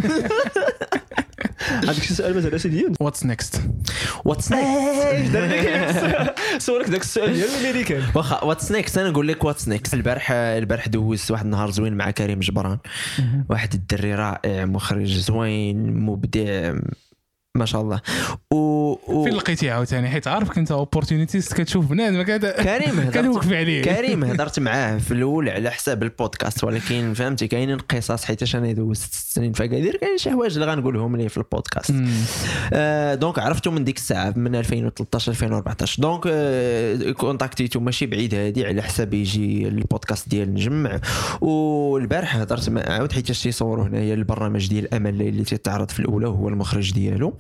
عندك شي سؤال مثلا سيدي واتس نيكست واتس نيكست سولك داك السؤال ديال الامريكان واخا واتس نيكست. انا نقول لك واتس نيكست. البارح دوزت واحد النهار زوين مع كريم جبران، واحد الدري رائع، مخرج زوين، مبدع ما شاء الله. فين لقيتي عاوتاني؟ حيت عارفك انت اوبورتونيتيز كتشوف بنادم كريم كنوقف عليه. كريم هضرت معاه في الاول على حساب البودكاست، ولكن فهمتي كاينين قصص حيت انا دوزت 6 سنين في اكادير، كاين شي حوايج اللي غنقولهم ليه في البودكاست. دونك عرفتو من ديك الساعه من 2013 2014. دونك كونتاكتيتو ماشي بعيد هادي على حساب يجي البودكاست ديال نجمع. والبارح هضرت عاود حيت تيصوروا هنايا البرنامج ديال امل اللي تيتعرض في الاولى وهو المخرج ديالو،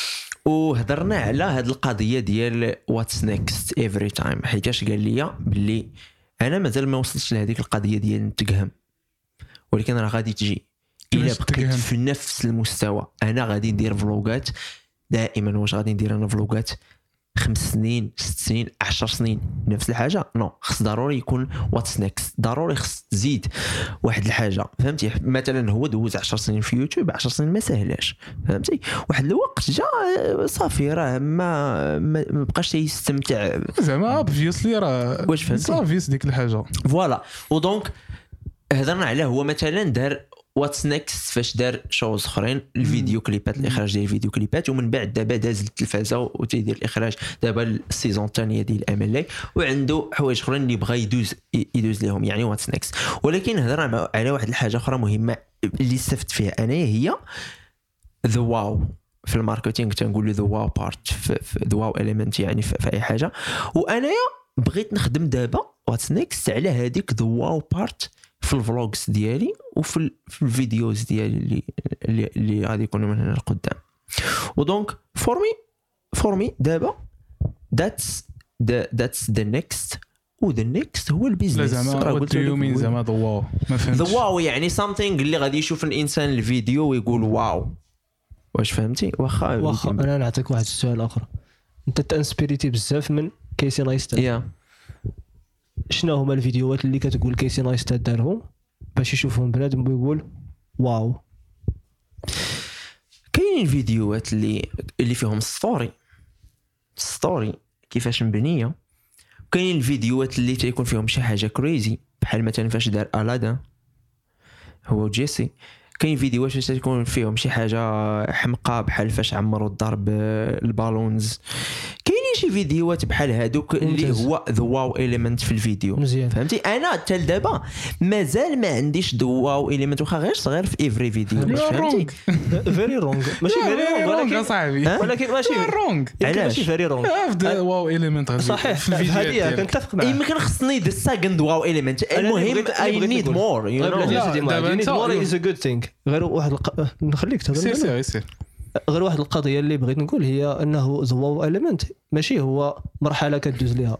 وهضرنا على هاد القضيه ديال واتس نيكست افري تايم، حيتاش قال لي باللي انا مازال ما وصلتش لهذيك القضيه ديال نتقهم، ولكن راه غادي تجي الا بقيت في نفس المستوى. انا غادي ندير فلوغات دائما. واش غادي ندير انا فلوغات 5 سنين 6 سنين 10 سنين نفس الحاجه؟ نو، خص ضروري يكون واتس نيكست، ضروري خص تزيد واحد الحاجه. فهمتي؟ مثلا هو دوز 10 سنين في يوتيوب، 10 سنين ما سهلاش، فهمتي؟ واحد الوقت جا صافي راه ما بقاش يستمتع زعما اوبفيسلي راه واش فهمتي؟ صافي ديك الحاجه فوالا. ودونك هضرنا عليه. هو مثلا دار واتس نيكست فاش دار شوز اخرين، الفيديو كليبات، الاخراج ديال الفيديو كليبات، ومن بعد دابا داز للتلفازه وتيدير الاخراج دابا السيزون الثانيه ديال امل، وعنده حوايج اخرين اللي بغى يدوز لهم، يعني واتس نيكست. ولكن هضرنا على واحد الحاجه اخرى مهمه اللي استفدت فيها انا، هي ذا واو في الماركتينغ. تنقول له ذا واو بارت في ذا واو اليمنت، يعني في اي حاجه. وانايا بغيت نخدم دابا واتس نيكست على هذيك ذا واو بارت في الفلوجز ديالي وفي الفيديوز ديالي اللي غادي يكونوا من هنا لقدام. ودونك فور مي دابا that's the next. وذا نيكست هو البيزنس. زعما قلت يومين زعما ذا واو ما فهمتش. ذا واو يعني something اللي غادي يشوف الانسان الفيديو ويقول واو. واش فهمتي؟ واخا انا نعطيك واحد السؤال اخر. انت تانسبيريتي بزاف من كيسي نايستات. شنو هما الفيديوهات اللي كتقول كيسي نايستات دارهم باش يشوفهم بنادم ويقول واو؟ كاينين فيديوهات اللي فيهم ستوري كيفاش مبنيه. كاينين الفيديوهات اللي تيكون فيهم شي حاجه كريزي، بحال مثلا فاش دار ألادان هو جيسي. كاين فيديوهات فاش تكون فيهم شي حاجه حمقى، بحال فاش عمروا الضرب البالونز. كاينين شي فيديوهات بحال هادوك اللي هو ذا واو اليمنت في الفيديو. مزيان. فهمتي؟ انا حتى دابا مازال ما عنديش ذا واو اليمنت، واخا غير صغير في افري فيديو. فهمتي؟ فيري رونغ، ماشي فيري رونغ ولكن ماشي رونغ. ماشي فيري رونغ. ذا واو اليمنت صحيح، هذه كنتفق معك. يمكن خصني ذا سكند واو اليمنت. المهم اي نيد مور، يو نو. نيد مور از ا جود ثينغ. غير واحد نخليك تهضر. سير. غير واحد القضيه اللي بغيت نقول هي انه ذا واو اليمنت ماشي هو مرحله كدوز ليها،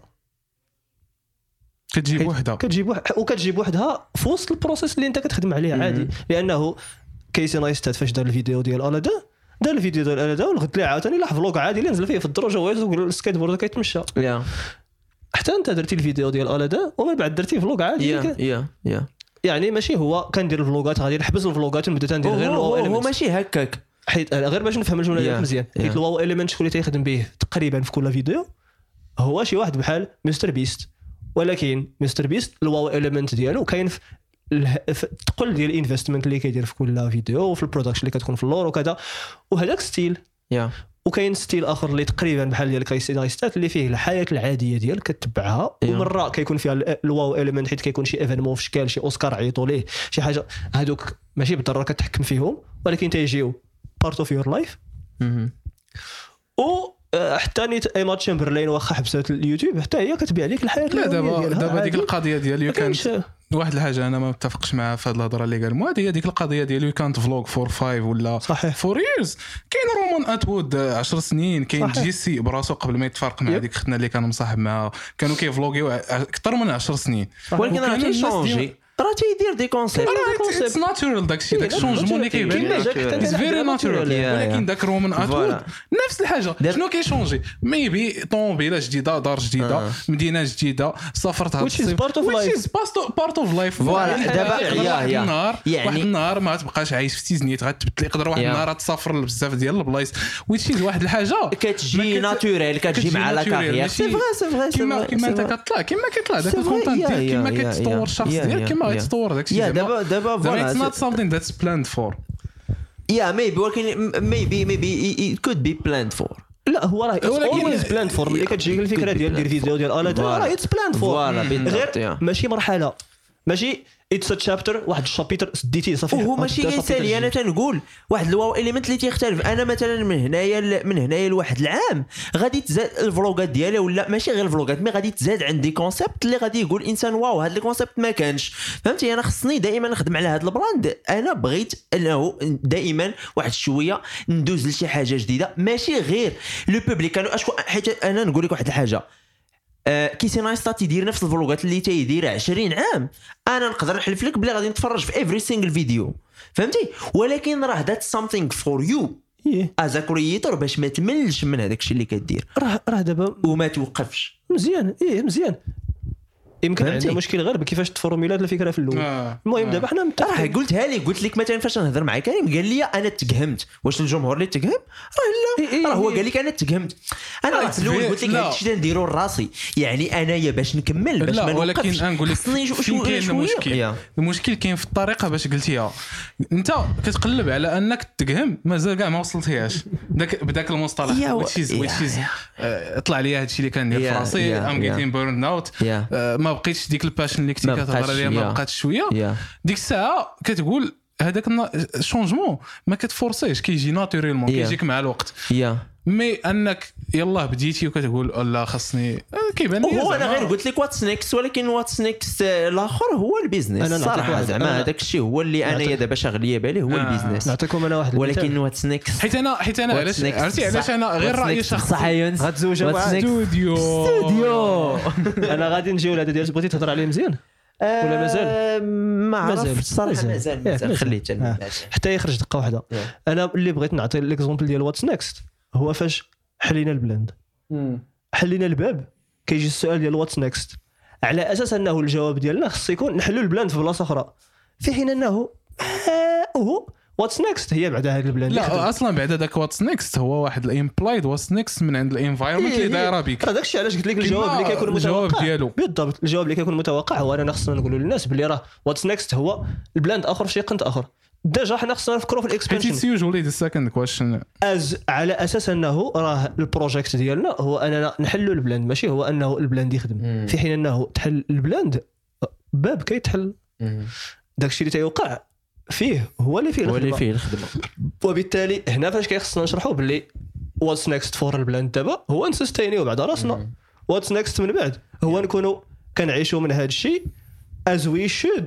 كتجيب وحدها في وسط البروسيس اللي انت كتخدم عليه عادي. لانه كيسي نايستات فاش دار الفيديو ديال ألادان، دار الفيديو ديال ألادان والغد ليه عاوتاني لاح فلوق عادي اللي نزل فيه في الدروجه ويقول السكيت بورد كيتمشى. حتى انت درتي الفيديو ديال ألادان ومن بعد درتي فلوق عادي. يعني ماشي هو كندير الفلوغات غادي نحبس الفلوغات ونبدا ندير غير الواو اليمنت. هو ماشي هكاك، حيت غير باش نفهم الجمله ديالك مزيان. حيت الواو اليمنت شكون اللي تيخدم به تقريبا في كل فيديو هو شي واحد بحال مستر بيست. ولكن مستر بيست الواو اليمنت ديالو كاين في الثقل ديال الانفستمنت اللي كيدير في كل فيديو وفي البرودكشن اللي كتكون في اللور وكذا، وهذاك ستيل. وكاين ستيل اخر اللي تقريبا بحال ديال كيسي نايستات اللي فيه الحياه العاديه ديالك كتبعها. ومره كيكون فيها الواو اليمنت حيت كيكون شي ايفينمون في شكل شي اوسكار عيطوا ليه شي حاجه، هذوك ماشي بالضروره كتحكم فيهم ولكن تيجيو بارت اوف يور لايف. حتى نيت ايما تشامبرلين واخا حبسات اليوتيوب حتى هي كتبيع لك الحياه لا دابا ديك القضيه ديال يو كانت كانت واحد الحاجه انا ما متفقش معها في هذه الهضره اللي قال مواد، هي ديك القضيه ديال يو كانت فلوغ فور 5 ولا صحيح. 4 years. كاين رومان اتوود 10 سنين، كاين صحيح. جي سي براسو قبل ما يتفرق مع ديك ختنا اللي كان مصاحب معها كانوا كيفلوغيو اكثر من 10 سنين. ولكن راه وكانوا الناس تيشونجي، راه تيدير دي كونسيبت. اتس ناتورال داكشي، داك الشونجمون اللي كيبان اتس فيري ناتورال. ولكن داك رومان اتوود نفس الحاجه. شنو كيشونجي؟ ميبي طوموبيله جديده، دار جديده، مدينه جديده، سافرتها which is part of life. part of life. فوالا دابا واحد النهار ما تبقاش عايش في تيزنيت، غتبدل يقدر واحد النهار تسافر لبزاف ديال البلايص which is واحد الحاجه كتجي ناتورال، كتجي مع لا كارير. سي فري كيما انت كطلع داك الكونتنت ديالك، كيما كتطور الشخص ديالك، كيما غيتطور داكشي. دابا it's not something that's planned for. maybe ولكن maybe it could be planned for. لا هو راه always planned for. ملي كتجيك الفكره ديال دير فيديو ديال راه it's planned for. غير ماشي مرحله، ماشي اتس تشابتر واحد الشابيتر سديتيه صافي. وهو ماشي يسالي. انا تنقول واحد الواو اليمنت اللي تيختلف. انا مثلا من هنايا لواحد العام غادي تزاد الفلوغات ديالي، ولا ماشي غير الفلوغات، مي غادي تزاد عندي كونسيبت اللي غادي يقول الانسان واو هذا الكونسيبت ما كانش. فهمتي؟ انا خصني دائما نخدم على هذا البراند. انا بغيت انه دائما واحد شويه ندوز لشي حاجه جديده، ماشي غير لو بوبليك كانوا حيت انا نقول لك واحد الحاجه. كيسي نايستات يدير نفس الفلوغات اللي تيدير 20 عام. انا نقدر نحلف لك بلي غادي نتفرج في every single فيديو، فهمتي؟ ولكن راه that's something for you از كرييتور باش ما تملش من هذاك الشيء اللي كدير. راه دابا وما توقفش. مزيان مزيان. يمكن عندنا مشكل غير بكيفاش تفورميلات الفكره في الاول. المهم دابا حنا راه قلت لك مثلا فاش نهضر مع كريم قال لي انا تقهمت. واش الجمهور اللي تقهم؟ راه لا، راه هو قال لك انا تقهمت. انا راه الاول قلت لك هذا الشيء اللي نديرو لراسي، يعني انايا باش نكمل باش ما نوقفش. ولكن نقول لك فين كاين المشكل. المشكل كاين في الطريقه باش قلتيها. انت كتقلب على انك تقهم، مازال كاع ما وصلتيهاش بداك المصطلح which is طلع لي هذا الشيء اللي كندير في راسي. ام جيتين بيرن اوت. ما بقيتش ديك الباشن اللي كنتي كتهضر عليها، ما بقاتش شويه. ديك الساعه كتقول هذاك الشونجمون ما كتفورسيش، كيجي ناتوريلمون، كيجيك مع الوقت. مي انك يلاه بديتي وكتقول لا خصني كيبان لي. هو انا غير قلت لك واتس نيكست، ولكن واتس نيكست الاخر هو البيزنس. صراحه زعما هذاك الشيء هو اللي انا دابا شاغل بالي هو البيزنس. نعطيكم انا واحد ولكن واتس نيكست حيت انا عرفتي علاش انا غير رايي شخصي غتزوج مع ستوديو. انا غادي نجيو لهذا ديال بغيتي تهضر عليه مزيان ولا مازال؟ ما عرفتش الصراحه. مازال خليته حتى يخرج دقه واحده. انا اللي بغيت نعطي ليكزومبل ديال واتس نيكست هو فاش حلينا البلاند، حلينا الباب، كيجي السؤال ديال واتس نيكست على اساس انه الجواب ديالنا خص يكون نحلوا البلاند في بلاصه اخرى، في حين انه هو واتس نيكست هي بعد هذا البلاند. لا اصلا بعد هذاك واتس نيكست هو واحد الامبلايد واتس نيكست من عند الانفايرمنت اللي دايره بك. راه داكشي علاش قلت لك الجواب اللي كيكون متوقع ديالو بالضبط. الجواب اللي كيكون متوقع هو انا خصنا نقولوا للناس بلي راه واتس نيكست هو البلاند اخر في شي قنت اخر. ديجا حنا خصنا نفكروا في الاكسبانشن. It's usually the second question. على اساس انه راه البروجيكت ديالنا هو اننا نحلوا البلاند، ماشي هو انه البلاند يخدم. في حين انه تحل البلاند باب كيتحل. داكشي اللي تيوقع فيه هو اللي فيه الخدمه. وبالتالي هنا فاش كيخصنا نشرحوا باللي واتس نيكست فور البلاند دابا هو نسستينيو بعد راسنا. واتس نيكست من بعد هو نكونوا كنعيشوا من هذا الشيء as we should.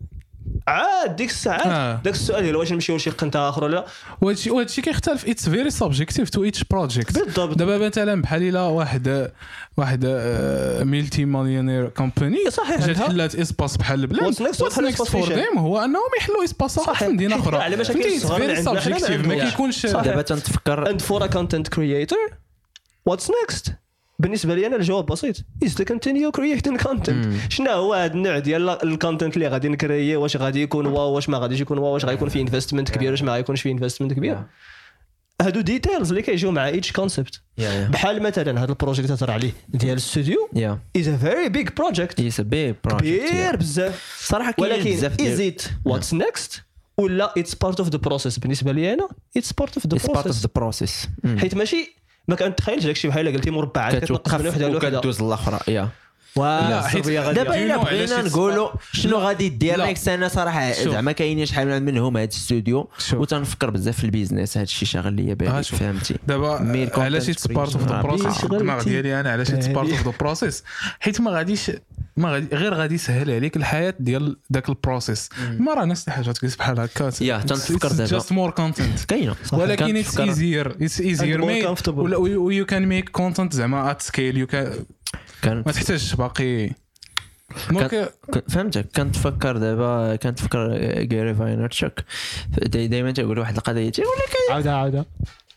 عاد ديك الساعات داك السؤال ديال واش نمشيو لشي قنت اخر ولا وهادشي كيختلف. اتس فيري سبجيكتيف تو ايتش بروجيكت. دابا مثلا بحال الا واحد ملتي مليونير كومباني جات حلات اسباس بحال البلاد. واتس نيكست فور ديم هو انهم يحلوا اسباسات في مدينه اخرى. على مشاكل صغار سبجيكتيف ما كيكونش. دابا تنتفكر اند فور ا كونتنت كرييتور واتس نيكست بالنسبه لي انا الجواب بسيط is to continue creating content. شنو هو هذا النوع ديال الكونتنت اللي غادي نكريي؟ واش غادي يكون واو، واش ما غاديش يكون واو، واش غيكون فيه انفستمنت كبير، واش ما غيكونش فيه انفستمنت كبير. هادو ديتيلز اللي كيجيو مع ايتش كونسيبت. بحال مثلا هذا البروجيكت تهضر عليه ديال الاستوديو is a very big project. is a big project كبير بزاف صراحه. ولكن is it what's next ولا it's part of the process؟ بالنسبه لي انا it's part of the process. حيت ماشي ما كنتخيلش داكشي بحال قلتي مربعات كتوقف من وحده لوحده وكدوز الاخرى. والصربيه غاديه دابا الا بغينا نقولوا شنو غادي دير لا. نيكست انا صراحه زعما كاينين شحال منهم هاد الاستوديو وتنفكر بزاف في البيزنس. هاد الشيء شاغل ليا بالي فهمتي دابا علاش اتس بارت اوف ذا بروسيس الدماغ ديالي انا علاش اتس بارت اوف ذا بروسيس حيت ما غادي غير غادي يسهل عليك الحياه ديال داك البروسيس. ما راه نفس الحاجات كيس بحال هكا تنفكر دابا جاست مور كونتنت كاينه ولكن اتس ايزير يو كان ميك كونتنت زعما ات سكيل يو كان ما تحتاجش باقي فهمتك. كنتفكر دابا غاري فاينرتشوك دائما تيقول واحد القضيه تيقول لك عاوده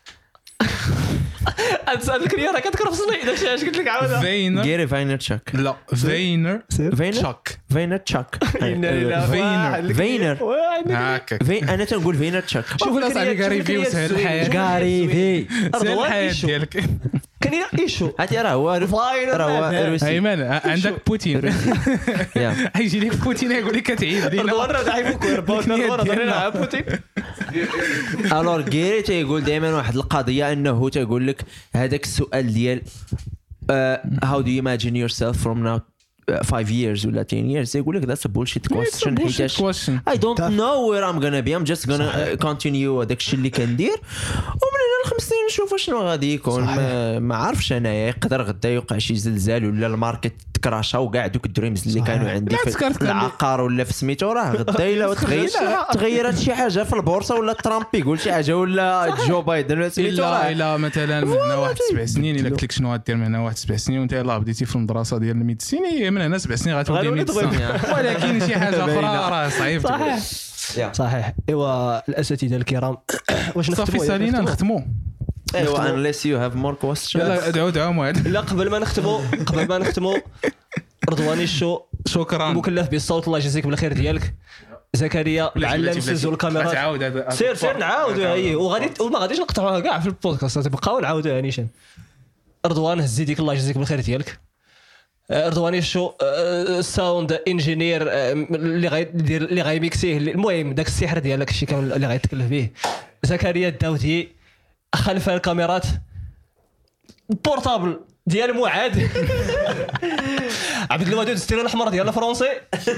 نسالك لي راه كتكرفصني داكشي علاش قلت لك عاوده غاري فاينرتشوك لا فاينرتشوك فينر هكاك انا تنقول فاينرتشوك. شوف غاري في وسهل الحياه غاري في سهل الحياه ديالك كان ايشو هاتي راه هو روسي ايمن عندك بوتين يجي لك بوتين يقول لك كتعيب دينا رضوان راه ضعيف راه بوتين. الور غيري تيقول دائما واحد القضيه انه تيقول لك هذاك السؤال ديال how do you imagine yourself from now 5 years ولا 10 years يقول لك that's a bullshit question حيتاش I don't know where I'm gonna be I'm just gonna continue داك الشيء اللي كندير ومن هنا ل5 سنين نشوف شنو غادي يكون. ما عارفش انايا يقدر غدا يوقع شي زلزال ولا الماركت تكراشا وكاع دوك الدريمز اللي كانوا عندي في العقار ولا في سميتو راه غدا الا تغيرت شي حاجه في البورصه ولا ترامب يقول شي حاجه ولا جو بايدن سميتو راه الا مثلا من هنا واحد 7 سنين الا قلت لك شنو غدير من هنا واحد 7 سنين وانت يلاه بديتي في المدرسه ديال الميديسين من هنا 7 سنين غتولي ميديسين ولكن شي حاجه اخرى راه صعيب صحيح. ايوا الاساتذه الكرام واش صافي سالينا نختموا ايوا unless you have more questions يلا ادعوا موعد. لا قبل ما نختموا رضواني الشو شكرا مكلف بالصوت الله يجزيك بالخير ديالك. زكريا معلم سيزو الكاميرا سير نعاودوا هي وغادي وما غاديش نقطعوها كاع في البودكاست تبقاو نعاودوها نيشان. رضوان هزي ديك الله يجزيك بالخير ديالك. رضواني الشو ساوند انجينير اللي غيدير اللي غيميكسيه المهم داك السحر ديالك الشيء كامل اللي غيتكلف به. زكريا الداوتي خلف الكاميرات بورطابل ديال معاد عبد الودود ستيرو الاحمر ديال الفرنسي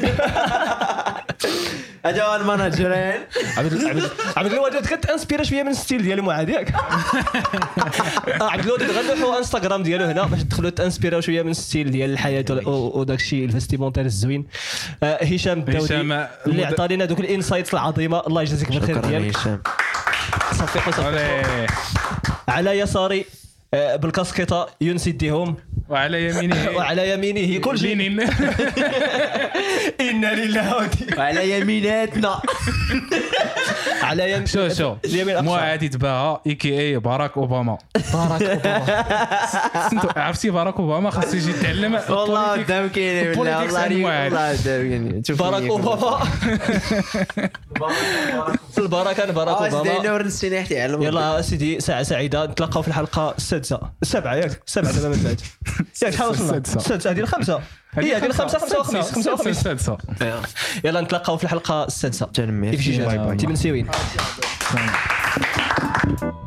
هذا هو الماناجرين. عبد الودود كتانسبيرا شويه من الستيل ديال معاد ياك. عبد الودود غنلوحوا انستغرام ديالو هنا باش تدخلوا تانسبيراو شويه من الستيل ديال الحياه وداك الشيء الفيستيمونتير الزوين. هشام الداودي اللي عطى لنا دوك الانسايتس العظيمه الله يجزيك بالخير ديالك. صافي على يساري بالكاسكيطه يونس يديهم وعلى يمينه كل شيء إنا لله وعلى يميناتنا على يمين شو معاد يتباها اي باراك اوباما عرفتي باراك اوباما خاص يجي يتعلم والله قدام كاين والله باراك اوباما البركه باراك اوباما. يلا سيدي ساعه سعيده نتلاقاو في الحلقه 7 ياك 7 دابا من بعد ياك شحال وصلنا 6 هذه الخمسه هي هذه الخمسه 5 يلا نتلاقاو في الحلقه 6 تنمي تيمنسيوين